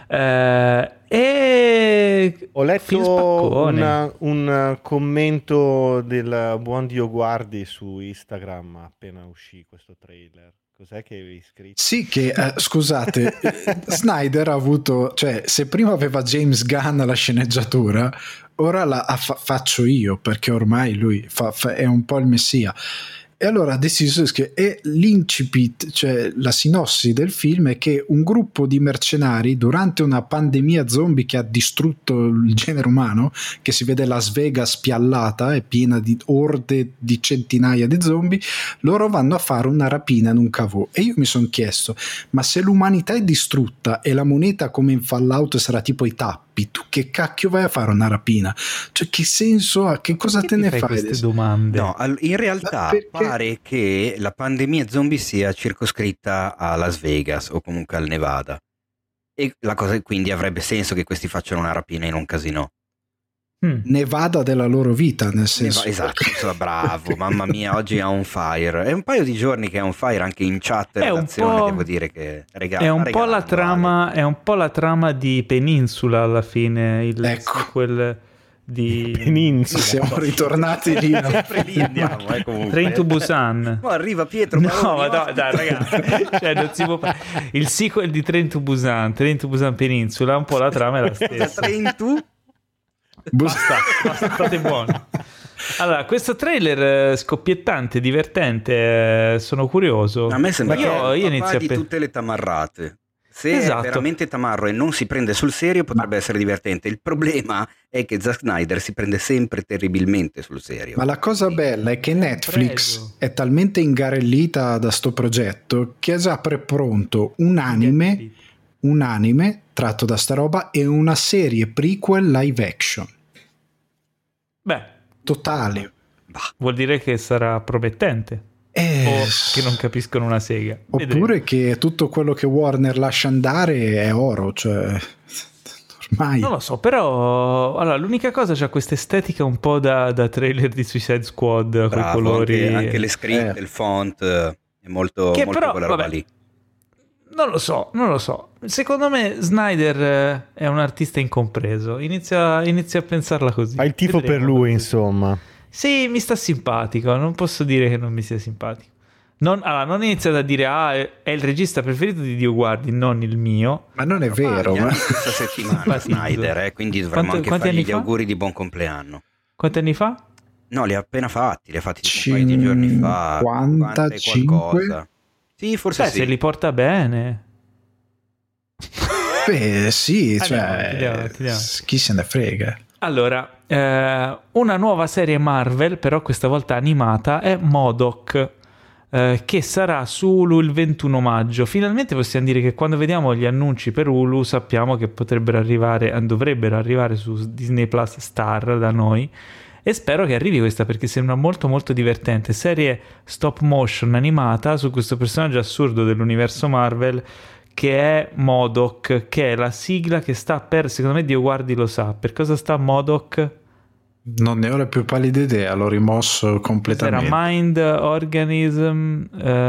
Speaker 1: E
Speaker 11: ho letto un commento del buon Dioguardi su Instagram appena uscì questo trailer. Cos'è che avevi scritto?
Speaker 6: Sì, che scusate, Snyder ha avuto, cioè, se prima aveva James Gunn alla sceneggiatura, ora la faccio io, perché ormai lui è un po' il messia. E allora ha deciso che l'incipit, cioè la sinossi del film, è che un gruppo di mercenari durante una pandemia zombie che ha distrutto il genere umano, che si vede Las Vegas spiallata e piena di orde di centinaia di zombie, loro vanno a fare una rapina in un cavò. E io mi sono chiesto, ma se l'umanità è distrutta e la moneta come in Fallout sarà tipo i tappi, tu che cacchio vai a fare una rapina? Cioè, che senso ha? Che cosa te ne fai?
Speaker 1: Queste domande?
Speaker 2: No, in realtà pare che la pandemia zombie sia circoscritta a Las Vegas o comunque al Nevada, e la cosa quindi avrebbe senso che questi facciano una rapina in un casino.
Speaker 6: Nevada della loro vita, nel senso.
Speaker 2: Esatto, bravo, mamma mia, oggi è on fire. È un paio di giorni che è on fire anche in chat e redazione, devo dire che
Speaker 1: è un po' la trama di Peninsula alla fine, quel di
Speaker 11: Peninsula.
Speaker 6: Siamo ritornati lì.
Speaker 2: Sempre lì andiamo, comunque.
Speaker 1: Train to Busan.
Speaker 2: No, arriva Pietro.
Speaker 1: No, dai, ragazzi, cioè, non si può il sequel di Train to Busan Peninsula, un po' la trama è la stessa.
Speaker 2: Train to
Speaker 1: Basta, state buoni. Allora, questo trailer scoppiettante, divertente, sono curioso.
Speaker 2: A me sembra
Speaker 1: io inizio
Speaker 2: di tutte le tamarrate. Se è veramente tamarro e non si prende sul serio, potrebbe essere divertente. Il problema è che Zack Snyder si prende sempre terribilmente sul serio.
Speaker 6: Ma la cosa bella è che Netflix è talmente ingarellita da sto progetto che ha già prepronto un anime tratto da sta roba e una serie prequel live action.
Speaker 1: Beh,
Speaker 6: totale.
Speaker 1: Vuol dire che sarà promettente. O che non capiscono una sega.
Speaker 6: Oppure che tutto quello che Warner lascia andare è oro, cioè ormai.
Speaker 1: Non lo so, però allora, l'unica cosa, c'ha questa estetica un po' da trailer di Suicide Squad, con i colori.
Speaker 2: Anche le scritte, il font è molto
Speaker 1: però,
Speaker 2: quella roba lì.
Speaker 1: Non lo so. Secondo me Snyder è un artista incompreso. Inizia a pensarla così.
Speaker 11: Hai il tifo per lui, insomma.
Speaker 1: Sì, mi sta simpatico. Non posso dire che non mi sia simpatico. Non iniziate a dire è il regista preferito di Dioguardi, non il mio.
Speaker 6: Ma non è vero.
Speaker 2: Questa settimana Snyder, quindi dovremmo anche fargli gli auguri di buon compleanno.
Speaker 1: Quanti anni fa?
Speaker 2: No, li ha appena fatti, un paio di giorni fa.
Speaker 6: 55?
Speaker 2: Sì, forse sì.
Speaker 1: Se li porta bene.
Speaker 6: Beh, sì,
Speaker 1: Andiamo.
Speaker 6: chi se ne frega.
Speaker 1: Allora, una nuova serie Marvel, però questa volta animata, è MODOK, che sarà su Hulu il 21 maggio. Finalmente possiamo dire che quando vediamo gli annunci per Hulu sappiamo che dovrebbero arrivare su Disney Plus Star da noi, e spero che arrivi questa perché sembra molto molto divertente. Serie stop motion animata su questo personaggio assurdo dell'universo Marvel che è MODOK, che è la sigla che sta per, secondo me Dio guardi lo sa, per cosa sta MODOK?
Speaker 6: Non ne ho la più pallida idea, l'ho rimosso completamente.
Speaker 1: Era Mind Organism.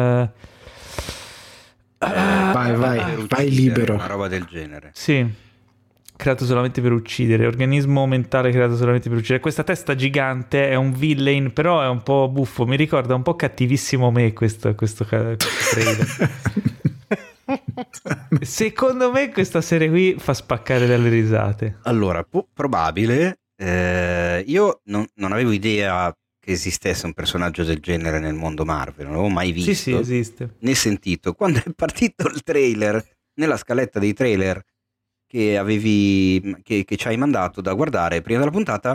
Speaker 6: Vai libero.
Speaker 2: Una roba del genere.
Speaker 1: Sì, creato solamente per uccidere. Organismo mentale creato solamente per uccidere. Questa testa gigante è un villain, però è un po' buffo. Mi ricorda un po' Cattivissimo Me questo trailer. Secondo me questa serie qui fa spaccare dalle risate.
Speaker 2: Allora, probabile. Io non avevo idea che esistesse un personaggio del genere nel mondo Marvel, non l'avevo mai visto.
Speaker 1: Sì, esiste.
Speaker 2: Né sentito. Quando è partito il trailer, nella scaletta dei trailer che ci hai mandato da guardare prima della puntata,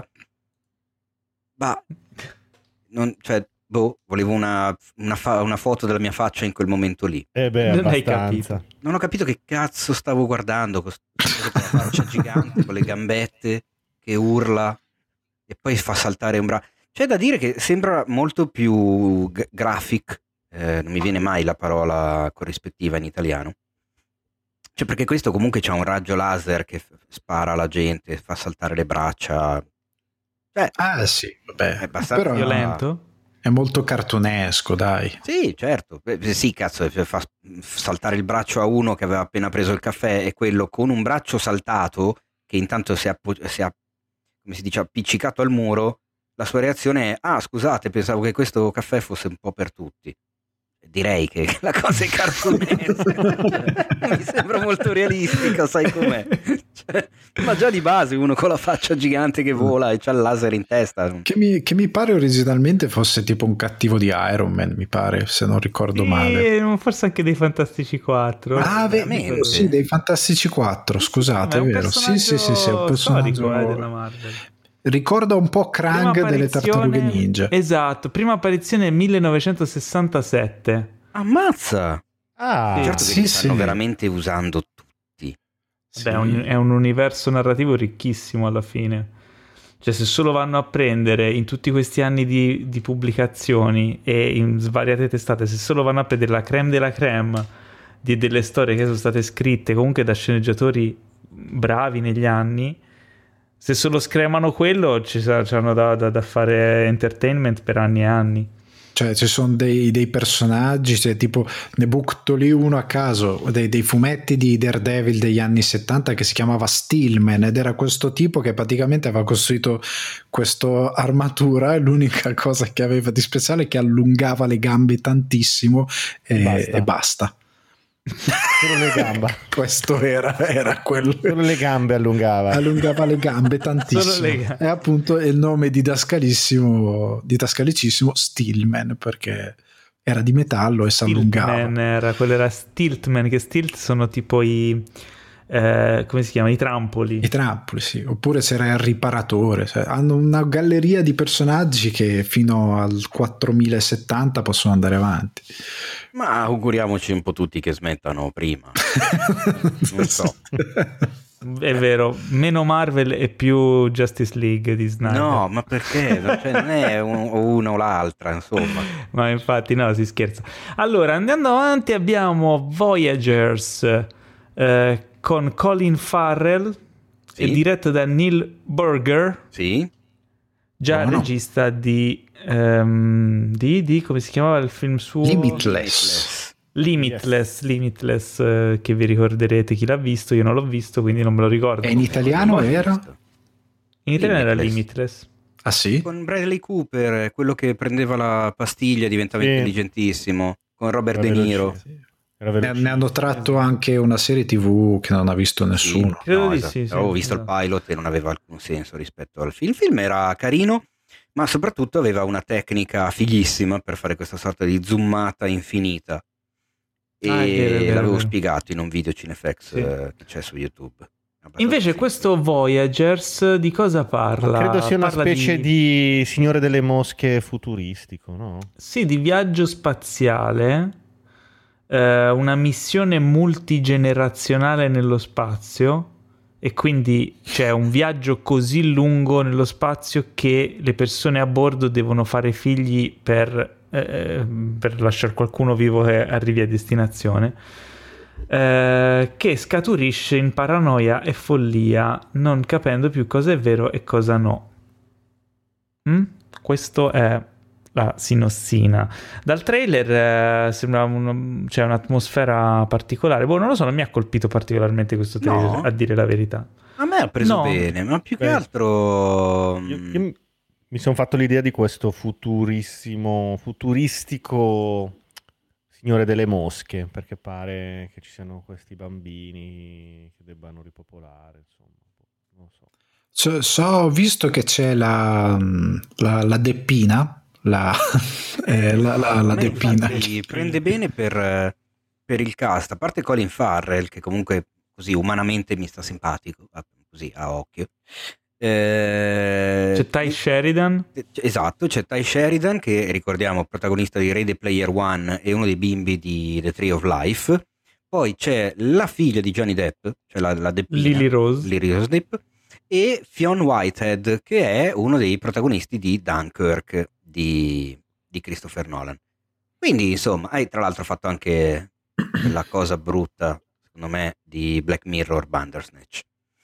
Speaker 2: volevo una foto della mia faccia in quel momento lì.
Speaker 1: Non hai capito.
Speaker 2: Non ho capito che cazzo stavo guardando, con la faccia gigante, con le gambette che urla e poi fa saltare un braccio. C'è da dire che sembra molto più graphic, non mi viene mai la parola corrispettiva in italiano. Cioè, perché questo comunque c'ha un raggio laser che spara alla gente, fa saltare le braccia.
Speaker 6: Sì, vabbè.
Speaker 2: È abbastanza
Speaker 1: però violento.
Speaker 6: È molto cartunesco, dai.
Speaker 2: Sì, certo. Sì, cazzo, fa saltare il braccio a uno che aveva appena preso il caffè e quello con un braccio saltato che intanto si è come si dice, appiccicato al muro. La sua reazione è: scusate, pensavo che questo caffè fosse un po' per tutti. Direi che la cosa è cartunesca. Mi sembra molto realistica, sai com'è? Ma già di base uno con la faccia gigante che vola e c'ha il laser in testa.
Speaker 6: Che mi pare originalmente fosse tipo un cattivo di Iron Man, mi pare, se non ricordo male.
Speaker 1: Forse anche dei Fantastici 4.
Speaker 6: Veramente? Sì, dei Fantastici 4, scusate, è vero. Sì, è un personaggio
Speaker 1: della Marvel.
Speaker 6: Ricorda un po' Krang delle Tartarughe Ninja.
Speaker 1: Esatto, prima apparizione 1967.
Speaker 2: Ammazza! Certo che li stanno veramente usando tutti.
Speaker 1: Beh, è un universo narrativo ricchissimo alla fine. Cioè, se solo vanno a prendere in tutti questi anni di pubblicazioni e in svariate testate, se solo vanno a prendere la crème della crème delle storie che sono state scritte comunque da sceneggiatori bravi negli anni, se solo scremano quello c'hanno da fare entertainment per anni e anni.
Speaker 6: Cioè ci sono dei personaggi, cioè, tipo ne butto lì uno a caso, dei fumetti di Daredevil degli anni 70 che si chiamava Steelman, ed era questo tipo che praticamente aveva costruito questa armatura e l'unica cosa che aveva di speciale è che allungava le gambe tantissimo e basta.
Speaker 11: Solo le gambe.
Speaker 6: Questo era quello.
Speaker 11: Solo le gambe allungava
Speaker 6: le gambe tantissimo. E appunto il nome didascalicissimo Steelman, perché era di metallo e si allungava.
Speaker 1: Quello era Stiltman, che Stilt sono tipo come si chiama? I trampoli.
Speaker 6: I trampoli, sì. Oppure c'era il riparatore. Cioè, hanno una galleria di personaggi che fino al 4070 possono andare avanti.
Speaker 2: Ma auguriamoci un po' tutti che smettano prima. Non so.
Speaker 1: È vero, meno Marvel e più Justice League di Snyder.
Speaker 2: No, ma perché? Cioè, non è una o l'altra, insomma.
Speaker 1: Ma infatti no, si scherza. Allora, andando avanti abbiamo Voyagers con Colin Farrell, e diretto da Neil Burger.
Speaker 2: Sì.
Speaker 1: Già regista di come si chiamava il film suo? Limitless, che vi ricorderete chi l'ha visto. Io non l'ho visto, quindi non me lo ricordo.
Speaker 6: E in italiano era?
Speaker 1: In italiano era Limitless.
Speaker 6: Ah sì?
Speaker 2: Con Bradley Cooper, quello che prendeva la pastiglia, diventava intelligentissimo, con Robert De Niro.
Speaker 6: Ne hanno tratto anche una serie TV che non ha visto nessuno.
Speaker 1: Credo di sì.
Speaker 2: Avevo visto il pilot e non aveva alcun senso rispetto al film. Il film era carino, ma soprattutto aveva una tecnica fighissima per fare questa sorta di zoomata infinita. E l'avevo spiegato in un video Cinefx che c'è su YouTube.
Speaker 1: Invece questo Voyagers di cosa parla?
Speaker 11: Credo sia una specie di Signore delle Mosche futuristico, no?
Speaker 1: Sì, di viaggio spaziale, una missione multigenerazionale nello spazio, e quindi c'è un viaggio così lungo nello spazio che le persone a bordo devono fare figli per lasciare qualcuno vivo che arrivi a destinazione, che scaturisce in paranoia e follia, non capendo più cosa è vero e cosa no. Questo è la sinossina. Dal trailer sembra c'è un'atmosfera particolare. Non lo so, non mi ha colpito particolarmente questo trailer, a dire la verità.
Speaker 2: A me ha preso bene, ma più che altro
Speaker 11: io mi sono fatto l'idea di questo futuristico Signore delle Mosche, perché pare che ci siano questi bambini che debbano ripopolare, insomma, non so.
Speaker 6: Ho visto che c'è la Deppina, la Deppina.
Speaker 2: Prende bene per il cast, a parte Colin Farrell, che comunque così umanamente mi sta simpatico, così a occhio.
Speaker 1: C'è Ty Sheridan.
Speaker 2: Esatto, c'è Ty Sheridan, che ricordiamo protagonista di Ready Player One e uno dei bimbi di The Tree of Life. Poi c'è la figlia di Johnny Depp, cioè la Deppina,
Speaker 1: Lily Rose
Speaker 2: Depp, e Fionn Whitehead, che è uno dei protagonisti di Dunkirk di Christopher Nolan. Quindi insomma, hai tra l'altro fatto anche la cosa brutta, secondo me, di Black Mirror, Bandersnatch.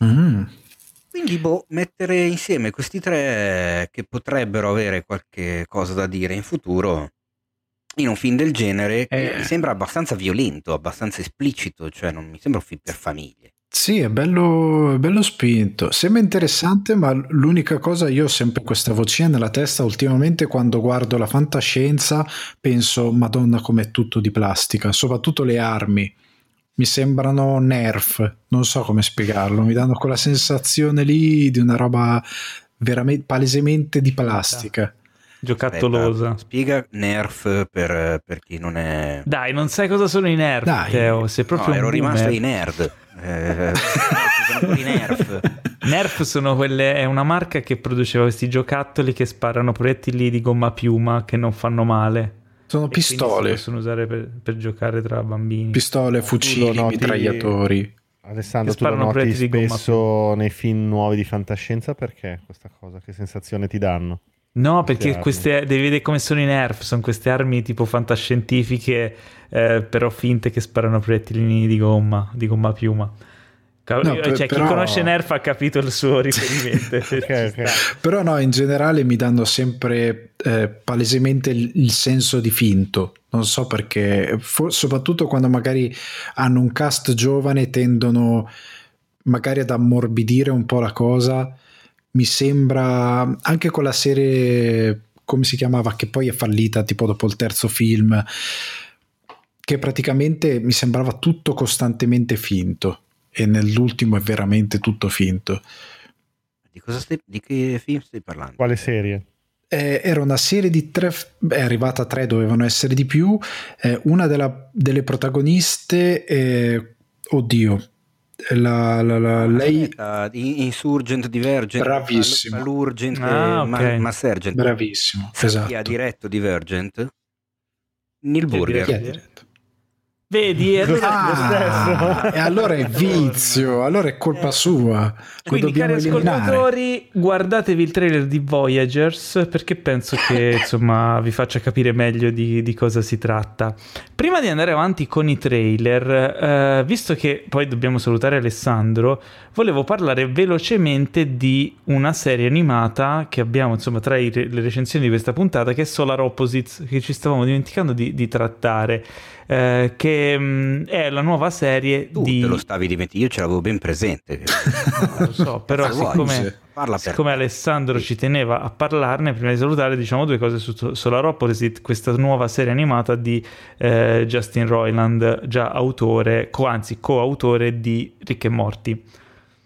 Speaker 2: Quindi mettere insieme questi tre che potrebbero avere qualche cosa da dire in futuro in un film del genere, che mi sembra abbastanza violento, abbastanza esplicito, cioè non mi sembra un film per famiglie.
Speaker 6: Sì, è bello spinto, sembra interessante, ma l'unica cosa, io ho sempre questa vocina nella testa ultimamente quando guardo la fantascienza, penso Madonna com'è tutto di plastica, soprattutto le armi. Mi sembrano Nerf, non so come spiegarlo, mi danno quella sensazione lì di una roba veramente palesemente di plastica.
Speaker 1: Giocattolosa.
Speaker 2: Aspetta, spiega Nerf per chi non è...
Speaker 1: Dai, non sai cosa sono i Nerf,
Speaker 6: Dai.
Speaker 1: Teo, sei proprio
Speaker 2: ero rimasto ai
Speaker 1: nerd.
Speaker 2: Sono i Nerf.
Speaker 1: Nerf sono quelle, è una marca che produceva questi giocattoli che sparano proiettili di gomma piuma che non fanno male.
Speaker 6: Sono pistole.
Speaker 1: Si possono usare per giocare tra bambini.
Speaker 6: Pistole, fucili, mitragliatori.
Speaker 11: Alessandro, tu lo noti spesso nei film nuovi di fantascienza, perché questa cosa? Che sensazione ti danno?
Speaker 1: No, perché devi vedere come sono i Nerf, sono queste armi tipo fantascientifiche, però finte, che sparano proiettili di gomma piuma. Chi conosce Nerf ha capito il suo riferimento.
Speaker 11: Okay.
Speaker 6: Però no, in generale mi danno sempre palesemente il senso di finto, non so perché, soprattutto quando magari hanno un cast giovane tendono magari ad ammorbidire un po' la cosa. Mi sembra anche con la serie, come si chiamava, che poi è fallita tipo dopo il terzo film, che praticamente mi sembrava tutto costantemente finto, e nell'ultimo è veramente tutto finto.
Speaker 2: Di che film stai parlando?
Speaker 11: Quale serie?
Speaker 6: Era una serie di 3, è arrivata a 3, dovevano essere di più. Una delle protagoniste, lei
Speaker 2: Insurgent, Divergent,
Speaker 6: bravissimo,
Speaker 2: Allurgent,
Speaker 1: okay.
Speaker 2: Massergent,
Speaker 6: bravissimo,
Speaker 2: esatto. Chi ha diretto Divergent? Neil Burger.
Speaker 1: Vedi,
Speaker 6: e allora è vizio, allora è colpa sua.
Speaker 1: Quindi, cari ascoltatori, guardatevi il trailer di Voyagers, perché penso che insomma vi faccia capire meglio di cosa si tratta. Prima di andare avanti con i trailer, visto che poi dobbiamo salutare Alessandro, volevo parlare velocemente di una serie animata che abbiamo insomma tra le recensioni di questa puntata, che è Solar Opposites, che ci stavamo dimenticando di trattare. Che è la nuova serie
Speaker 2: te lo stavi dimenticando, io ce l'avevo ben presente.
Speaker 1: Lo so, però siccome Alessandro ci teneva a parlarne, prima di salutare diciamo due cose su Solar Opposite, questa nuova serie animata di Justin Roiland, già autore, coautore di Rick e Morty.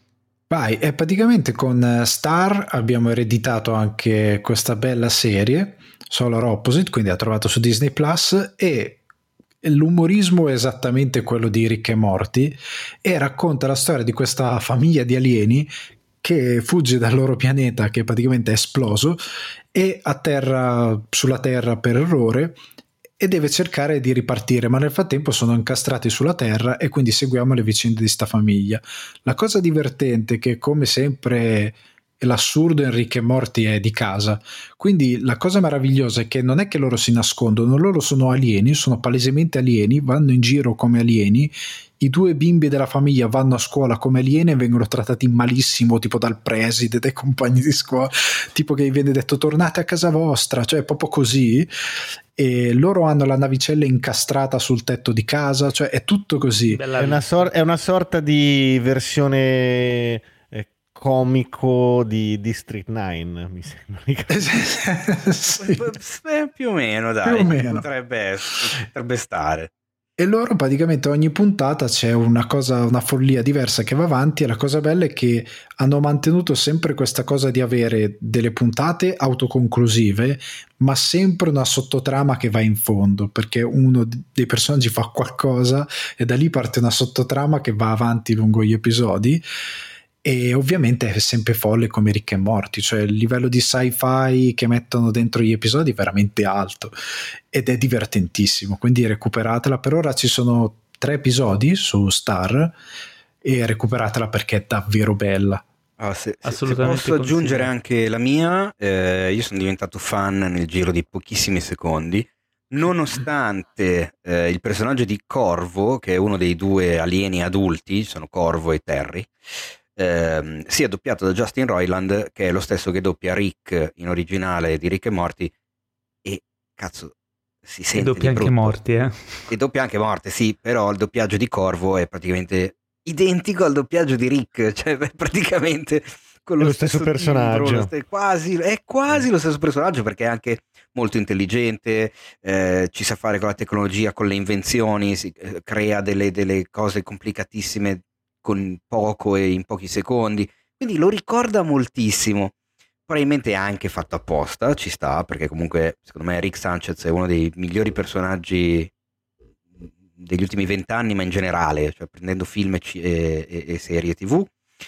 Speaker 6: Vai, e praticamente con Star abbiamo ereditato anche questa bella serie, Solar Opposite, quindi ha trovato su Disney Plus, e l'umorismo è esattamente quello di Rick e Morty e racconta la storia di questa famiglia di alieni che fugge dal loro pianeta che praticamente è esploso e atterra sulla Terra per errore e deve cercare di ripartire, ma nel frattempo sono incastrati sulla Terra e quindi seguiamo le vicende di sta famiglia. La cosa divertente è che, come sempre, l'assurdo in Rick e Morty è di casa, quindi la cosa meravigliosa è che non è che loro si nascondono, loro sono alieni, sono palesemente alieni, vanno in giro come alieni. I due bimbi della famiglia vanno a scuola come alieni e vengono trattati malissimo, tipo dal preside, dai compagni di scuola, tipo che gli viene detto tornate a casa vostra, cioè proprio così. E loro hanno la navicella incastrata sul tetto di casa, cioè è tutto così.
Speaker 11: È una sorta di versione comico di District 9, mi sembra.
Speaker 2: Sì. Più o meno, dai, più o meno. Potrebbe stare.
Speaker 6: E loro praticamente ogni puntata c'è una follia diversa che va avanti, e la cosa bella è che hanno mantenuto sempre questa cosa di avere delle puntate autoconclusive, ma sempre una sottotrama che va in fondo, perché uno dei personaggi fa qualcosa e da lì parte una sottotrama che va avanti lungo gli episodi. E ovviamente è sempre folle come Rick e Morty, cioè il livello di sci-fi che mettono dentro gli episodi è veramente alto ed è divertentissimo, quindi recuperatela. Per ora ci sono 3 episodi su Star e recuperatela perché è davvero bella.
Speaker 2: Assolutamente. Se posso aggiungere anche la mia, io sono diventato fan nel giro di pochissimi secondi, nonostante il personaggio di Corvo, che è uno dei 2 alieni adulti, sono Corvo e Terry, sia doppiato da Justin Roiland, che è lo stesso che doppia Rick in originale di Rick e Morty, e cazzo si sente
Speaker 1: e doppia anche Morty,
Speaker 2: e doppia anche Morty, sì, però il doppiaggio di Corvo è praticamente identico al doppiaggio di Rick, cioè praticamente con
Speaker 11: lo stesso personaggio,
Speaker 2: è quasi lo stesso personaggio, perché è anche molto intelligente, ci sa fare con la tecnologia, con le invenzioni, crea delle cose complicatissime con poco e in pochi secondi, quindi lo ricorda moltissimo. Probabilmente è anche fatto apposta, ci sta, perché comunque secondo me Rick Sanchez è uno dei migliori personaggi degli ultimi 20 anni, ma in generale, cioè prendendo film e serie TV.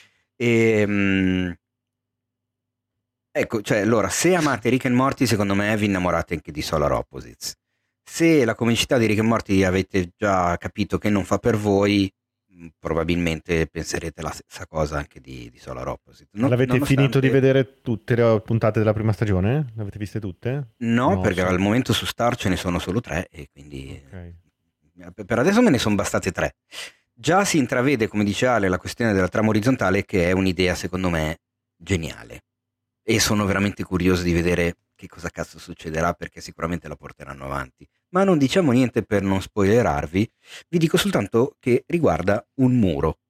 Speaker 2: Ecco, cioè allora, se amate Rick and Morty, secondo me vi innamorate anche di Solar Opposites. Se la comicità di Rick and Morty avete già capito che non fa per voi, probabilmente penserete la stessa cosa anche di Solar Opposite.
Speaker 11: L'avete finito di vedere tutte le puntate della prima stagione? Le avete viste tutte?
Speaker 2: No, perché al momento su Star ce ne sono solo 3 e quindi per adesso me ne sono bastate 3. Già si intravede, come dice Ale, la questione della trama orizzontale, che è un'idea secondo me geniale, e sono veramente curioso di vedere che cosa cazzo succederà, perché sicuramente la porteranno avanti. Ma non diciamo niente per non spoilerarvi, vi dico soltanto che riguarda un muro.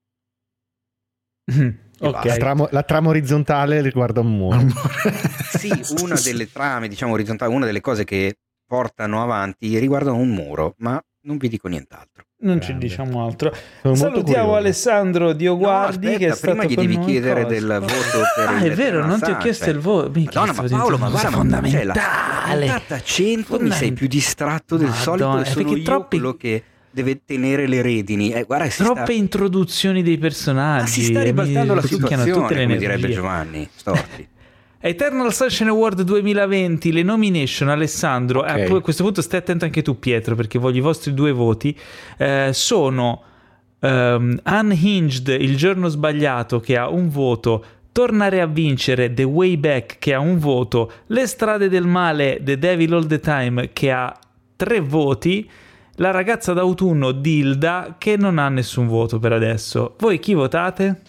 Speaker 11: Okay. La trama orizzontale riguarda un muro.
Speaker 2: Sì, una delle trame, diciamo, orizzontali, una delle cose che portano avanti riguardano un muro, ma non vi dico nient'altro.
Speaker 1: Non ci diciamo altro. Salutiamo Alessandro Dioguardi,
Speaker 2: aspetta,
Speaker 1: che è stato
Speaker 2: prima gli devi chiedere del voto per
Speaker 1: è vero, non ti ho chiesto il voto.
Speaker 2: Madonna, ma Paolo, ma guarda, fondamentale. La puntata 100 mi sei più distratto del solito, e sono io quello che deve tenere le redini. Guarda,
Speaker 1: troppe introduzioni dei personaggi.
Speaker 2: Si sta ribaltando la situazione, come direbbe Giovanni Storti.
Speaker 1: Eternal Sunshine Award 2020, le nomination, Alessandro, a questo punto stai attento anche tu, Pietro, perché voglio i vostri 2 voti, sono Unhinged, Il giorno sbagliato, che ha 1 voto, Tornare a vincere, The Way Back, che ha 1 voto, Le strade del male, The Devil All the Time, che ha 3 voti, La ragazza d'autunno, Dilda, che non ha nessun voto per adesso. Voi chi votate?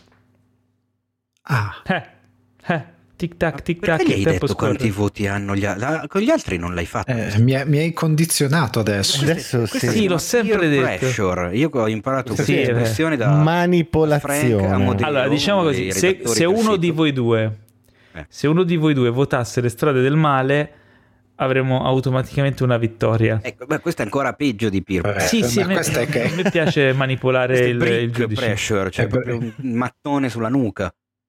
Speaker 1: Tic tac, tic tac.
Speaker 2: Perché gli hai detto quanti voti hanno con gli altri non l'hai fatto?
Speaker 6: Mi hai condizionato adesso.
Speaker 1: Sì, l'ho sempre detto.
Speaker 2: Pressure. Io ho imparato questa espressione da
Speaker 11: manipolazione.
Speaker 1: Allora, diciamo così, se uno di voi due votasse Le strade del male, avremo automaticamente una vittoria.
Speaker 2: Ecco, questo è ancora peggio di peer
Speaker 1: Sì, a me piace manipolare il giudice.
Speaker 2: Pressure, cioè proprio un mattone sulla nuca.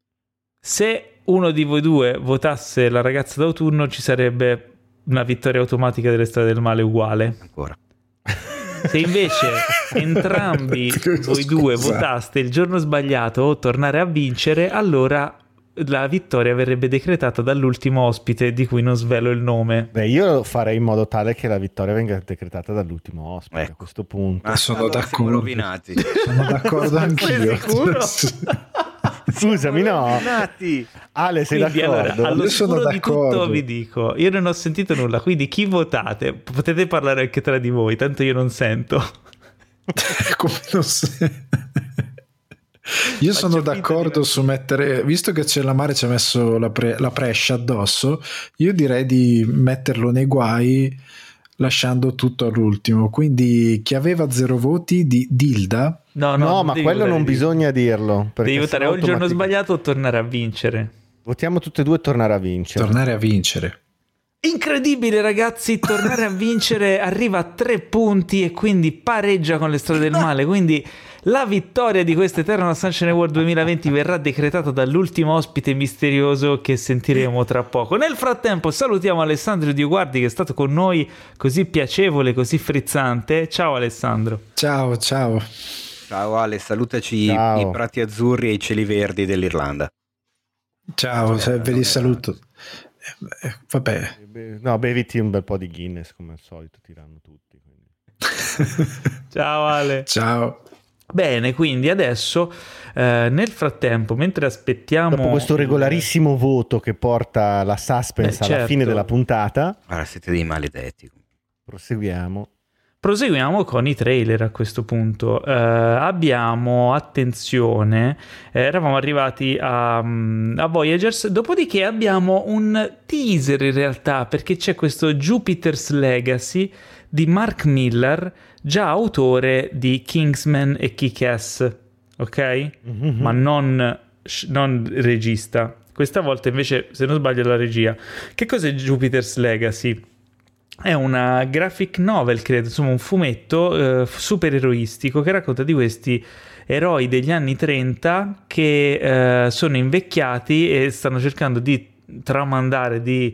Speaker 1: Se uno di voi due votasse La ragazza d'autunno, ci sarebbe una vittoria automatica delle strade del male uguale.
Speaker 2: Ancora.
Speaker 1: Se invece entrambi voi due votaste Il giorno sbagliato o Tornare a vincere, allora la vittoria verrebbe decretata dall'ultimo ospite di cui non svelo il nome.
Speaker 11: Beh, io farei in modo tale che la vittoria venga decretata dall'ultimo ospite, a questo punto.
Speaker 4: Ma sono
Speaker 2: allora
Speaker 4: d'accordo.
Speaker 2: siamo rovinati.
Speaker 4: Sono d'accordo anch'io.
Speaker 1: Sicuro?
Speaker 11: Scusami, no. Ale, sei
Speaker 1: quindi,
Speaker 11: d'accordo?
Speaker 1: Allora, allo
Speaker 4: Io sono
Speaker 1: scuro di
Speaker 4: d'accordo.
Speaker 1: tutto vi dico, io non ho sentito nulla, quindi chi votate? Potete parlare anche tra di voi, tanto io non sento.
Speaker 4: Come non sei? Io sono d'accordo su mettere, visto che c'è la Mare ci ha messo la prescia addosso, io direi di metterlo nei guai lasciando tutto all'ultimo. Quindi chi aveva 0 voti di Dilda.
Speaker 11: No, ma quello non bisogna dirlo.
Speaker 1: Devi votare o Il giorno sbagliato o Tornare a vincere.
Speaker 11: Votiamo tutte e due Tornare a vincere.
Speaker 4: Tornare a vincere.
Speaker 1: Incredibile, ragazzi, Tornare a vincere arriva a 3 punti e quindi pareggia con le strade del male. Quindi la vittoria di questo Eternal Sunshine Award 2020 verrà decretata dall'ultimo ospite misterioso che sentiremo tra poco. Nel frattempo salutiamo Alessandro Dioguardi, che è stato con noi, così piacevole, così frizzante. Ciao Alessandro.
Speaker 4: Ciao.
Speaker 2: Ciao Ale, salutaci
Speaker 11: Ciao.
Speaker 2: i prati azzurri e i cieli verdi dell'Irlanda.
Speaker 4: Ciao, ve li saluto. Vabbè.
Speaker 11: No, beviti un bel po' di Guinness come al solito, tirano tutti. Quindi.
Speaker 1: Ciao Ale.
Speaker 4: Ciao.
Speaker 1: Bene, quindi adesso nel frattempo, mentre aspettiamo
Speaker 11: Dopo questo regolarissimo voto che porta la suspense alla fine della puntata,
Speaker 2: Ora siete dei maledetti.
Speaker 1: proseguiamo con i trailer. A questo punto abbiamo, attenzione, eravamo arrivati a Voyagers, dopodiché abbiamo un teaser in realtà, perché c'è questo Jupiter's Legacy di Mark Millar, già autore di Kingsman e Kick-Ass, ok? Mm-hmm. Ma non regista. Questa volta invece, se non sbaglio, è la regia. Che cos'è Jupiter's Legacy? È una graphic novel, credo, insomma un fumetto supereroistico che racconta di questi eroi degli anni 30 che sono invecchiati e stanno cercando di tramandare, di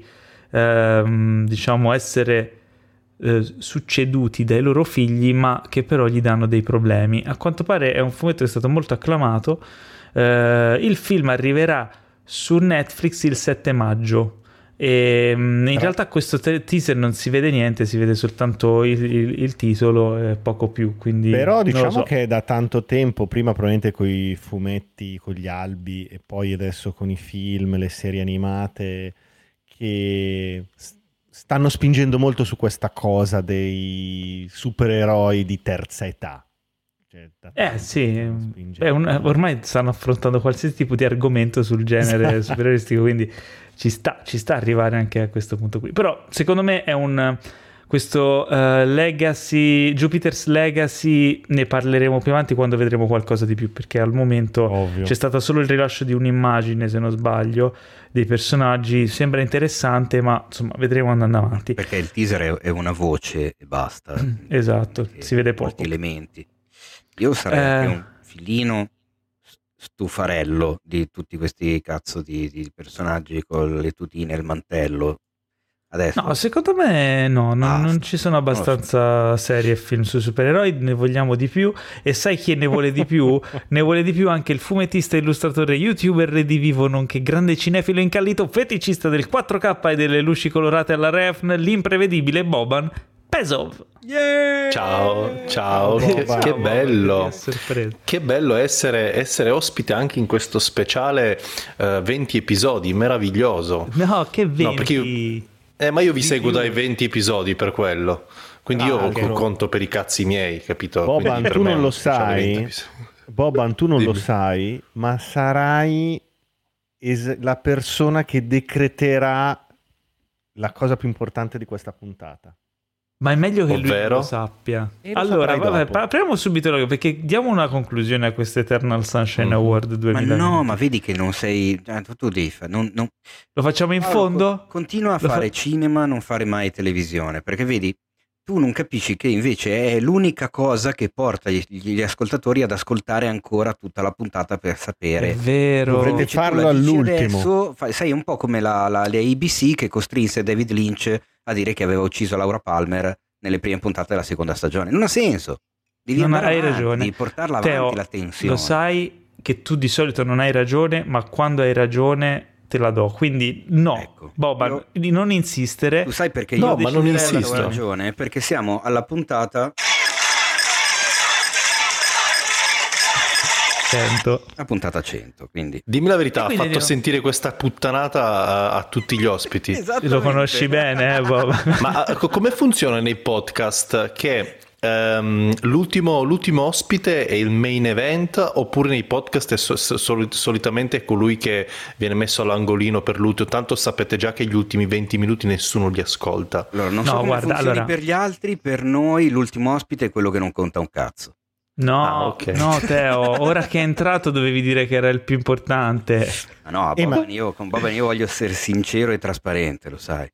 Speaker 1: diciamo essere succeduti dai loro figli, ma che però gli danno dei problemi. A quanto pare è un fumetto che è stato molto acclamato. Il film arriverà su Netflix il 7 maggio. E in realtà questo teaser non si vede niente, si vede soltanto il titolo e poco più, quindi
Speaker 11: però diciamo che è da tanto tempo, prima probabilmente con i fumetti, con gli albi e poi adesso con i film, le serie animate, che stanno spingendo molto su questa cosa dei supereroi di terza età.
Speaker 1: Sì, ormai stanno affrontando qualsiasi tipo di argomento sul genere supereroistico, quindi ci sta arrivare anche a questo punto qui. Però secondo me è questo Legacy, Jupiter's Legacy, ne parleremo più avanti quando vedremo qualcosa di più, perché al momento c'è stato solo il rilascio di un'immagine, se non sbaglio, dei personaggi. Sembra interessante, ma insomma vedremo andando avanti,
Speaker 2: perché il teaser è una voce e basta.
Speaker 1: Esatto, si vede poco,
Speaker 2: molti elementi. Io sarei anche un filino stufarello di tutti questi cazzo di personaggi con le tutine e il mantello. Adesso
Speaker 1: no, secondo me no, non ci sono abbastanza serie e film su supereroi, ne vogliamo di più. E sai chi ne vuole di più? Ne vuole di più anche il fumettista, illustratore, youtuber redivivo, nonché grande cinefilo incallito, feticista del 4K e delle luci colorate alla refn, l'imprevedibile Boban Pesov.
Speaker 3: Yeah! Ciao, che bello, che bello essere ospite anche in questo speciale 20 episodi, meraviglioso.
Speaker 1: No, che 20?
Speaker 3: No, perché ma io vi seguo dai 20 episodi per quello, quindi io conto per i cazzi miei, capito?
Speaker 11: Boban, tu non lo sai, Boban, tu non lo sai, ma sarai la persona che decreterà la cosa più importante di questa puntata.
Speaker 1: Ma è meglio che lui lo sappia. Allora, apriamo subito, perché diamo una conclusione a questo Eternal Sunshine Award 2020.
Speaker 2: Ma no, ma vedi che non sei... Tu devi fare...
Speaker 1: Lo facciamo in fondo?
Speaker 2: Continua a fare cinema, non fare mai televisione, perché vedi, tu non capisci che invece è l'unica cosa che porta gli ascoltatori ad ascoltare ancora tutta la puntata per sapere.
Speaker 1: È vero.
Speaker 11: Dovrete farlo all'ultimo.
Speaker 2: Sai, un po' come le ABC che costrinse David Lynch a dire che aveva ucciso Laura Palmer nelle prime puntate della seconda stagione. Non ha senso. Devi
Speaker 1: hai ragione.
Speaker 2: Devi portarla avanti,
Speaker 1: Teo,
Speaker 2: la tensione.
Speaker 1: Lo sai che tu di solito non hai ragione, ma quando hai ragione te la do. Quindi no, ecco, Boban, di non insistere.
Speaker 2: Tu sai perché
Speaker 3: no, ma non insisto.
Speaker 2: Ho ragione, perché siamo alla puntata
Speaker 1: 100.
Speaker 2: La puntata 100, quindi.
Speaker 3: Dimmi la verità, ha fatto sentire questa puttanata a tutti gli ospiti.
Speaker 1: Lo conosci bene, Bob?
Speaker 3: Ma come funziona nei podcast che l'ultimo ospite è il main event, oppure nei podcast è solitamente colui che viene messo all'angolino per l'ultimo, tanto sapete già che gli ultimi 20 minuti nessuno li ascolta.
Speaker 2: Allora, non so come funzioni per gli altri, per noi l'ultimo ospite è quello che non conta un cazzo.
Speaker 1: No, okay. No, Teo, ora che è entrato dovevi dire che era il più importante.
Speaker 2: Ma no, con Boban io voglio essere sincero e trasparente, lo sai.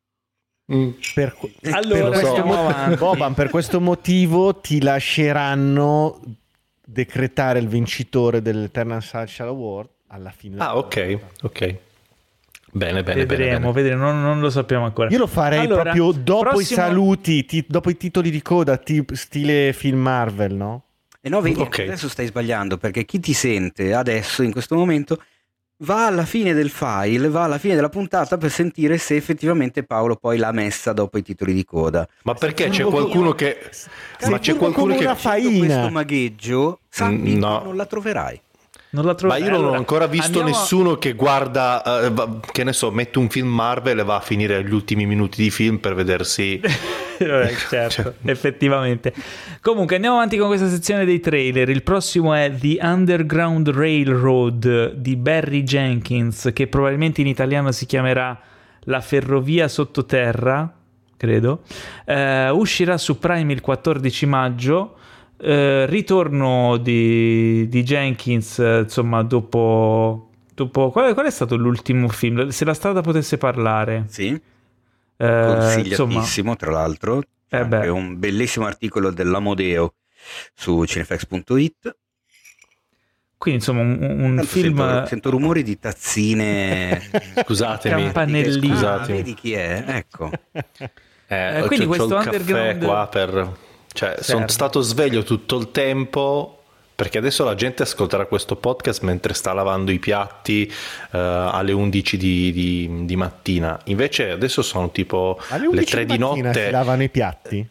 Speaker 11: Boban, per questo motivo ti lasceranno decretare il vincitore dell'Eternal Social Award alla fine.
Speaker 3: Ok. Bene.
Speaker 1: Vedremo, non lo sappiamo ancora.
Speaker 11: Io lo farei proprio dopo i saluti, dopo i titoli di coda, stile film Marvel, no?
Speaker 2: E no, vedi, adesso stai sbagliando, perché chi ti sente adesso, in questo momento, va alla fine del file, va alla fine della puntata per sentire se effettivamente Paolo poi l'ha messa dopo i titoli di coda.
Speaker 3: Ma perché c'è qualcuno che... Ma c'è qualcuno che...
Speaker 2: questo magheggio, sappi che non la troverai.
Speaker 3: Ma io non ho ancora visto nessuno che guarda, che ne so, mette un film Marvel e va a finire gli ultimi minuti di film per vedersi.
Speaker 1: Certo, effettivamente. Comunque andiamo avanti con questa sezione dei trailer. Il prossimo è The Underground Railroad di Barry Jenkins, che probabilmente in italiano si chiamerà La ferrovia sottoterra, credo. Uscirà su Prime il 14 maggio. Ritorno di Jenkins, insomma, dopo qual è stato l'ultimo film? Se la strada potesse parlare.
Speaker 2: Sì, consigliatissimo, tra l'altro. È un bellissimo articolo dell'Amodeo su cinefx.it.
Speaker 1: Quindi insomma un film.
Speaker 2: Sento rumori di tazzine.
Speaker 3: Scusatemi,
Speaker 1: campanellini.
Speaker 2: Vedi chi è? Ecco.
Speaker 1: Quindi questo
Speaker 3: il
Speaker 1: underground
Speaker 3: caffè qua per... Cioè, sono stato sveglio tutto il tempo, perché adesso la gente ascolterà questo podcast mentre sta lavando i piatti alle 11 di mattina. Invece adesso sono tipo le 3 di notte.
Speaker 11: Si lavano i piatti?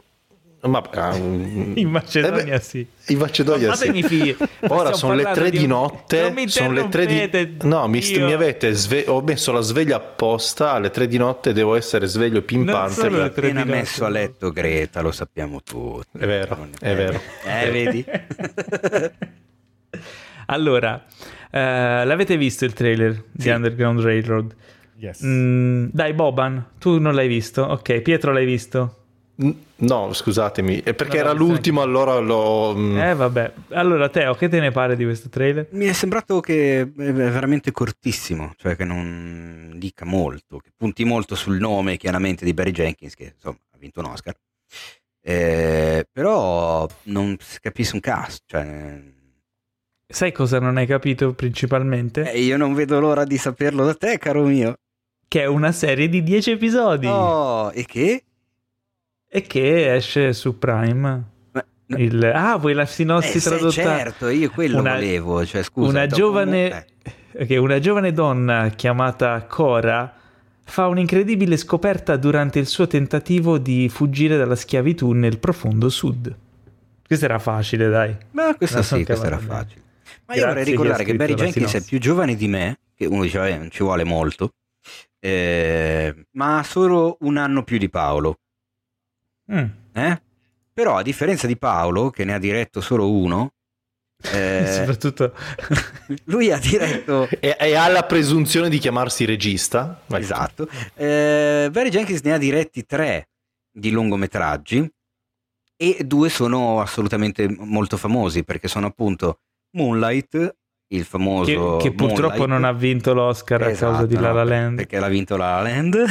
Speaker 1: In Macedonia sì.
Speaker 3: In Macedonia sì. Ora sono le 3 di notte. Sono le 3 di... No, mi avete ho messo la sveglia apposta. Alle 3 di notte devo essere sveglio pimpante.
Speaker 2: Non appena messo a letto Greta, lo sappiamo tutti.
Speaker 3: È vero.
Speaker 2: Vedi?
Speaker 1: Allora, l'avete visto il trailer di Underground Railroad?
Speaker 11: Yes.
Speaker 1: Dai Boban, tu non l'hai visto? Ok, Pietro l'hai visto?
Speaker 3: No, scusatemi, è perché era l'ultimo, allora l'ho...
Speaker 1: vabbè. Allora Teo, che te ne pare di questo trailer?
Speaker 2: Mi è sembrato che è veramente cortissimo, cioè che non dica molto, che punti molto sul nome chiaramente di Barry Jenkins, che insomma ha vinto un Oscar, però non si capisce un cazzo, cioè...
Speaker 1: Sai cosa non hai capito principalmente?
Speaker 2: Io non vedo l'ora di saperlo da te, caro mio.
Speaker 1: Che è una serie di 10 episodi.
Speaker 2: Oh, e che?
Speaker 1: E che esce su Prime. Vuoi la sinossi tradotta?
Speaker 2: Certo, io quello volevo, cioè scusa.
Speaker 1: Una giovane donna chiamata Cora fa un'incredibile scoperta durante il suo tentativo di fuggire dalla schiavitù nel profondo sud. Questo era facile, dai.
Speaker 2: Ma questo era facile. Ma io vorrei ricordare che Barry Jenkins è più giovane di me, che uno dice non ci vuole molto, ma ha solo un anno più di Paolo. Però a differenza di Paolo, che ne ha diretto solo uno,
Speaker 1: soprattutto
Speaker 2: lui ha diretto
Speaker 3: e ha la presunzione di chiamarsi regista.
Speaker 2: Esatto. Barry Jenkins ne ha diretti 3 di lungometraggi e 2 sono assolutamente molto famosi, perché sono appunto Moonlight, il famoso
Speaker 1: che purtroppo
Speaker 2: Moonlight.
Speaker 1: non ha vinto l'Oscar a causa di La La Land,
Speaker 2: perché l'ha vinto La La Land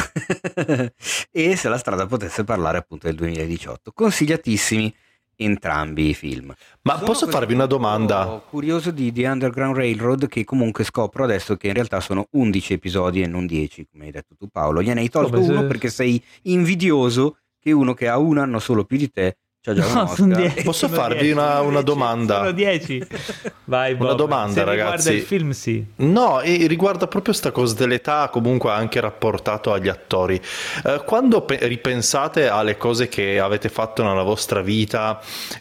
Speaker 2: e Se la strada potesse parlare appunto del 2018. Consigliatissimi entrambi i film.
Speaker 12: Ma posso farvi una domanda?
Speaker 2: Curioso di The Underground Railroad, che comunque scopro adesso che in realtà sono 11 episodi e non 10, come hai detto tu Paolo. Gliene hai tolto uno perché sei invidioso che uno che ha un anno solo più di te c'ha già un Oscar.
Speaker 12: Posso farvi una domanda?
Speaker 1: Sono 10. Vai, Bob.
Speaker 12: Una domanda,
Speaker 1: se
Speaker 12: ragazzi.
Speaker 1: Riguarda il film, sì.
Speaker 12: No, e riguarda proprio sta cosa dell'età, comunque anche rapportato agli attori. Quando ripensate alle cose che avete fatto nella vostra vita,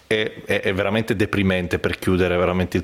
Speaker 12: è veramente deprimente, per chiudere veramente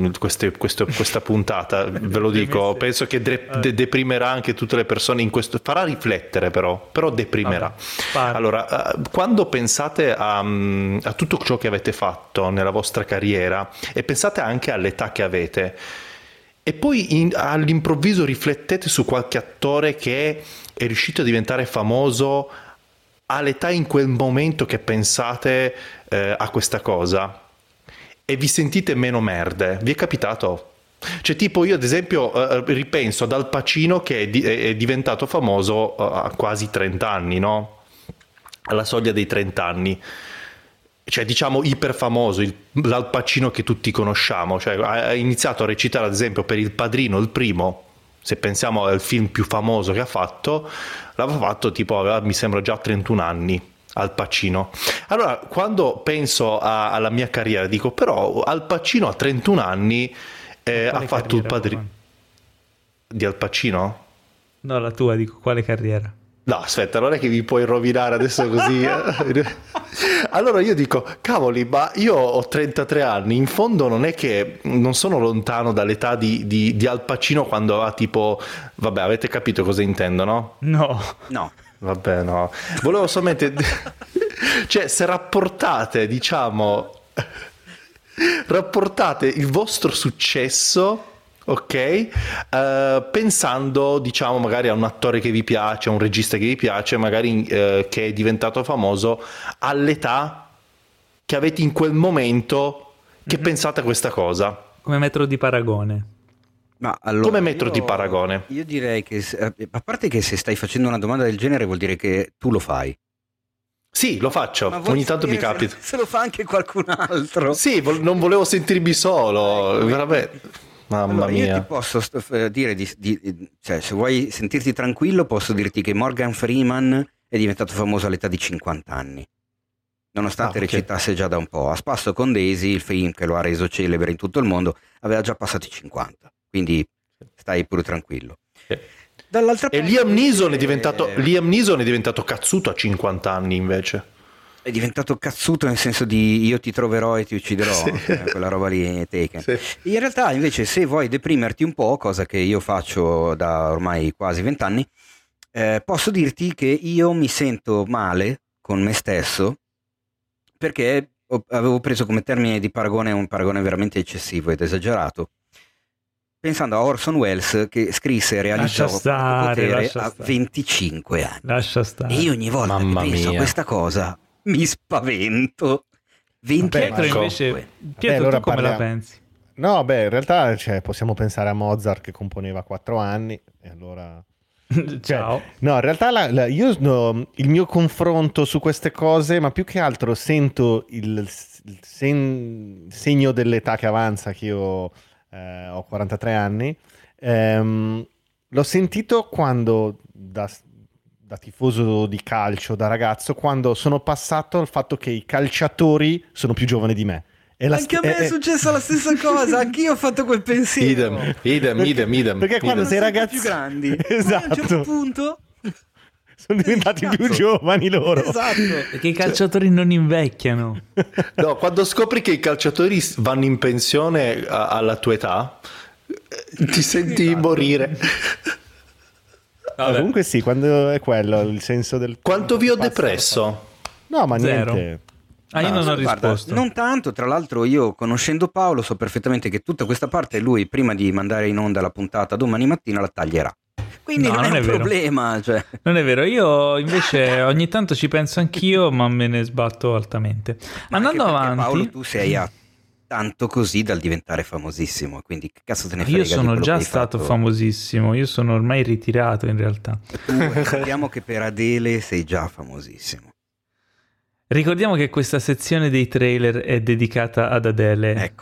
Speaker 12: questa puntata, ve lo dico, penso che deprimerà anche tutte le persone in questo, farà riflettere però deprimerà. Allora, quando pensate a tutto ciò che avete fatto nella vostra carriera e pensate anche all'età che avete e poi all'improvviso riflettete su qualche attore che è riuscito a diventare famoso all'età in quel momento che pensate a questa cosa e vi sentite meno merde, vi è capitato? Cioè tipo io ad esempio ripenso ad Al Pacino che è diventato famoso a quasi 30 anni, no? Alla soglia dei 30 anni. Cioè diciamo iperfamoso, l'Al Pacino che tutti conosciamo, cioè ha iniziato a recitare ad esempio per Il Padrino, il primo, se pensiamo al film più famoso che ha fatto, l'aveva fatto tipo, mi sembra già 31 anni, Al Pacino. Allora quando penso alla mia carriera dico però Al Pacino a 31 anni ha fatto Il Padrino. Di Al Pacino?
Speaker 1: No, la tua, dico, quale carriera?
Speaker 12: No, aspetta, non è che vi puoi rovinare adesso così. Allora io dico, cavoli, ma io ho 33 anni, in fondo non è che non sono lontano dall'età di Al Pacino quando aveva tipo, vabbè, avete capito cosa intendo, no?
Speaker 2: No.
Speaker 12: Vabbè, no. Volevo solamente, cioè se rapportate il vostro successo, ok, pensando diciamo magari a un attore che vi piace, a un regista che vi piace, magari che è diventato famoso all'età che avete in quel momento, che pensate a questa cosa
Speaker 1: come metro di paragone.
Speaker 2: Ma allora,
Speaker 12: come metro di paragone
Speaker 2: io direi che a parte che se stai facendo una domanda del genere vuol dire che tu lo fai.
Speaker 12: Sì, lo faccio, ogni tanto mi capita.
Speaker 2: Se lo fa anche qualcun altro.
Speaker 12: Sì, non volevo sentirmi solo, veramente. Mamma mia.
Speaker 2: Io ti posso dire cioè, se vuoi sentirti tranquillo posso dirti che Morgan Freeman è diventato famoso all'età di 50 anni, nonostante recitasse già da un po'. A spasso con Daisy, il film che lo ha reso celebre in tutto il mondo, aveva già passato i 50, quindi stai pure tranquillo. Dall'altra parte,
Speaker 12: Liam Neeson è diventato cazzuto a 50 anni invece.
Speaker 2: È diventato cazzuto nel senso di io ti troverò e ti ucciderò, quella roba lì Taken. Sì. In realtà invece se vuoi deprimerti un po', cosa che io faccio da ormai quasi 20 anni, posso dirti che io mi sento male con me stesso perché avevo preso come termine di paragone un paragone veramente eccessivo ed esagerato, pensando a Orson Welles che scrisse e realizzò Potere a 25 anni.
Speaker 1: Lascia stare.
Speaker 2: E io ogni volta che penso a questa cosa mi spavento. 20
Speaker 1: Pietro invece, Pietro, allora tu come la pensi?
Speaker 11: No, beh, in realtà possiamo pensare a Mozart che componeva 4 anni e allora
Speaker 1: ciao.
Speaker 11: No, in realtà il mio confronto su queste cose, ma più che altro sento il segno dell'età che avanza, che io ho 43 anni. L'ho sentito quando da tifoso di calcio, da ragazzo, quando sono passato al fatto che i calciatori sono più giovani di me.
Speaker 2: Anche a me è successa la stessa cosa, anch'io ho fatto quel pensiero.
Speaker 12: Idem.
Speaker 11: Perché quando sei ragazzi
Speaker 2: più grandi,
Speaker 11: esatto,
Speaker 2: a un certo punto
Speaker 11: sono diventati più giovani loro.
Speaker 2: Esatto.
Speaker 1: Perché i calciatori non invecchiano.
Speaker 12: No, quando scopri che i calciatori vanno in pensione alla tua età, ti senti morire.
Speaker 11: Comunque sì, quando è quello il senso del...
Speaker 12: Quanto vi ho depresso?
Speaker 11: No, ma
Speaker 1: zero.
Speaker 11: Niente.
Speaker 1: Io non ho
Speaker 2: guarda,
Speaker 1: risposto.
Speaker 2: Non tanto, tra l'altro io conoscendo Paolo so perfettamente che tutta questa parte lui prima di mandare in onda la puntata domani mattina la taglierà. Quindi non è un problema. Cioè.
Speaker 1: Non è vero, io invece ogni tanto ci penso anch'io, ma me ne sbatto altamente. Andando avanti...
Speaker 2: Paolo, tu sei a tanto così dal diventare famosissimo, quindi che cazzo te ne frega?
Speaker 1: Io sono già stato
Speaker 2: fatto?
Speaker 1: famosissimo, io sono ormai ritirato in realtà.
Speaker 2: Ricordiamo che per Adele sei già famosissimo.
Speaker 1: Ricordiamo che questa sezione dei trailer è dedicata ad Adele.
Speaker 2: Ecco.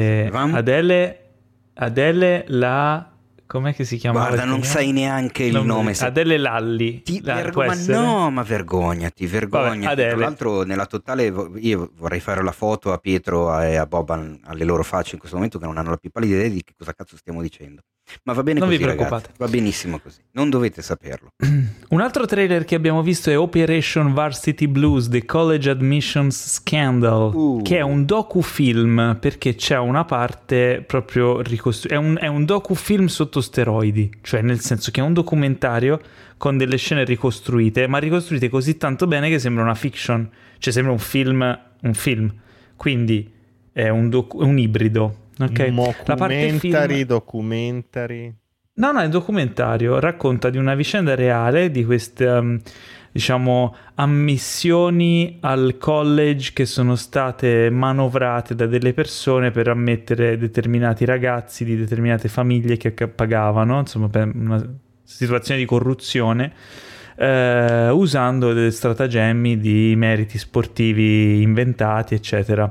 Speaker 1: Adele la... Com'è che si chiama?
Speaker 2: Guarda, non sai neanche il nome.
Speaker 1: Adele Lalli.
Speaker 2: Ma vergognati.
Speaker 1: Vabbè,
Speaker 2: Tra l'altro, nella totale, io vorrei fare la foto a Pietro e a Boban alle loro facce in questo momento, che non hanno la più pallida idea di che cosa cazzo stiamo dicendo. Ma va bene
Speaker 1: non
Speaker 2: così,
Speaker 1: vi preoccupate.
Speaker 2: Ragazzi, va benissimo così. Non dovete saperlo.
Speaker 1: Un altro trailer che abbiamo visto è Operation Varsity Blues, The College Admissions Scandal, che è un docufilm, perché c'è una parte proprio ricostruita. È un docufilm sotto steroidi, cioè nel senso che è un documentario con delle scene ricostruite, ma ricostruite così tanto bene che sembra una fiction, cioè sembra un film. Quindi è un ibrido. Okay. La parte film...
Speaker 11: documentary.
Speaker 1: No, è documentario, racconta di una vicenda reale di queste, diciamo, ammissioni al college che sono state manovrate da delle persone per ammettere determinati ragazzi di determinate famiglie che pagavano, insomma, per una situazione di corruzione, usando dei stratagemmi di meriti sportivi inventati, eccetera.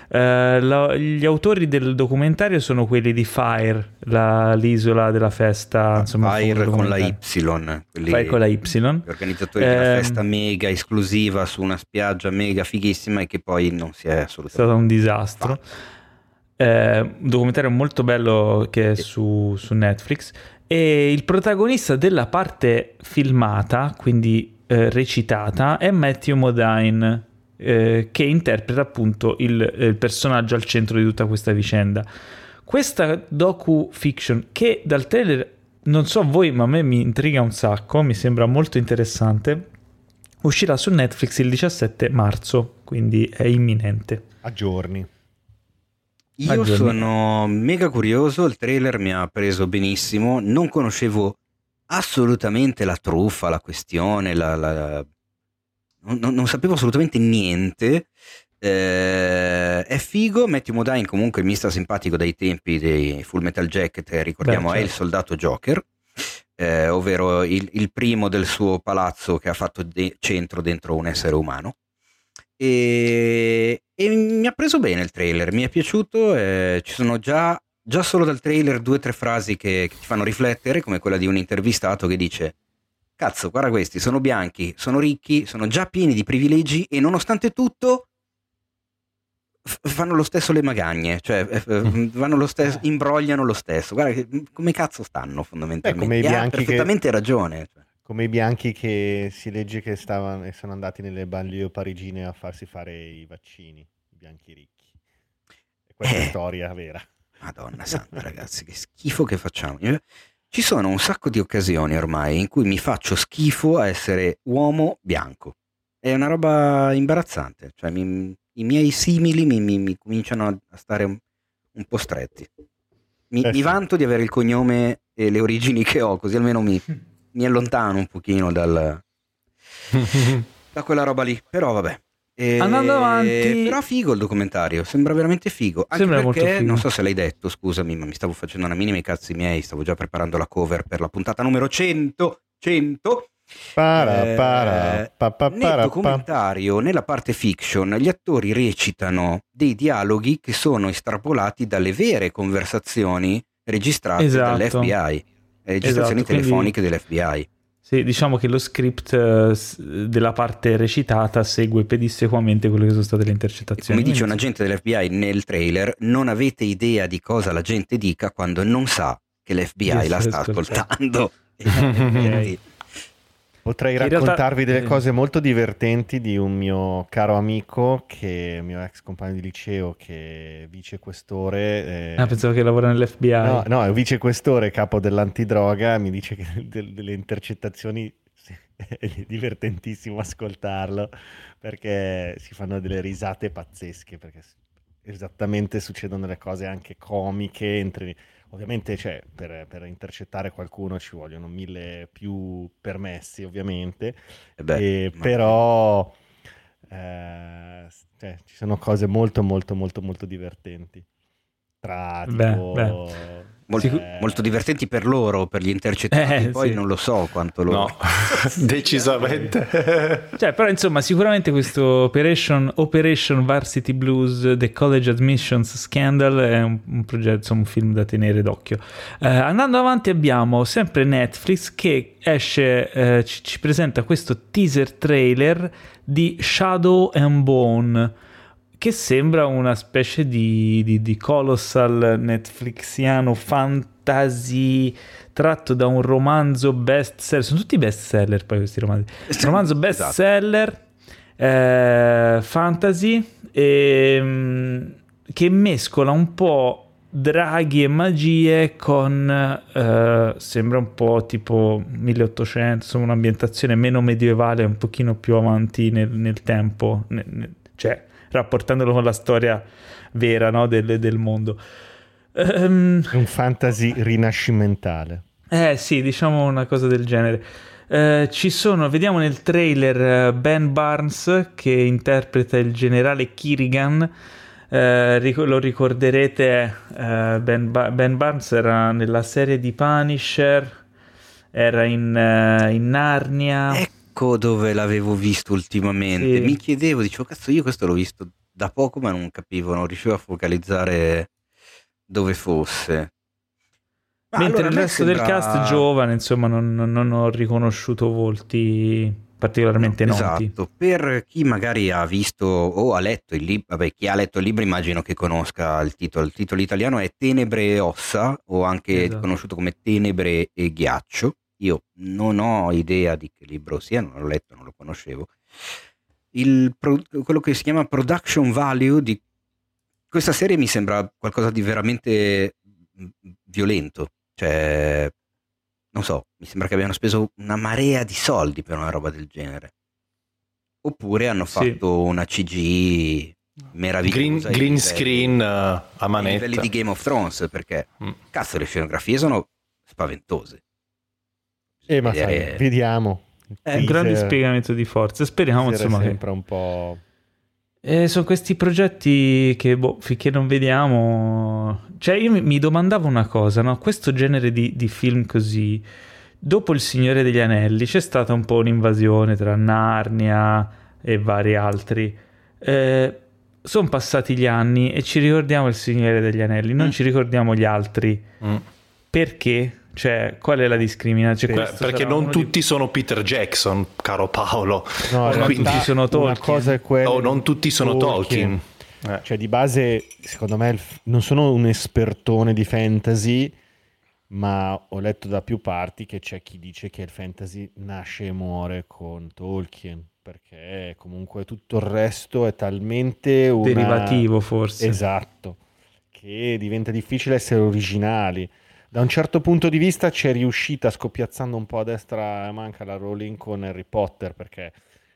Speaker 1: Gli autori del documentario sono quelli di Fire, l'isola della festa, insomma,
Speaker 2: Fire con la Y,
Speaker 1: Fire con la Y,
Speaker 2: gli organizzatori della festa mega esclusiva su una spiaggia mega fighissima e che poi non si è assolutamente...
Speaker 1: È stato un disastro. Un documentario molto bello che è su Netflix, e il protagonista della parte filmata, quindi recitata, è Matthew Modine, che interpreta appunto il personaggio al centro di tutta questa vicenda. Questa docu-fiction, che dal trailer, non so voi, ma a me mi intriga un sacco, mi sembra molto interessante, uscirà su Netflix il 17 marzo, quindi è imminente.
Speaker 11: A giorni.
Speaker 2: Io sono mega curioso, il trailer mi ha preso benissimo, non conoscevo assolutamente la truffa, la questione, non sapevo assolutamente niente. È figo. Matthew Modine comunque mi sta simpatico dai tempi dei Full Metal Jacket, ricordiamo. Beh, certo. È il soldato Joker, ovvero il primo del suo palazzo che ha fatto centro dentro un essere umano. E mi ha preso bene il trailer, mi è piaciuto. Ci sono già solo dal trailer 2 o 3 frasi che ti fanno riflettere, come quella di un intervistato che dice: cazzo, guarda, questi sono bianchi, sono ricchi, sono già pieni di privilegi e nonostante tutto fanno lo stesso le magagne, cioè vanno lo stesso, imbrogliano lo stesso. Guarda come cazzo stanno fondamentalmente.
Speaker 11: Come i bianchi,
Speaker 2: ha perfettamente ragione.
Speaker 11: Come i bianchi che si legge che sono andati nelle banlieue parigine a farsi fare i vaccini, i bianchi ricchi. E questa è storia vera.
Speaker 2: Madonna santa, ragazzi, che schifo che facciamo. Ci sono un sacco di occasioni ormai in cui mi faccio schifo a essere uomo bianco. È una roba imbarazzante. Cioè, i miei simili mi cominciano a stare un po' stretti. Mi vanto di avere il cognome e le origini che ho, così almeno mi allontano un pochino da quella roba lì. Però vabbè.
Speaker 1: Andando avanti,
Speaker 2: però figo il documentario, sembra veramente figo. Anche sembra perché, molto figo. Non so se l'hai detto, scusami, ma mi stavo facendo una minima, i cazzi miei, stavo già preparando la cover per la puntata numero 100. Nel documentario, nella parte fiction, gli attori recitano dei dialoghi che sono estrapolati dalle vere conversazioni registrate dall'FBI, registrazioni telefoniche dell'FBI.
Speaker 1: Sì, diciamo che lo script della parte recitata segue pedissequamente quelle che sono state le intercettazioni.
Speaker 2: Come dice un agente dell'FBI nel trailer, non avete idea di cosa la gente dica quando non sa che l'FBI la sta ascoltando.
Speaker 11: Potrei raccontarvi delle cose molto divertenti di un mio caro amico, che è mio ex compagno di liceo, che è vicequestore.
Speaker 1: Pensavo che lavora nell'FBI.
Speaker 11: No, è un vicequestore, capo dell'antidroga. Mi dice che delle intercettazioni è divertentissimo ascoltarlo, perché si fanno delle risate pazzesche, perché esattamente succedono delle cose anche comiche. Ovviamente, cioè, per intercettare qualcuno ci vogliono 1000 più permessi, ovviamente. Però ci sono cose molto molto molto molto divertenti. Tra tipo...
Speaker 2: Molto divertenti per loro, per gli intercettati, poi sì. Non lo so quanto loro.
Speaker 12: No, decisamente.
Speaker 1: Però insomma sicuramente questo Operation Varsity Blues, The College Admissions Scandal è un progetto, insomma, un film da tenere d'occhio. Andando avanti abbiamo sempre Netflix che esce, ci presenta questo teaser trailer di Shadow and Bone, che sembra una specie di colossal netflixiano fantasy tratto da un romanzo bestseller. Sono tutti bestseller poi questi romanzi. Romanzo bestseller, fantasy, che mescola un po' draghi e magie con sembra un po' tipo 1800, insomma un'ambientazione meno medievale, un pochino più avanti nel tempo, cioè rapportandolo con la storia vera, no, del mondo.
Speaker 11: Un fantasy rinascimentale.
Speaker 1: Sì, diciamo una cosa del genere. Vediamo nel trailer Ben Barnes che interpreta il generale Kirigan. Lo ricorderete, Ben Barnes era nella serie di Punisher, era in Narnia.
Speaker 2: Ecco dove l'avevo visto ultimamente. Sì. Mi chiedevo, dicevo, cazzo, io questo l'ho visto da poco ma non capivo, non riuscivo a focalizzare dove fosse.
Speaker 1: Mentre allora, il resto del cast giovane, insomma, non ho riconosciuto volti particolarmente noti.
Speaker 2: Esatto, per chi magari ha visto o ha letto il libro, chi ha letto il libro immagino che conosca il titolo. Il titolo italiano è Tenebre e ossa, o anche conosciuto come Tenebre e ghiaccio. Io non ho idea di che libro sia, non l'ho letto, non lo conoscevo. Quello che si chiama production value di questa serie mi sembra qualcosa di veramente violento. Cioè, non so, mi sembra che abbiano speso una marea di soldi per una roba del genere. Oppure hanno fatto una CG meravigliosa.
Speaker 12: Green screen a manetta.
Speaker 2: I livelli di Game of Thrones, perché cazzo, le scenografie sono spaventose.
Speaker 11: Ma vediamo.
Speaker 1: È un grande spiegamento di forze. Speriamo, insomma,
Speaker 11: sempre un po'.
Speaker 1: Sono questi progetti che finché non vediamo. Cioè, io mi domandavo una cosa, no? Questo genere di film così, dopo Il Signore degli Anelli c'è stata un po' un'invasione tra Narnia e vari altri. Sono passati gli anni e ci ricordiamo Il Signore degli Anelli, non ci ricordiamo gli altri. Perché? Cioè, qual è la discriminazione?
Speaker 12: Perché non tutti sono Peter Jackson, caro Paolo.
Speaker 11: No,
Speaker 12: quindi
Speaker 11: sono Tolkien. Una cosa è quella
Speaker 12: non tutti sono Tolkien.
Speaker 11: Cioè, di base, secondo me, non sono un espertone di fantasy, ma ho letto da più parti che c'è chi dice che il fantasy nasce e muore con Tolkien, perché comunque tutto il resto è talmente
Speaker 1: derivativo, forse.
Speaker 11: Esatto, che diventa difficile essere originali. Da un certo punto di vista c'è riuscita, scoppiazzando un po' a destra e manca, la Rowling con Harry Potter, perché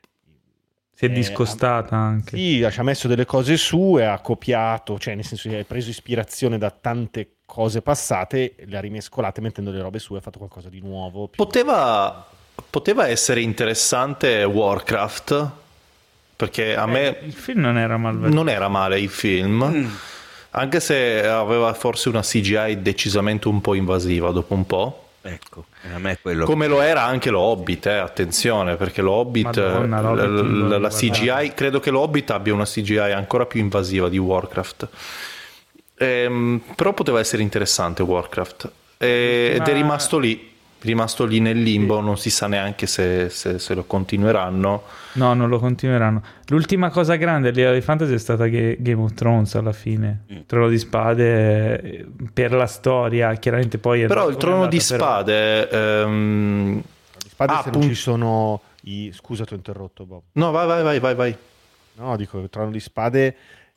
Speaker 1: si è discostata anche.
Speaker 11: Sì, ci ha messo delle cose sue, ha copiato, cioè nel senso che ha preso ispirazione da tante cose passate, le ha rimescolate mettendo le robe sue, ha fatto qualcosa di nuovo.
Speaker 12: Poteva essere interessante Warcraft, perché a me
Speaker 1: il film non era malvagio.
Speaker 12: Non era male il film. Anche se aveva forse una CGI decisamente un po' invasiva dopo un po'.
Speaker 2: Ecco, a me quello.
Speaker 12: Come lo era anche lo Hobbit, attenzione, perché lo Hobbit, la CGI, credo che lo Hobbit abbia una CGI ancora più invasiva di Warcraft. Però poteva essere interessante Warcraft. Ed è rimasto lì nel limbo, non si sa neanche se lo continueranno.
Speaker 1: No, non lo continueranno. L'ultima cosa grande a livello di fantasy è stata Game of Thrones alla fine. Trono di Spade per la storia, chiaramente poi
Speaker 12: però il Trono di Spade
Speaker 11: non ci sono scusa, ti ho interrotto, Bob.
Speaker 12: No, vai.
Speaker 11: No, dico, il Trono di Spade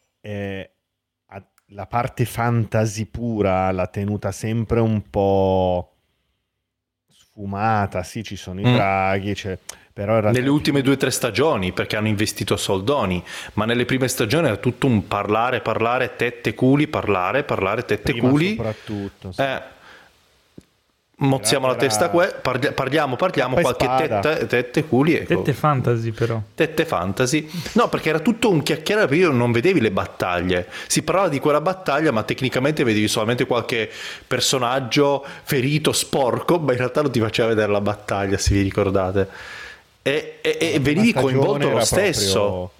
Speaker 11: la parte fantasy pura l'ha tenuta sempre un po' sfumata, sì, ci sono i draghi, però in realtà
Speaker 12: nelle ultime 2 o 3 stagioni, perché hanno investito soldoni, ma nelle prime stagioni era tutto un parlare, tette culi, parlare, tette
Speaker 11: prima
Speaker 12: culi
Speaker 11: soprattutto, sì.
Speaker 12: mozziamo la testa parliamo qualche tette culi, ecco.
Speaker 1: Tette fantasy, però
Speaker 12: tette fantasy, no, perché era tutto un chiacchierare, perché io non vedevi le battaglie, si parlava di quella battaglia ma tecnicamente vedevi solamente qualche personaggio ferito, sporco, ma in realtà non ti faceva vedere la battaglia, se vi ricordate, e venivi coinvolto lo stesso,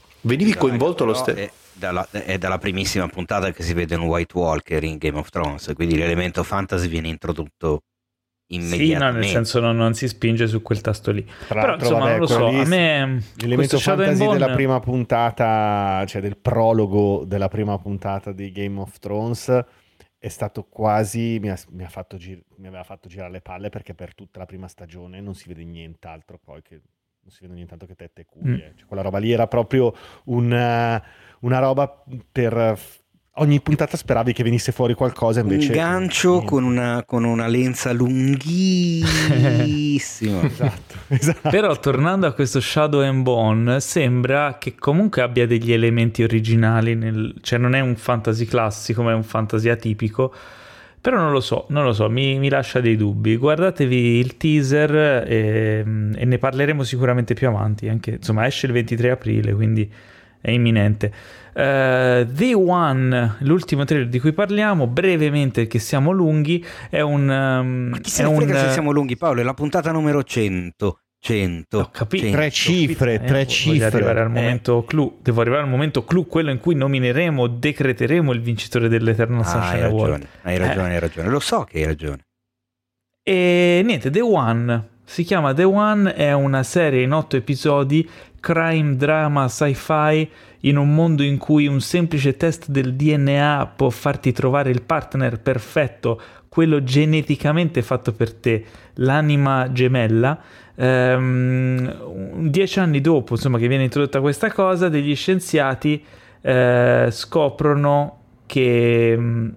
Speaker 2: È dalla primissima puntata che si vede un White Walker in Game of Thrones, quindi l'elemento fantasy viene introdotto immediatamente.
Speaker 1: Sì, no, nel senso non si spinge su quel tasto lì. Però insomma, non lo so, a me
Speaker 11: l'elemento fantasy della prima puntata, cioè del prologo della prima puntata di Game of Thrones, è stato quasi, mi aveva fatto girare le palle, perché per tutta la prima stagione non si vede nient'altro poi che non si vede nient'altro che tette e culi. Cioè, quella roba lì era proprio una roba per ogni puntata speravi che venisse fuori qualcosa, invece
Speaker 2: un gancio con una lenza lunghissima.
Speaker 11: esatto.
Speaker 1: Però tornando a questo Shadow and Bone, sembra che comunque abbia degli elementi originali cioè non è un fantasy classico, ma è un fantasy atipico. Però non lo so, mi lascia dei dubbi. Guardatevi il teaser e ne parleremo sicuramente più avanti. Anche, insomma, esce il 23 aprile, quindi è imminente. The One, l'ultimo trailer di cui parliamo brevemente, che siamo lunghi, è un...
Speaker 2: Ma chi se ne frega se siamo lunghi, Paolo? È la puntata numero 100.
Speaker 1: Ho capito.
Speaker 11: 3 cifre.
Speaker 1: Devo arrivare al momento clou. Devo arrivare al momento clou, quello in cui decreteremo il vincitore dell'Eternal Sunshine Award.
Speaker 2: Hai ragione. Lo so che hai ragione.
Speaker 1: E niente, The One si chiama The One, è una serie in 8 episodi, crime, drama, sci-fi, in un mondo in cui un semplice test del DNA può farti trovare il partner perfetto, quello geneticamente fatto per te, l'anima gemella. 10 anni dopo, insomma, che viene introdotta questa cosa, degli scienziati scoprono che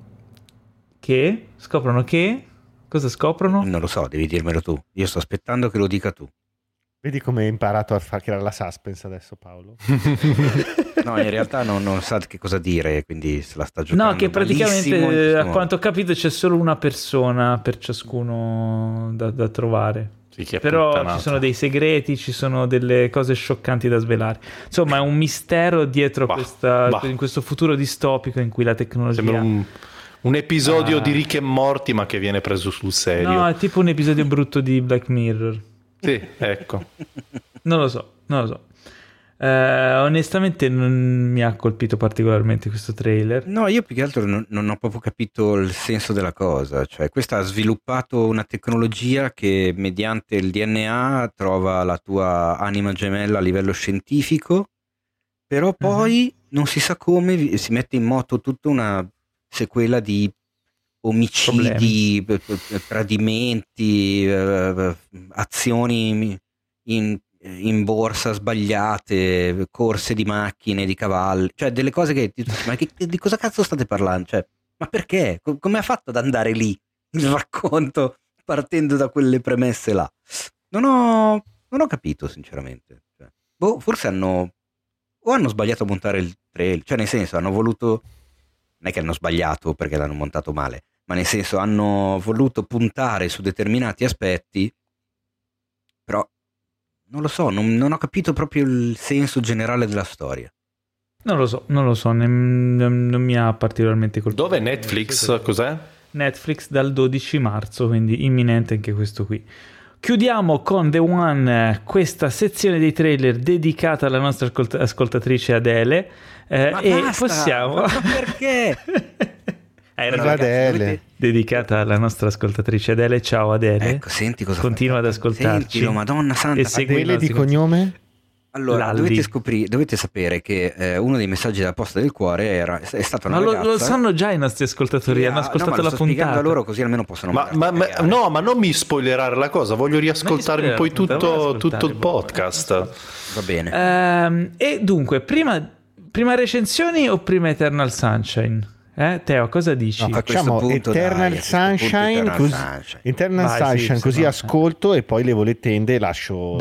Speaker 1: cosa scoprono?
Speaker 2: Non lo so, devi dirmelo tu. Io sto aspettando che lo dica tu.
Speaker 11: Vedi come hai imparato a far creare la suspense adesso, Paolo?
Speaker 2: No, in realtà non sa che cosa dire, quindi se la sta giocando.
Speaker 1: No, che praticamente, a quanto ho capito, c'è solo una persona per ciascuno da trovare.
Speaker 12: Sì,
Speaker 1: però
Speaker 12: puttanata.
Speaker 1: Ci sono dei segreti, ci sono delle cose scioccanti da svelare. Insomma, è un mistero dietro in questo futuro distopico in cui la tecnologia...
Speaker 12: Sembra un episodio di Rick e Morty, ma che viene preso sul serio.
Speaker 1: No, è tipo un episodio brutto di Black Mirror.
Speaker 12: Sì, ecco.
Speaker 1: Non lo so. Onestamente non mi ha colpito particolarmente questo trailer.
Speaker 2: No, io più che altro non ho proprio capito il senso della cosa. Cioè, questa ha sviluppato una tecnologia che mediante il DNA trova la tua anima gemella a livello scientifico, però poi non si sa come si mette in moto tutta una sequela di omicidi, tradimenti, azioni in borsa sbagliate, corse di macchine, di cavalli, cioè delle cose che ma di cosa cazzo state parlando? Cioè, ma perché? Come ha fatto ad andare lì il racconto partendo da quelle premesse là? Non ho capito sinceramente. Cioè, forse hanno sbagliato a montare il trailer, cioè nel senso hanno voluto, non è che hanno sbagliato perché l'hanno montato male, ma nel senso hanno voluto puntare su determinati aspetti, però non lo so, non ho capito proprio il senso generale della storia.
Speaker 1: Non lo so, non mi ha particolarmente colpito.
Speaker 12: Dov'è Netflix? Cos'è?
Speaker 1: Netflix dal 12 marzo, quindi imminente anche questo qui. Chiudiamo con The One questa sezione dei trailer dedicata alla nostra ascoltatrice Adele. E
Speaker 2: basta,
Speaker 1: possiamo...
Speaker 2: ma perché?
Speaker 11: Adele.
Speaker 1: Dedicata alla nostra ascoltatrice Adele. Ciao Adele.
Speaker 2: Ecco, senti cosa
Speaker 1: continua ad ascoltarci.
Speaker 2: Sentilo, Madonna Santa.
Speaker 1: E
Speaker 11: Adele di cognome?
Speaker 2: Allora, dovete sapere che uno dei messaggi della posta del cuore è stata una ragazza...
Speaker 1: lo sanno già i nostri ascoltatori, hanno ascoltato la puntata.
Speaker 2: A loro così almeno possono...
Speaker 12: ma non mi spoilerare la cosa, voglio riascoltarmi poi tutto il podcast.
Speaker 2: Va bene.
Speaker 1: E dunque, prima recensioni o prima Eternal Sunshine? Teo, cosa dici?
Speaker 11: No, facciamo Eternal Sunshine, così ascolto e poi levo le tende e lascio...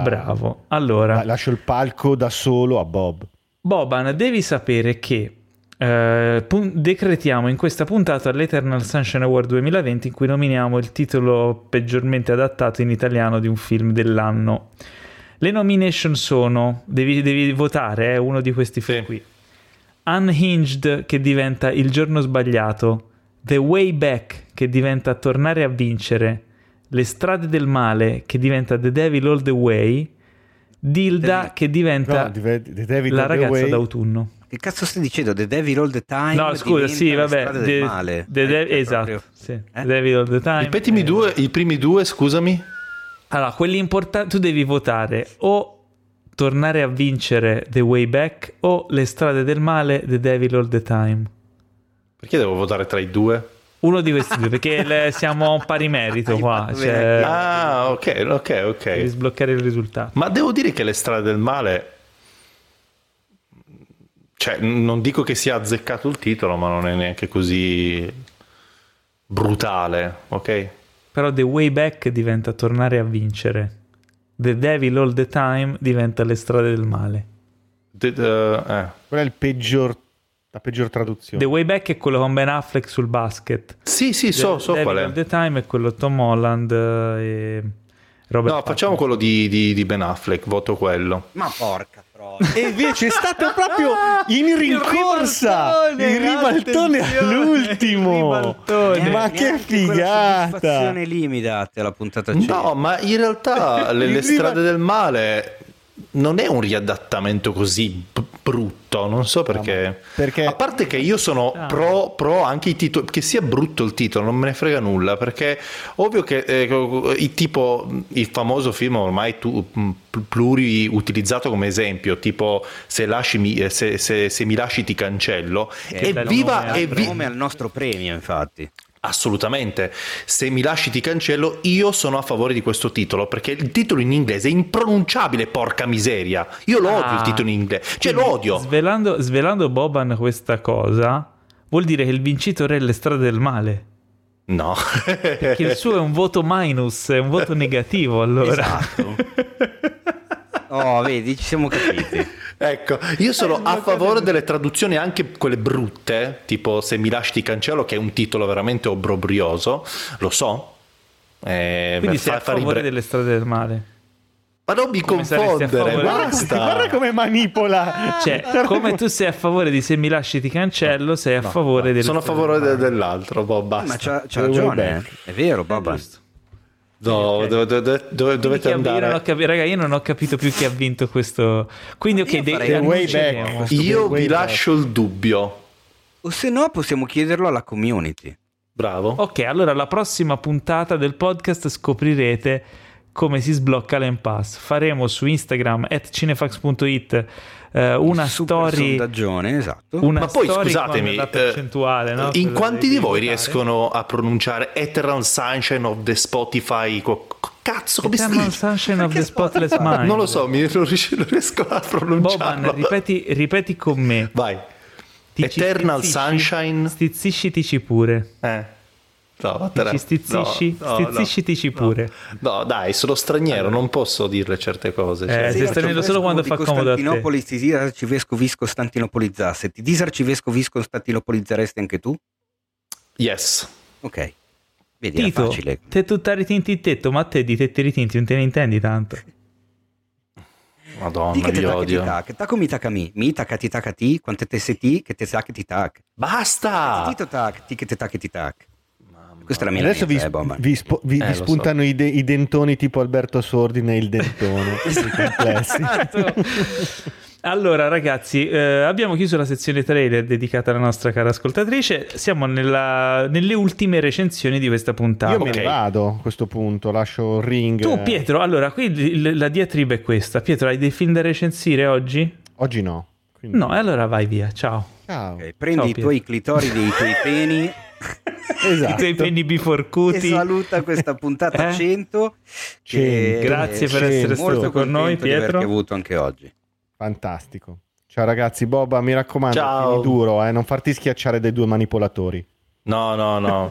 Speaker 1: Bravo. Allora...
Speaker 11: Lascio il palco da solo a Bob.
Speaker 1: Boban, devi sapere che decretiamo in questa puntata l'Eternal Sunshine Award 2020, in cui nominiamo il titolo peggiormente adattato in italiano di un film dell'anno. Le nomination sono, devi votare uno di questi film qui: Unhinged, che diventa Il giorno sbagliato; The Way Back, che diventa Tornare a vincere; Le strade del male, che diventa The Devil All the Way; Dilda, che diventa La ragazza d'autunno.
Speaker 2: Che cazzo stai dicendo? The Devil All the Time?
Speaker 1: No, scusa, sì, vabbè.
Speaker 2: Del male.
Speaker 1: Esatto, sì. The Devil All the Time.
Speaker 12: Ripetimi i primi due, scusami.
Speaker 1: Allora, quelli importanti, tu devi votare o Tornare a vincere, The Way Back, o Le strade del male, The Devil All the Time.
Speaker 12: Perché devo votare tra i due?
Speaker 1: Uno di questi due, perché siamo pari merito qua. Cioè,
Speaker 12: ok.
Speaker 1: Devi sbloccare il risultato.
Speaker 12: Ma devo dire che Le strade del male, cioè, non dico che sia azzeccato il titolo, ma non è neanche così brutale, ok?
Speaker 1: Però The Way Back diventa Tornare a vincere. The Devil All the Time diventa Le strade del male.
Speaker 11: Qual è la peggior traduzione?
Speaker 1: The Way Back è quello con Ben Affleck sul basket.
Speaker 12: Sì, so
Speaker 1: Devil
Speaker 12: qual è.
Speaker 1: All the Time è quello Tom Holland e Robert
Speaker 12: No, facciamo quello di Ben Affleck, voto quello.
Speaker 2: Ma porca.
Speaker 11: E invece è stato proprio in rincorsa, il ribaltone all'ultimo. Ma che figata!
Speaker 2: Soddisfazione lì mi date la puntata 100.
Speaker 12: No, ma in realtà le strade del male non è un riadattamento così brutto, non so perché. A parte che io sono pro anche i titoli, che sia brutto il titolo non me ne frega nulla, perché ovvio che il famoso film ormai pluriutilizzato come esempio, tipo se mi lasci ti cancello,
Speaker 2: evviva nome al nostro premio, infatti.
Speaker 12: Assolutamente, se mi lasci ti cancello, io sono a favore di questo titolo, perché il titolo in inglese è impronunciabile, porca miseria. Io lo odio il titolo in inglese, cioè lo odio.
Speaker 1: Svelando Boban questa cosa, vuol dire che il vincitore è Le strade del male.
Speaker 12: No.
Speaker 1: Perché il suo è un voto minus, è un voto negativo, allora.
Speaker 2: Esatto. Oh, vedi, ci siamo capiti.
Speaker 12: Ecco, io sono a favore delle traduzioni, anche quelle brutte, tipo Se mi lasci ti cancello, che è un titolo veramente obbrobrioso, lo so.
Speaker 1: Quindi sei a favore delle strade del male.
Speaker 12: Ma non mi confondere, basta.
Speaker 11: Guarda come manipola.
Speaker 1: Cioè, come tu sei a favore di Se mi lasci ti cancello, sei a favore delle
Speaker 12: sono a favore dell'altro, Bob, basta.
Speaker 2: Ma c'ha ragione, è vero, Bob.
Speaker 12: No, dovete andare.
Speaker 1: Raga, io non ho capito più chi ha vinto questo. Quindi, ok,
Speaker 12: io vi lascio il dubbio.
Speaker 2: O se no, possiamo chiederlo alla community.
Speaker 12: Bravo.
Speaker 1: Ok, allora la prossima puntata del podcast scoprirete come si sblocca l'Empass. Faremo su Instagram @cinefax.it una story,
Speaker 2: sondaggione, esatto.
Speaker 12: Ma poi scusatemi,
Speaker 1: la percentuale, no?
Speaker 12: In quanti di voi riescono a pronunciare Eternal Sunshine of the Spotify? Cazzo, come
Speaker 1: Eternal Sunshine of the Spotless Mind?
Speaker 12: Non lo so, non riesco a pronunciarlo.
Speaker 1: Boban, ripeti con me.
Speaker 12: Vai. Eternal Sunshine.
Speaker 1: Stizziscitici pure.
Speaker 12: No,
Speaker 1: stizziscitici pure.
Speaker 12: No, dai, sono straniero, non posso dirle certe cose.
Speaker 1: Sei straniero solo quando fa comodo a te.
Speaker 2: Ti disarcivescovisco Costantinopolizzasse. Ti disarcivescovisco Costantinopolizzeresti anche tu?
Speaker 12: Yes.
Speaker 2: Ok. Vedi,
Speaker 1: Tito,
Speaker 2: era facile.
Speaker 1: te tutta ritinti il tetto, ma a te di tetti ritinti non te ne intendi tanto.
Speaker 12: Madonna, vi odio.
Speaker 2: Taco mi tacami, mi tacati tacati, quante te seti, che te tac ti tac.
Speaker 12: Basta!
Speaker 2: Tito tac, ti che te tac ti tac. Questa è la mia
Speaker 11: adesso vi spuntano
Speaker 12: so.
Speaker 11: i dentoni tipo Alberto Sordi nel dentone.
Speaker 1: Esatto. Allora ragazzi, abbiamo chiuso la sezione trailer dedicata alla nostra cara ascoltatrice. Siamo nelle ultime recensioni di questa puntata.
Speaker 11: Io me ne vado a questo punto, lascio il ring.
Speaker 1: Tu Pietro, allora qui la diatriba è questa. Pietro, hai dei film da recensire oggi?
Speaker 11: Oggi no.
Speaker 1: Quindi... No, e allora vai via, ciao.
Speaker 2: Okay, prendi i tuoi clitoridi e i tuoi peni.
Speaker 11: Esatto.
Speaker 1: I tuoi penny biforcuti.
Speaker 2: E saluta questa puntata 100.
Speaker 1: Grazie per essere stato con noi, Pietro.
Speaker 2: Di averti avuto anche oggi.
Speaker 11: Fantastico. Ciao ragazzi, Boba, mi raccomando, tieni duro, non farti schiacciare dai due manipolatori.
Speaker 12: No.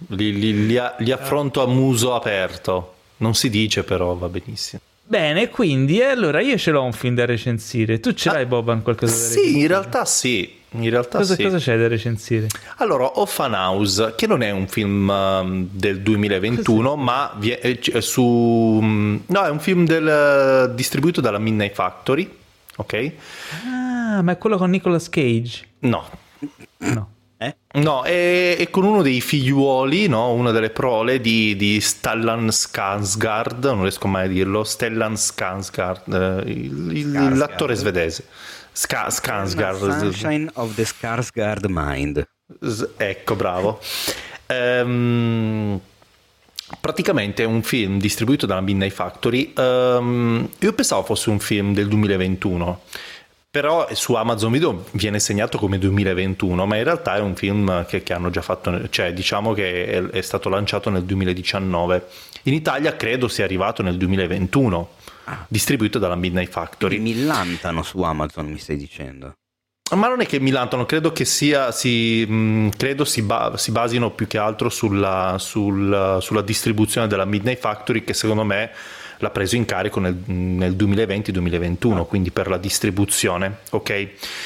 Speaker 12: li affronto a muso aperto. Non si dice, però va benissimo.
Speaker 1: Bene, quindi allora io ce l'ho un film da recensire. Tu ce l'hai, Boban, qualcosa da recensire?
Speaker 12: Sì, in realtà sì. In realtà
Speaker 1: cosa c'è da recensire?
Speaker 12: Allora, Orphan House, che non è un film del 2021, ma è un film distribuito dalla Midnight Factory, ok?
Speaker 1: Ah, ma è quello con Nicolas Cage?
Speaker 12: No. No, è con uno dei figliuoli, no? Una delle prole di Stellan Skarsgård, non riesco mai a dirlo, Stellan Skarsgård, l'attore svedese. Skarsgård.
Speaker 2: Sunshine of the Skarsgård Mind.
Speaker 12: Ecco, bravo. Praticamente è un film distribuito dalla Midnight Factory. Io pensavo fosse un film del 2021, però su Amazon Video viene segnato come 2021, ma in realtà è un film che hanno già fatto, cioè diciamo che è stato lanciato nel 2019. In Italia credo sia arrivato nel 2021, distribuito dalla Midnight Factory.
Speaker 2: Millantano su Amazon, mi stai dicendo?
Speaker 12: Ma non è che millantano, credo che si basino più che altro sulla distribuzione della Midnight Factory, che secondo me l'ha preso in carico nel 2020-2021, quindi per la distribuzione, ok?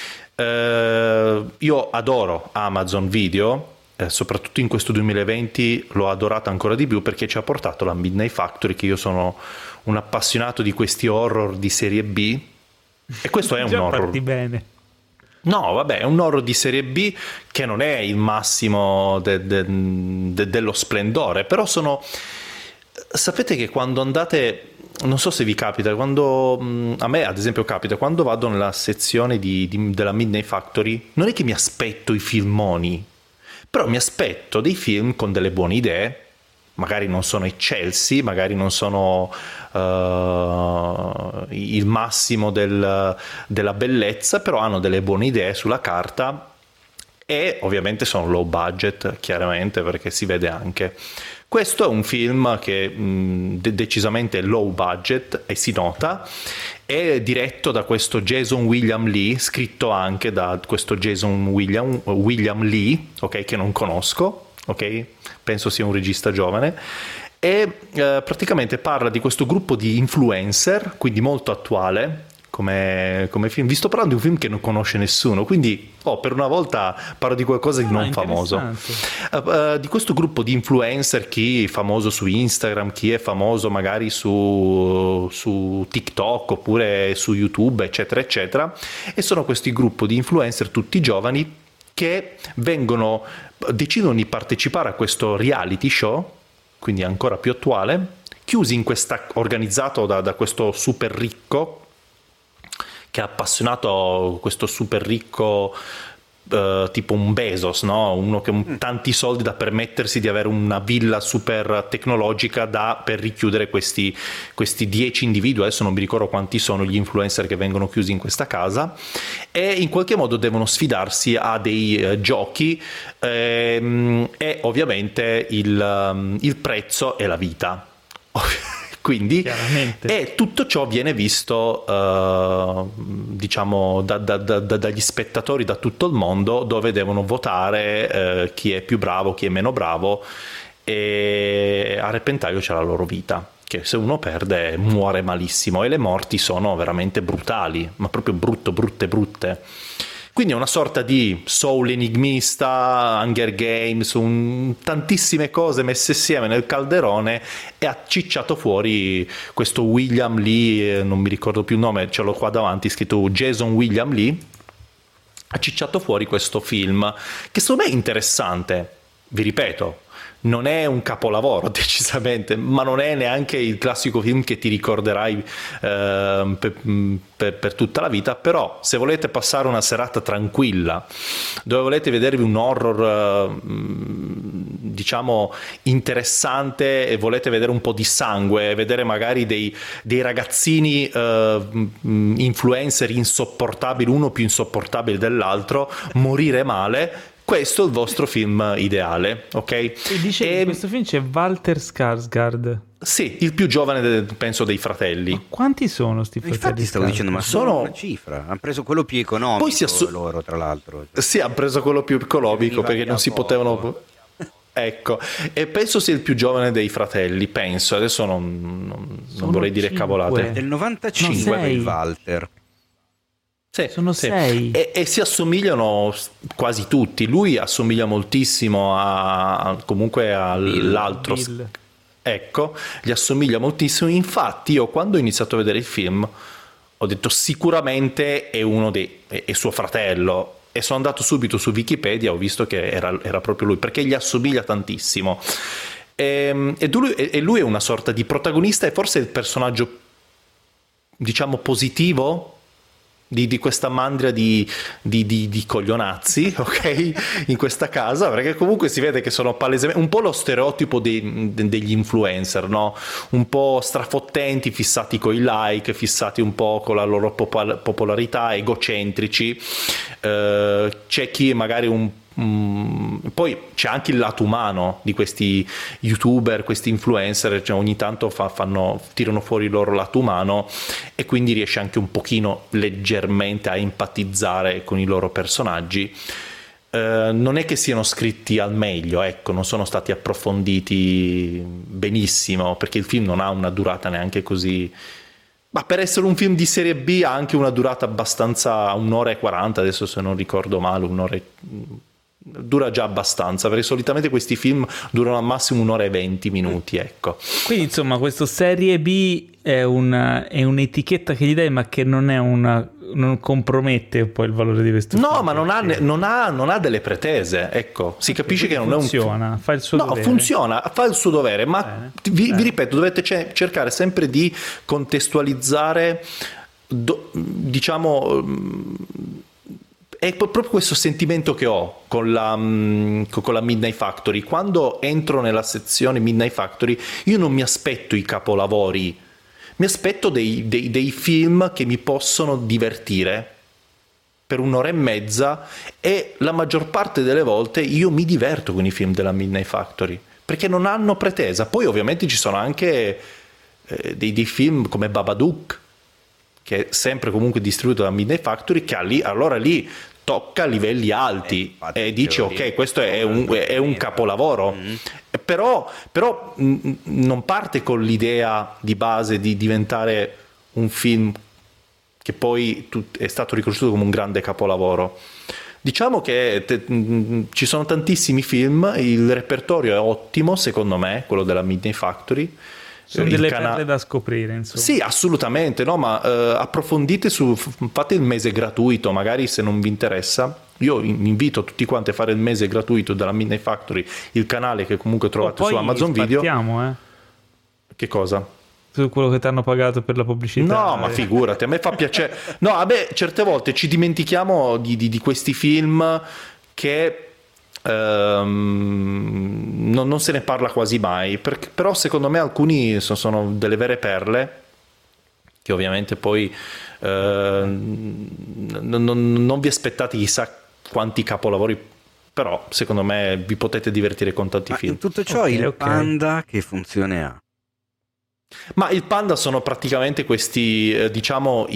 Speaker 12: Io adoro Amazon Video, soprattutto in questo 2020 l'ho adorata ancora di più perché ci ha portato la Midnight Factory, che io sono un appassionato di questi horror di serie B, e questo è un horror.
Speaker 1: Parti bene.
Speaker 12: No, vabbè, è un horror di serie B che non è il massimo dello splendore, però sapete che quando andate, non so se vi capita, quando a me ad esempio capita, quando vado nella sezione della Midnight Factory, non è che mi aspetto i filmoni, però mi aspetto dei film con delle buone idee, magari non sono eccelsi, magari non sono il massimo della bellezza, però hanno delle buone idee sulla carta e ovviamente sono low budget, chiaramente, perché si vede anche. Questo è un film che decisamente low budget e si nota, è diretto da questo Jason William Lee, scritto anche da questo Jason William Lee, ok, che non conosco, ok, penso sia un regista giovane, e praticamente parla di questo gruppo di influencer, quindi molto attuale come film. Vi sto parlando di un film che non conosce nessuno, quindi per una volta parlo di qualcosa di non famoso. Di questo gruppo di influencer, chi è famoso su Instagram, chi è famoso magari su TikTok oppure su YouTube, eccetera eccetera, e sono questi gruppo di influencer tutti giovani che decidono di partecipare a questo reality show, quindi ancora più attuale, chiusi in organizzato da questo super ricco, che ha appassionato questo super ricco tipo un Bezos, no? Uno che ha tanti soldi da permettersi di avere una villa super tecnologica per richiudere questi 10 individui. Adesso non mi ricordo quanti sono gli influencer che vengono chiusi in questa casa, e in qualche modo devono sfidarsi a dei giochi, e ovviamente il prezzo è la vita. Quindi, e tutto ciò viene visto diciamo dagli spettatori da tutto il mondo, dove devono votare chi è più bravo, chi è meno bravo, e a repentaglio c'è la loro vita, che se uno perde muore malissimo, e le morti sono veramente brutali, ma proprio brutte. Quindi è una sorta di Soul enigmista, Hunger Games, tantissime cose messe insieme nel calderone, e ha cicciato fuori questo William Lee, non mi ricordo più il nome, ce l'ho qua davanti, scritto Jason William Lee, ha cicciato fuori questo film, che secondo me è interessante, vi ripeto. Non è un capolavoro decisamente, ma non è neanche il classico film che ti ricorderai per tutta la vita. Però se volete passare una serata tranquilla, dove volete vedervi un horror diciamo interessante, e volete vedere un po' di sangue, vedere magari dei ragazzini influencer insopportabili, uno più insopportabile dell'altro, morire male, questo è il vostro film ideale, ok?
Speaker 1: E dice che in questo film c'è Walter Skarsgård.
Speaker 12: Sì, il più giovane penso dei fratelli.
Speaker 1: Ma quanti sono sti fratelli?
Speaker 2: Infatti stavo dicendo, ma sono una cifra. Hanno preso quello più economico. Poi loro, tra l'altro.
Speaker 12: Sì, hanno preso quello più economico perché non si potevano. Ecco, e penso sia il più giovane dei fratelli, penso. Adesso non vorrei dire cavolate.
Speaker 2: Del 95 per il Walter.
Speaker 12: Sì,
Speaker 1: sono 6
Speaker 12: e si assomigliano quasi tutti. Lui assomiglia moltissimo comunque all'altro.
Speaker 1: Bill.
Speaker 12: Ecco, gli assomiglia moltissimo. Infatti io quando ho iniziato a vedere il film ho detto sicuramente è è suo fratello, e sono andato subito su Wikipedia, ho visto che era proprio lui, perché gli assomiglia tantissimo. E lui è una sorta di protagonista, e forse il personaggio, diciamo, positivo di questa mandria di coglionazzi, ok, in questa casa, perché comunque si vede che sono palesemente un po' lo stereotipo degli influencer, no? Un po' strafottenti, fissati con i like, fissati un po' con la loro popolarità, egocentrici. C'è chi magari poi c'è anche il lato umano di questi youtuber, questi influencer, cioè ogni tanto tirano fuori il loro lato umano, e quindi riesce anche un pochino leggermente a empatizzare con i loro personaggi. Non è che siano scritti al meglio, ecco, non sono stati approfonditi benissimo, perché il film non ha una durata neanche così. Ma per essere un film di serie B ha anche una durata abbastanza, 1:40, adesso se non ricordo male, dura già abbastanza, perché solitamente questi film durano al massimo 1:20, ecco.
Speaker 1: Quindi insomma questo serie B è un'etichetta che gli dai, ma che non compromette un po' il valore di questo film.
Speaker 12: No, ma non ha delle pretese, ecco. Si capisce che non
Speaker 1: funziona, fa il suo dovere.
Speaker 12: No, funziona, fa il suo dovere, ma vi ripeto, dovete cercare sempre di contestualizzare, diciamo. È proprio questo sentimento che ho con la Midnight Factory. Quando entro nella sezione Midnight Factory, io non mi aspetto i capolavori, mi aspetto dei film che mi possono divertire per 1:30, e la maggior parte delle volte io mi diverto con i film della Midnight Factory, perché non hanno pretesa. Poi ovviamente ci sono anche dei film come Babadook, che è sempre comunque distribuito da Midnight Factory, che allora lì tocca livelli alti, e dici ok, questo è un capolavoro. Però non parte con l'idea di base di diventare un film che poi è stato riconosciuto come un grande capolavoro. Diciamo che ci sono tantissimi film, il repertorio è ottimo secondo me, quello della Midnight Factory.
Speaker 1: Sono delle perle da scoprire, insomma.
Speaker 12: Sì, assolutamente, no, ma approfondite fate il mese gratuito, magari se non vi interessa. Io invito tutti quanti a fare il mese gratuito della Midnight Factory, il canale che comunque trovate su Amazon Video. Che cosa?
Speaker 1: Su quello che ti hanno pagato per la pubblicità.
Speaker 12: No, ma figurati, a me fa piacere. No, vabbè, certe volte ci dimentichiamo di questi film che non se ne parla quasi mai, però secondo me alcuni sono delle vere perle, che ovviamente poi non vi aspettate chissà quanti capolavori, però secondo me vi potete divertire con tanti film.
Speaker 2: In tutto ciò Panda che funzione ha?
Speaker 12: Ma il Panda sono praticamente questi, diciamo,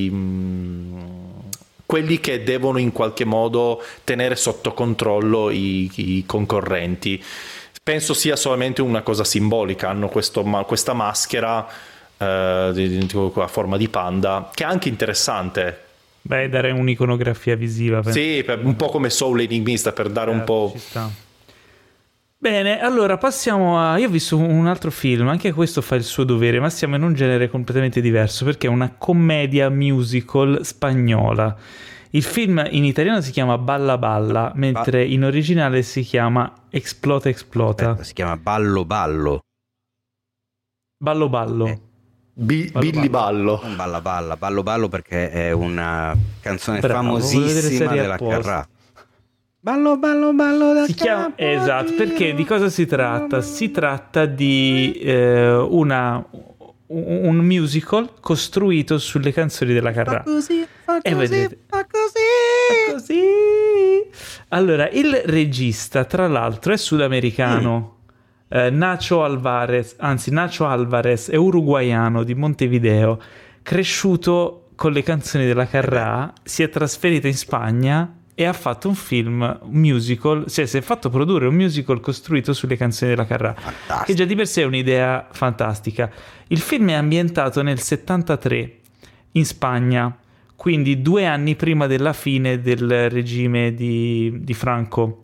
Speaker 12: quelli che devono in qualche modo tenere sotto controllo i concorrenti. Penso sia solamente una cosa simbolica, hanno questa maschera a forma di panda, che è anche interessante.
Speaker 1: Beh, dare un'iconografia visiva.
Speaker 12: Sì, un po' come Soul Enigmista, per dare un po'.
Speaker 1: Ci sta. Bene, allora passiamo io ho visto un altro film, anche questo fa il suo dovere, ma siamo in un genere completamente diverso, perché è una commedia musical spagnola. Il film in italiano si chiama Balla Balla, mentre in originale si chiama Explota Explota.
Speaker 2: Aspetta, si chiama Ballo Ballo.
Speaker 1: Ballo Ballo.
Speaker 12: Billy Ballo.
Speaker 2: Non Balla Balla, Ballo Ballo, perché è una canzone famosissima della Carrà. Ballo ballo ballo da
Speaker 1: si chiama, esatto, perché di cosa si tratta? Si tratta di un musical costruito sulle canzoni della Carrà.
Speaker 2: Fa così.
Speaker 1: Allora, il regista, tra l'altro, è sudamericano. Nacho Alvarez è uruguaiano di Montevideo, cresciuto con le canzoni della Carrà, si è trasferito in Spagna e ha fatto un film, un musical, cioè si è fatto produrre un musical costruito sulle canzoni della Carrà, che già di per sé è un'idea fantastica. Il film è ambientato nel 73 in Spagna, quindi 2 anni prima della fine del regime di Franco.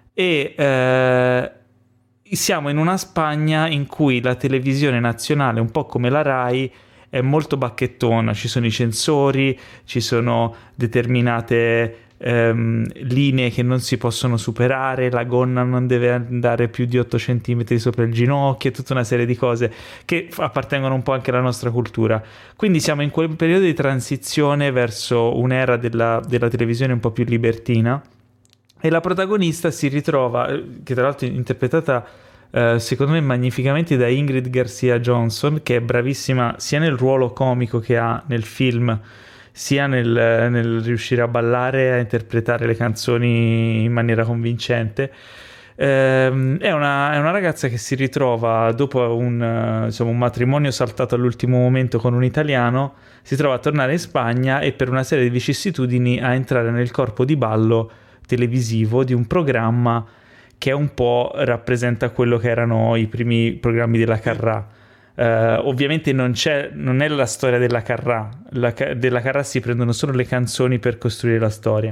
Speaker 1: E siamo in una Spagna in cui la televisione nazionale, un po' come la Rai, è molto bacchettona, ci sono i censori, ci sono determinate linee che non si possono superare, la gonna non deve andare più di 8 centimetri sopra il ginocchio, tutta una serie di cose che appartengono un po' anche alla nostra cultura. Quindi siamo in quel periodo di transizione verso un'era della televisione un po' più libertina, e la protagonista si ritrova, che tra l'altro è interpretata secondo me magnificamente da Ingrid Garcia Johnson, che è bravissima sia nel ruolo comico che ha nel film, sia nel riuscire a ballare e a interpretare le canzoni in maniera convincente. È una ragazza che si ritrova dopo un matrimonio saltato all'ultimo momento con un italiano, si trova a tornare in Spagna e per una serie di vicissitudini a entrare nel corpo di ballo televisivo di un programma che un po' rappresenta quello che erano i primi programmi della Carrà. Ovviamente non è la storia della Carrà, della Carrà si prendono solo le canzoni per costruire la storia,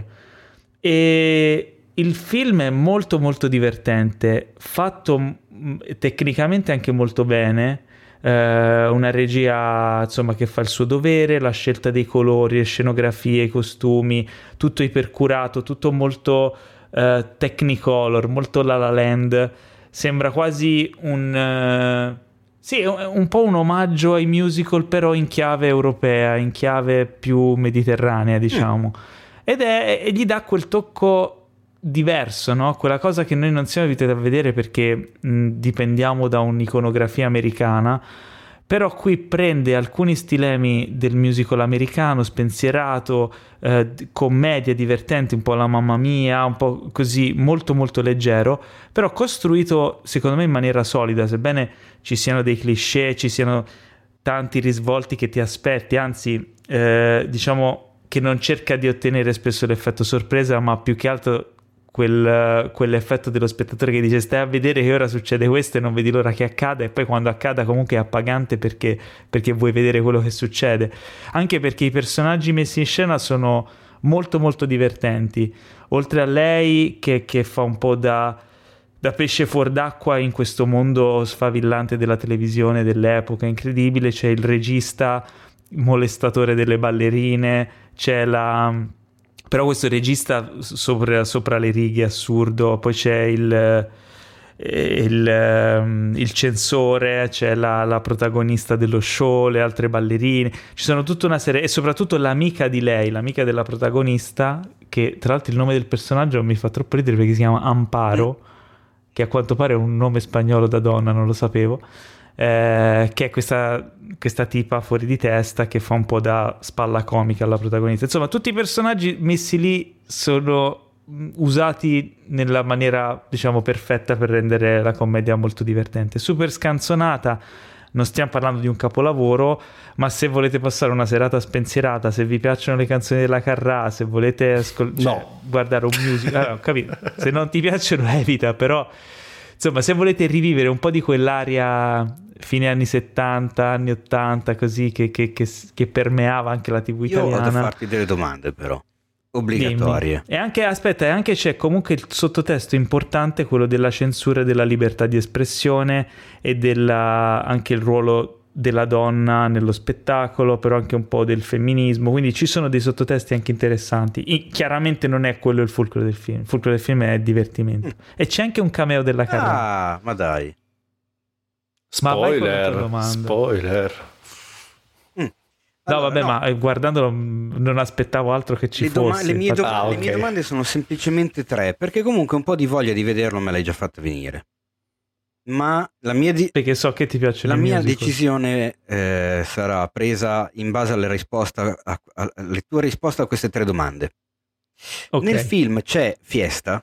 Speaker 1: e il film è molto molto divertente, fatto tecnicamente anche molto bene, una regia insomma che fa il suo dovere, la scelta dei colori, le scenografie, i costumi, tutto ipercurato, tutto molto Technicolor, molto La La Land, sembra quasi un po' un omaggio ai musical, però in chiave europea, in chiave più mediterranea, diciamo. E gli dà quel tocco diverso, no? Quella cosa che noi non siamo abituati a vedere perché dipendiamo da un'iconografia americana, però qui prende alcuni stilemi del musical americano, spensierato, commedia divertente, un po' la Mamma Mia, un po' così, molto molto leggero, però costruito secondo me in maniera solida, sebbene ci siano dei cliché, ci siano tanti risvolti che ti aspetti, anzi diciamo che non cerca di ottenere spesso l'effetto sorpresa, ma più che altro quell'effetto dello spettatore che dice stai a vedere che ora succede questo e non vedi l'ora che accada, e poi quando accada comunque è appagante perché vuoi vedere quello che succede, anche perché i personaggi messi in scena sono molto molto divertenti, oltre a lei che fa un po' da pesce fuor d'acqua in questo mondo sfavillante della televisione dell'epoca incredibile, c'è il regista molestatore delle ballerine, c'è però questo regista sopra le righe, assurdo, poi c'è il censore, c'è la protagonista dello show, le altre ballerine, ci sono tutta una serie, e soprattutto l'amica di lei, l'amica della protagonista, che tra l'altro il nome del personaggio mi fa troppo ridere perché si chiama Amparo, che a quanto pare è un nome spagnolo da donna, non lo sapevo, che è questa tipa fuori di testa che fa un po' da spalla comica alla protagonista. Insomma, tutti i personaggi messi lì sono usati nella maniera, diciamo, perfetta per rendere la commedia molto divertente, super scanzonata. Non stiamo parlando di un capolavoro, ma se volete passare una serata spensierata, se vi piacciono le canzoni della Carrà, se volete guardare un musical, allora, ho capito, se non ti piacciono evita, però insomma, se volete rivivere un po' di quell'aria fine anni 70, anni 80, così che permeava anche la TV italiana.
Speaker 2: Io vado a farti delle domande, però obbligatorie.
Speaker 1: Dimmi. E anche c'è comunque il sottotesto importante, quello della censura e della libertà di espressione e anche il ruolo della donna nello spettacolo, però anche un po' del femminismo, quindi ci sono dei sottotesti anche interessanti. Chiaramente non è quello il fulcro del film, il fulcro del film è divertimento. E c'è anche un cameo della Carrà.
Speaker 2: Ah, ma dai.
Speaker 12: Spoiler.
Speaker 1: No, vabbè, no. Ma guardandolo non aspettavo altro che ci fosse.
Speaker 2: Le mie domande sono semplicemente 3, perché comunque un po' di voglia di vederlo me l'hai già fatta venire. Ma
Speaker 1: perché so che ti piace
Speaker 2: la mia decisione sarà presa in base alle tue risposte a queste 3 domande.
Speaker 1: Okay.
Speaker 2: Nel film c'è Fiesta?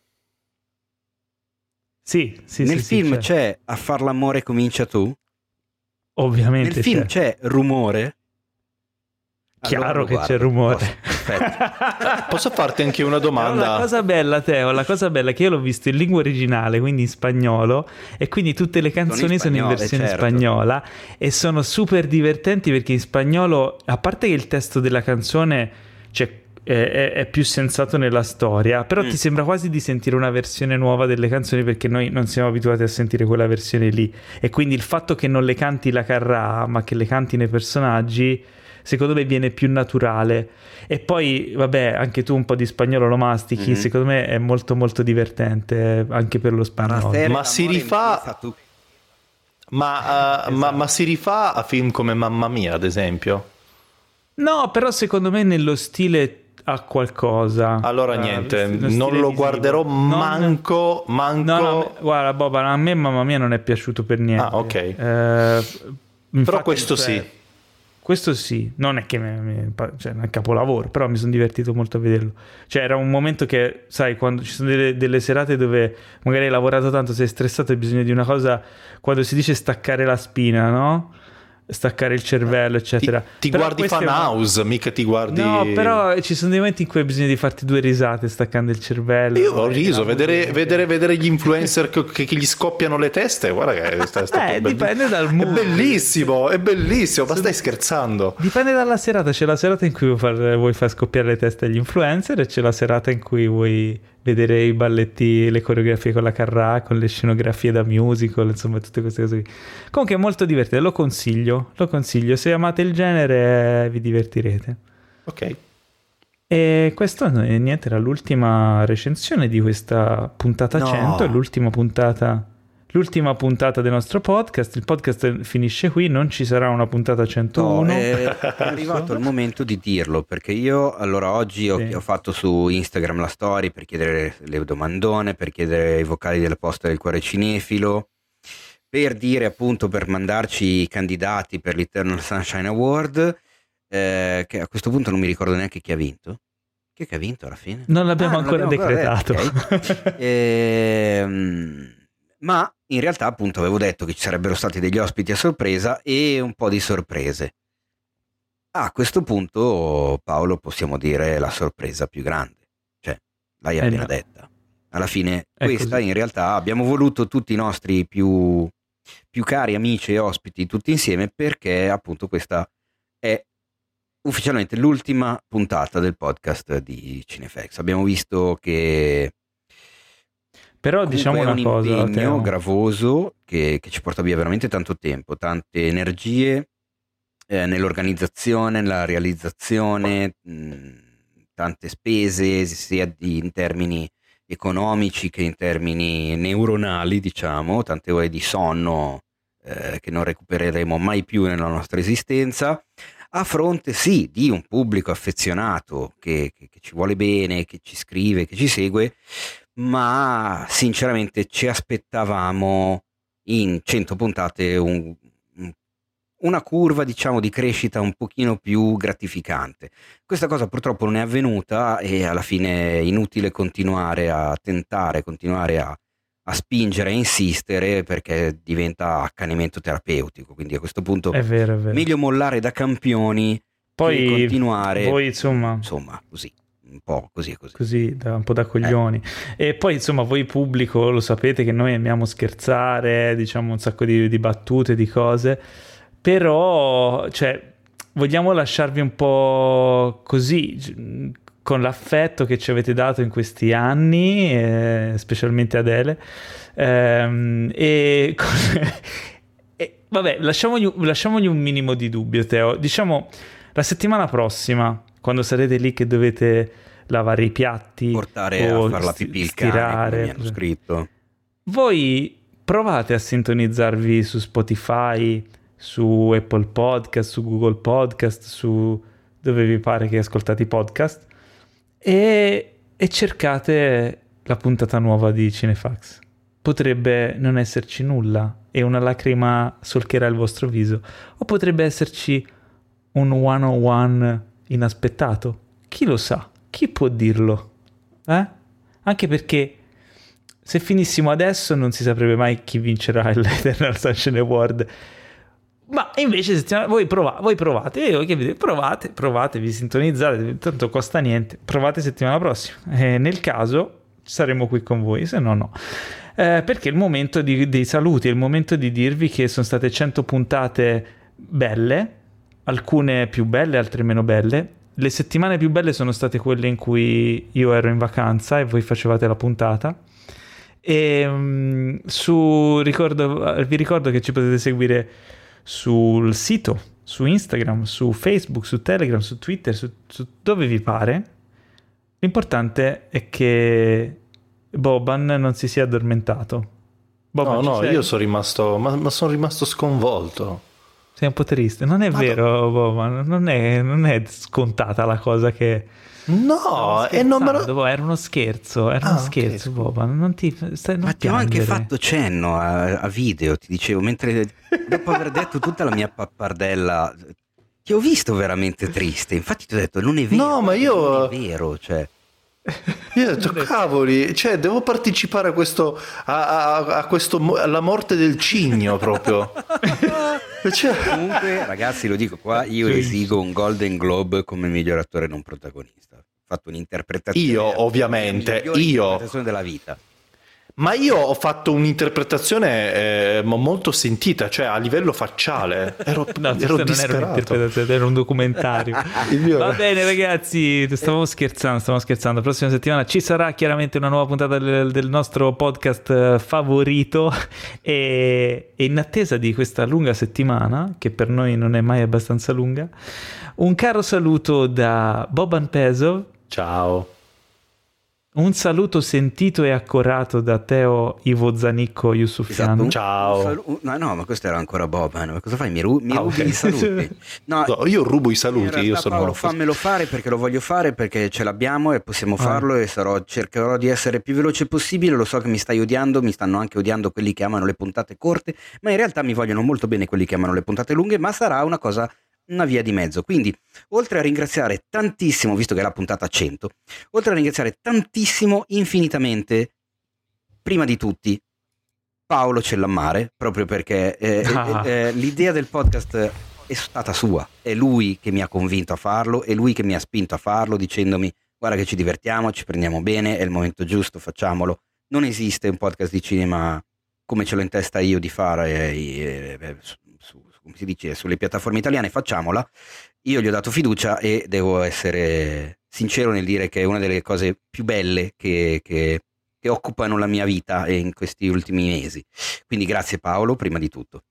Speaker 1: Sì.
Speaker 2: Nel film c'è A far l'amore comincia tu?
Speaker 1: Ovviamente.
Speaker 2: Nel film c'è Rumore?
Speaker 1: Chiaro che c'è Rumore.
Speaker 12: Posso farti anche una domanda?
Speaker 1: La cosa bella, Teo, è che io l'ho visto in lingua originale, quindi in spagnolo, e quindi tutte le canzoni sono in versione spagnola e sono super divertenti perché in spagnolo, a parte che il testo della canzone cioè è più sensato nella storia, però ti sembra quasi di sentire una versione nuova delle canzoni, perché noi non siamo abituati a sentire quella versione lì, e quindi il fatto che non le canti la Carrà ma che le canti nei personaggi secondo me viene più naturale. E poi vabbè, anche tu un po' di spagnolo lo mastichi, secondo me è molto molto divertente anche per lo spagnolo.
Speaker 12: Ma si rifà ma si rifà a film come Mamma Mia, ad esempio?
Speaker 1: No, però secondo me nello stile ha qualcosa.
Speaker 12: Allora niente, non lo guarderò manco.
Speaker 1: No, guarda Bob, a me Mamma Mia non è piaciuto per niente.
Speaker 12: Ah, ok. Però questo sì.
Speaker 1: Questo sì, non è che cioè, è un capolavoro, però mi sono divertito molto a vederlo. Cioè era un momento che, sai, quando ci sono delle serate dove magari hai lavorato tanto, sei stressato e hai bisogno di una cosa, quando si dice staccare la spina, no? Staccare il cervello, eccetera.
Speaker 12: Ti guardi Funhouse, mica ti guardi...
Speaker 1: No, però ci sono dei momenti in cui hai bisogno di farti 2 risate staccando il cervello.
Speaker 12: Io ho riso, vedere gli influencer che gli scoppiano le teste, guarda che è stato
Speaker 1: dipende dal mood.
Speaker 12: È bellissimo, ma stai scherzando?
Speaker 1: Dipende dalla serata, c'è la serata in cui vuoi far scoppiare le teste agli influencer, e c'è la serata in cui vuoi vedere i balletti, le coreografie con la Carrà, con le scenografie da musical, insomma tutte queste cose qui. Comunque è molto divertente, lo consiglio, se amate il genere vi divertirete.
Speaker 12: Ok.
Speaker 1: E questo niente, era l'ultima recensione di questa puntata 100, l'ultima puntata del nostro podcast. Il podcast finisce qui, non ci sarà una puntata 101.
Speaker 2: È arrivato il momento di dirlo, perché io allora oggi ho fatto su Instagram la story per chiedere le domandone, per chiedere i vocali della posta del cuore cinefilo, per dire appunto, per mandarci i candidati per l'Eternal Sunshine Award, che a questo punto non mi ricordo neanche chi ha vinto. Chi è che ha vinto alla fine?
Speaker 1: Non l'abbiamo ancora decretato.
Speaker 2: Okay. Ma in realtà appunto avevo detto che ci sarebbero stati degli ospiti a sorpresa e un po' di sorprese. A questo punto, Paolo, possiamo dire la sorpresa più grande, cioè l'hai appena detta. Alla fine questa in realtà abbiamo voluto tutti i nostri più cari amici e ospiti tutti insieme, perché appunto questa è ufficialmente l'ultima puntata del podcast di Cinefx. Abbiamo visto che
Speaker 1: però diciamo una cosa,
Speaker 2: è un impegno gravoso che ci porta via veramente tanto tempo, tante energie nell'organizzazione, nella realizzazione, tante spese sia in termini economici che in termini neuronali, diciamo, tante ore di sonno che non recupereremo mai più nella nostra esistenza, a fronte sì di un pubblico affezionato che ci vuole bene, che ci scrive, che ci segue, ma sinceramente ci aspettavamo in 100 puntate una curva, diciamo, di crescita un pochino più gratificante. Questa cosa purtroppo non è avvenuta, e alla fine è inutile continuare a tentare, continuare a spingere, a insistere, perché diventa accanimento terapeutico. Quindi a questo punto
Speaker 1: è vero.
Speaker 2: Meglio mollare da campioni, poi che continuare
Speaker 1: poi insomma
Speaker 2: così un po' così
Speaker 1: un po' da coglioni. E poi insomma voi pubblico lo sapete che noi amiamo scherzare, diciamo un sacco di battute, di cose, però cioè vogliamo lasciarvi un po' così, con l'affetto che ci avete dato in questi anni, specialmente Adele, e vabbè, lasciamogli un minimo di dubbio, Teo. Diciamo la settimana prossima, quando sarete lì che dovete lavare i piatti,
Speaker 2: portare a far la pipì il cane, come mi hanno scritto,
Speaker 1: voi provate a sintonizzarvi su Spotify, su Apple Podcast, su Google Podcast, su dove vi pare che ascoltate i podcast, e cercate la puntata nuova di Cinefax. Potrebbe non esserci nulla e una lacrima solcherà il vostro viso, o potrebbe esserci un 101 inaspettato. Chi lo sa? Chi può dirlo? Anche perché se finissimo adesso non si saprebbe mai chi vincerà l'Eternal Sunshine Award. Ma invece voi provate, provate, vi sintonizzate, tanto costa niente, provate settimana prossima, e nel caso saremo qui con voi, se no no. Perché è il momento dei saluti, è il momento di dirvi che sono state 100 puntate belle, alcune più belle, altre meno belle, le settimane più belle sono state quelle in cui io ero in vacanza e voi facevate la puntata. E vi ricordo che ci potete seguire sul sito, su Instagram, su Facebook, su Telegram, su Twitter, su dove vi pare. L'importante è che Boban non si sia addormentato. Boban,
Speaker 12: no, io sono rimasto, ma sono rimasto sconvolto.
Speaker 1: Sei un po' triste. Non è vero, Boban, non è scontata la cosa che...
Speaker 12: No, e non me lo...
Speaker 1: Era uno scherzo,
Speaker 12: okay.
Speaker 1: Boban, non
Speaker 2: ma ti ho anche fatto cenno a video, ti dicevo, mentre dopo aver detto tutta la mia pappardella, ti ho visto veramente triste, infatti ti ho detto non è vero.
Speaker 12: No, ma io...
Speaker 2: Non è vero, cioè...
Speaker 12: Io ho detto cavoli, cioè devo partecipare a questo alla morte del cigno proprio.
Speaker 2: Cioè... Comunque ragazzi, lo dico qua, io esigo un Golden Globe come miglior attore non protagonista. Ho fatto un'interpretazione,
Speaker 12: io ovviamente,
Speaker 2: un'interpretazione della vita.
Speaker 12: Ma io ho fatto un'interpretazione molto sentita, cioè a livello facciale. Ero disperato.
Speaker 1: Era un documentario. Va bene ragazzi, stavamo scherzando. La prossima settimana ci sarà chiaramente una nuova puntata del nostro podcast favorito e in attesa di questa lunga settimana, che per noi non è mai abbastanza lunga, un caro saluto da Boban Pesov.
Speaker 12: Ciao.
Speaker 1: Un saluto sentito e accorato da Teo Ivo Zanicco Yusufiano.
Speaker 2: Esatto.
Speaker 12: Ciao.
Speaker 2: No, ma questo era ancora Boban. Cosa fai? Mi rubi i saluti?
Speaker 12: No, io rubo i saluti. Io sono
Speaker 2: Paolo, fammelo fare perché lo voglio fare, perché ce l'abbiamo e possiamo farlo e cercherò di essere più veloce possibile. Lo so che mi stai odiando, mi stanno anche odiando quelli che amano le puntate corte, ma in realtà mi vogliono molto bene quelli che amano le puntate lunghe, ma sarà una via di mezzo. Quindi oltre a ringraziare tantissimo, visto che è la puntata 100, oltre a ringraziare tantissimo, infinitamente, prima di tutti Paolo Cellammare, proprio perché l'idea del podcast è stata sua, è lui che mi ha convinto a farlo, è lui che mi ha spinto a farlo dicendomi guarda che ci divertiamo, ci prendiamo bene, è il momento giusto, facciamolo. Non esiste un podcast di cinema come ce l'ho in testa io di fare come si dice, sulle piattaforme italiane, facciamola. Io gli ho dato fiducia e devo essere sincero nel dire che è una delle cose più belle che occupano la mia vita in questi ultimi mesi. Quindi grazie Paolo, prima di tutto.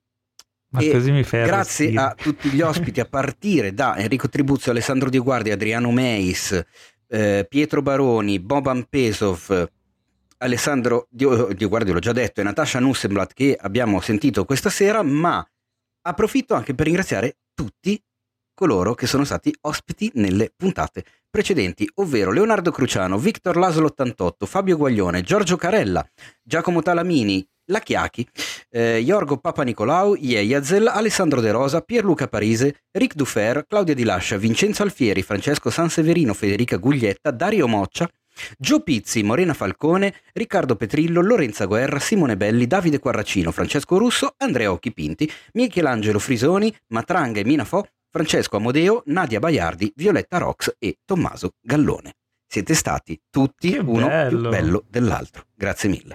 Speaker 1: Ma così mi fai
Speaker 2: grazie a tutti gli ospiti, a partire da Enrico Tribuzio, Alessandro Dioguardi, Adriano Meis, Pietro Baroni, Boban Pesov, Alessandro Dioguardi, l'ho già detto, e Natasha Nussenblatt, che abbiamo sentito questa sera, ma approfitto anche per ringraziare tutti coloro che sono stati ospiti nelle puntate precedenti, ovvero Leonardo Cruciano, Victor Laslo 88, Fabio Guaglione, Giorgio Carella, Giacomo Talamini, La Chiachi, Yorgo Papanicolau, Yeyazel, Alessandro De Rosa, Pierluca Parise, Ric Dufer, Claudia Di Lascia, Vincenzo Alfieri, Francesco Sanseverino, Federica Guglietta, Dario Moccia, Gio Pizzi, Morena Falcone, Riccardo Petrillo, Lorenza Guerra, Simone Belli, Davide Quarracino, Francesco Russo, Andrea Occhipinti, Michelangelo Frisoni, Matranga e Minafò, Francesco Amodeo, Nadia Baiardi, Violetta Rox e Tommaso Gallone. Siete stati tutti uno più bello dell'altro. Grazie mille.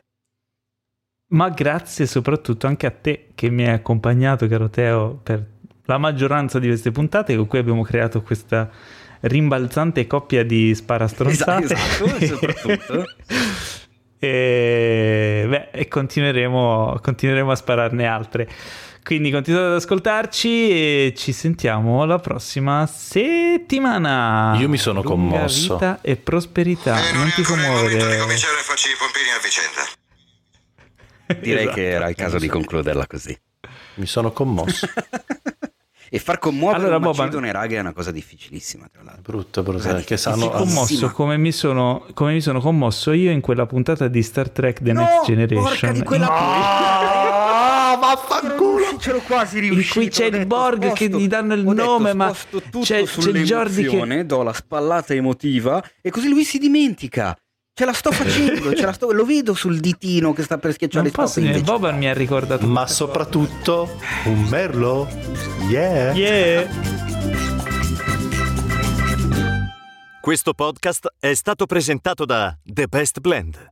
Speaker 1: Ma grazie soprattutto anche a te che mi hai accompagnato, caro Teo, per la maggioranza di queste puntate con cui abbiamo creato questa rimbalzante coppia di sparastronzate.
Speaker 2: Esatto, soprattutto.
Speaker 1: e continueremo a spararne altre. Quindi continuate ad ascoltarci e ci sentiamo la prossima settimana.
Speaker 12: Io mi sono commosso.
Speaker 1: Vita e prosperità. Non ti commuovere.
Speaker 7: Cominciare a farci i pompini a vicenda.
Speaker 2: Direi che era il caso di concluderla così.
Speaker 12: Mi sono commosso.
Speaker 2: E far commuovere un Macedone raga è una cosa difficilissima, tra l'altro.
Speaker 12: Brutto, che sanno
Speaker 1: commosso come mi sono commosso io in quella puntata di Star Trek The Next Generation.
Speaker 2: Porca di quella
Speaker 12: vaffanculo,
Speaker 2: c'ero quasi riuscito.
Speaker 1: In cui c'è il Borg che gli danno il nome, ma c'è Jordi che
Speaker 2: do la spallata emotiva e così lui si dimentica. Ce la sto facendo, lo vedo sul ditino che sta per schiacciare il
Speaker 1: stop. Boban mi ha ricordato.
Speaker 12: Ma soprattutto un merlo. Yeah.
Speaker 13: Questo podcast è stato presentato da The Best Blend.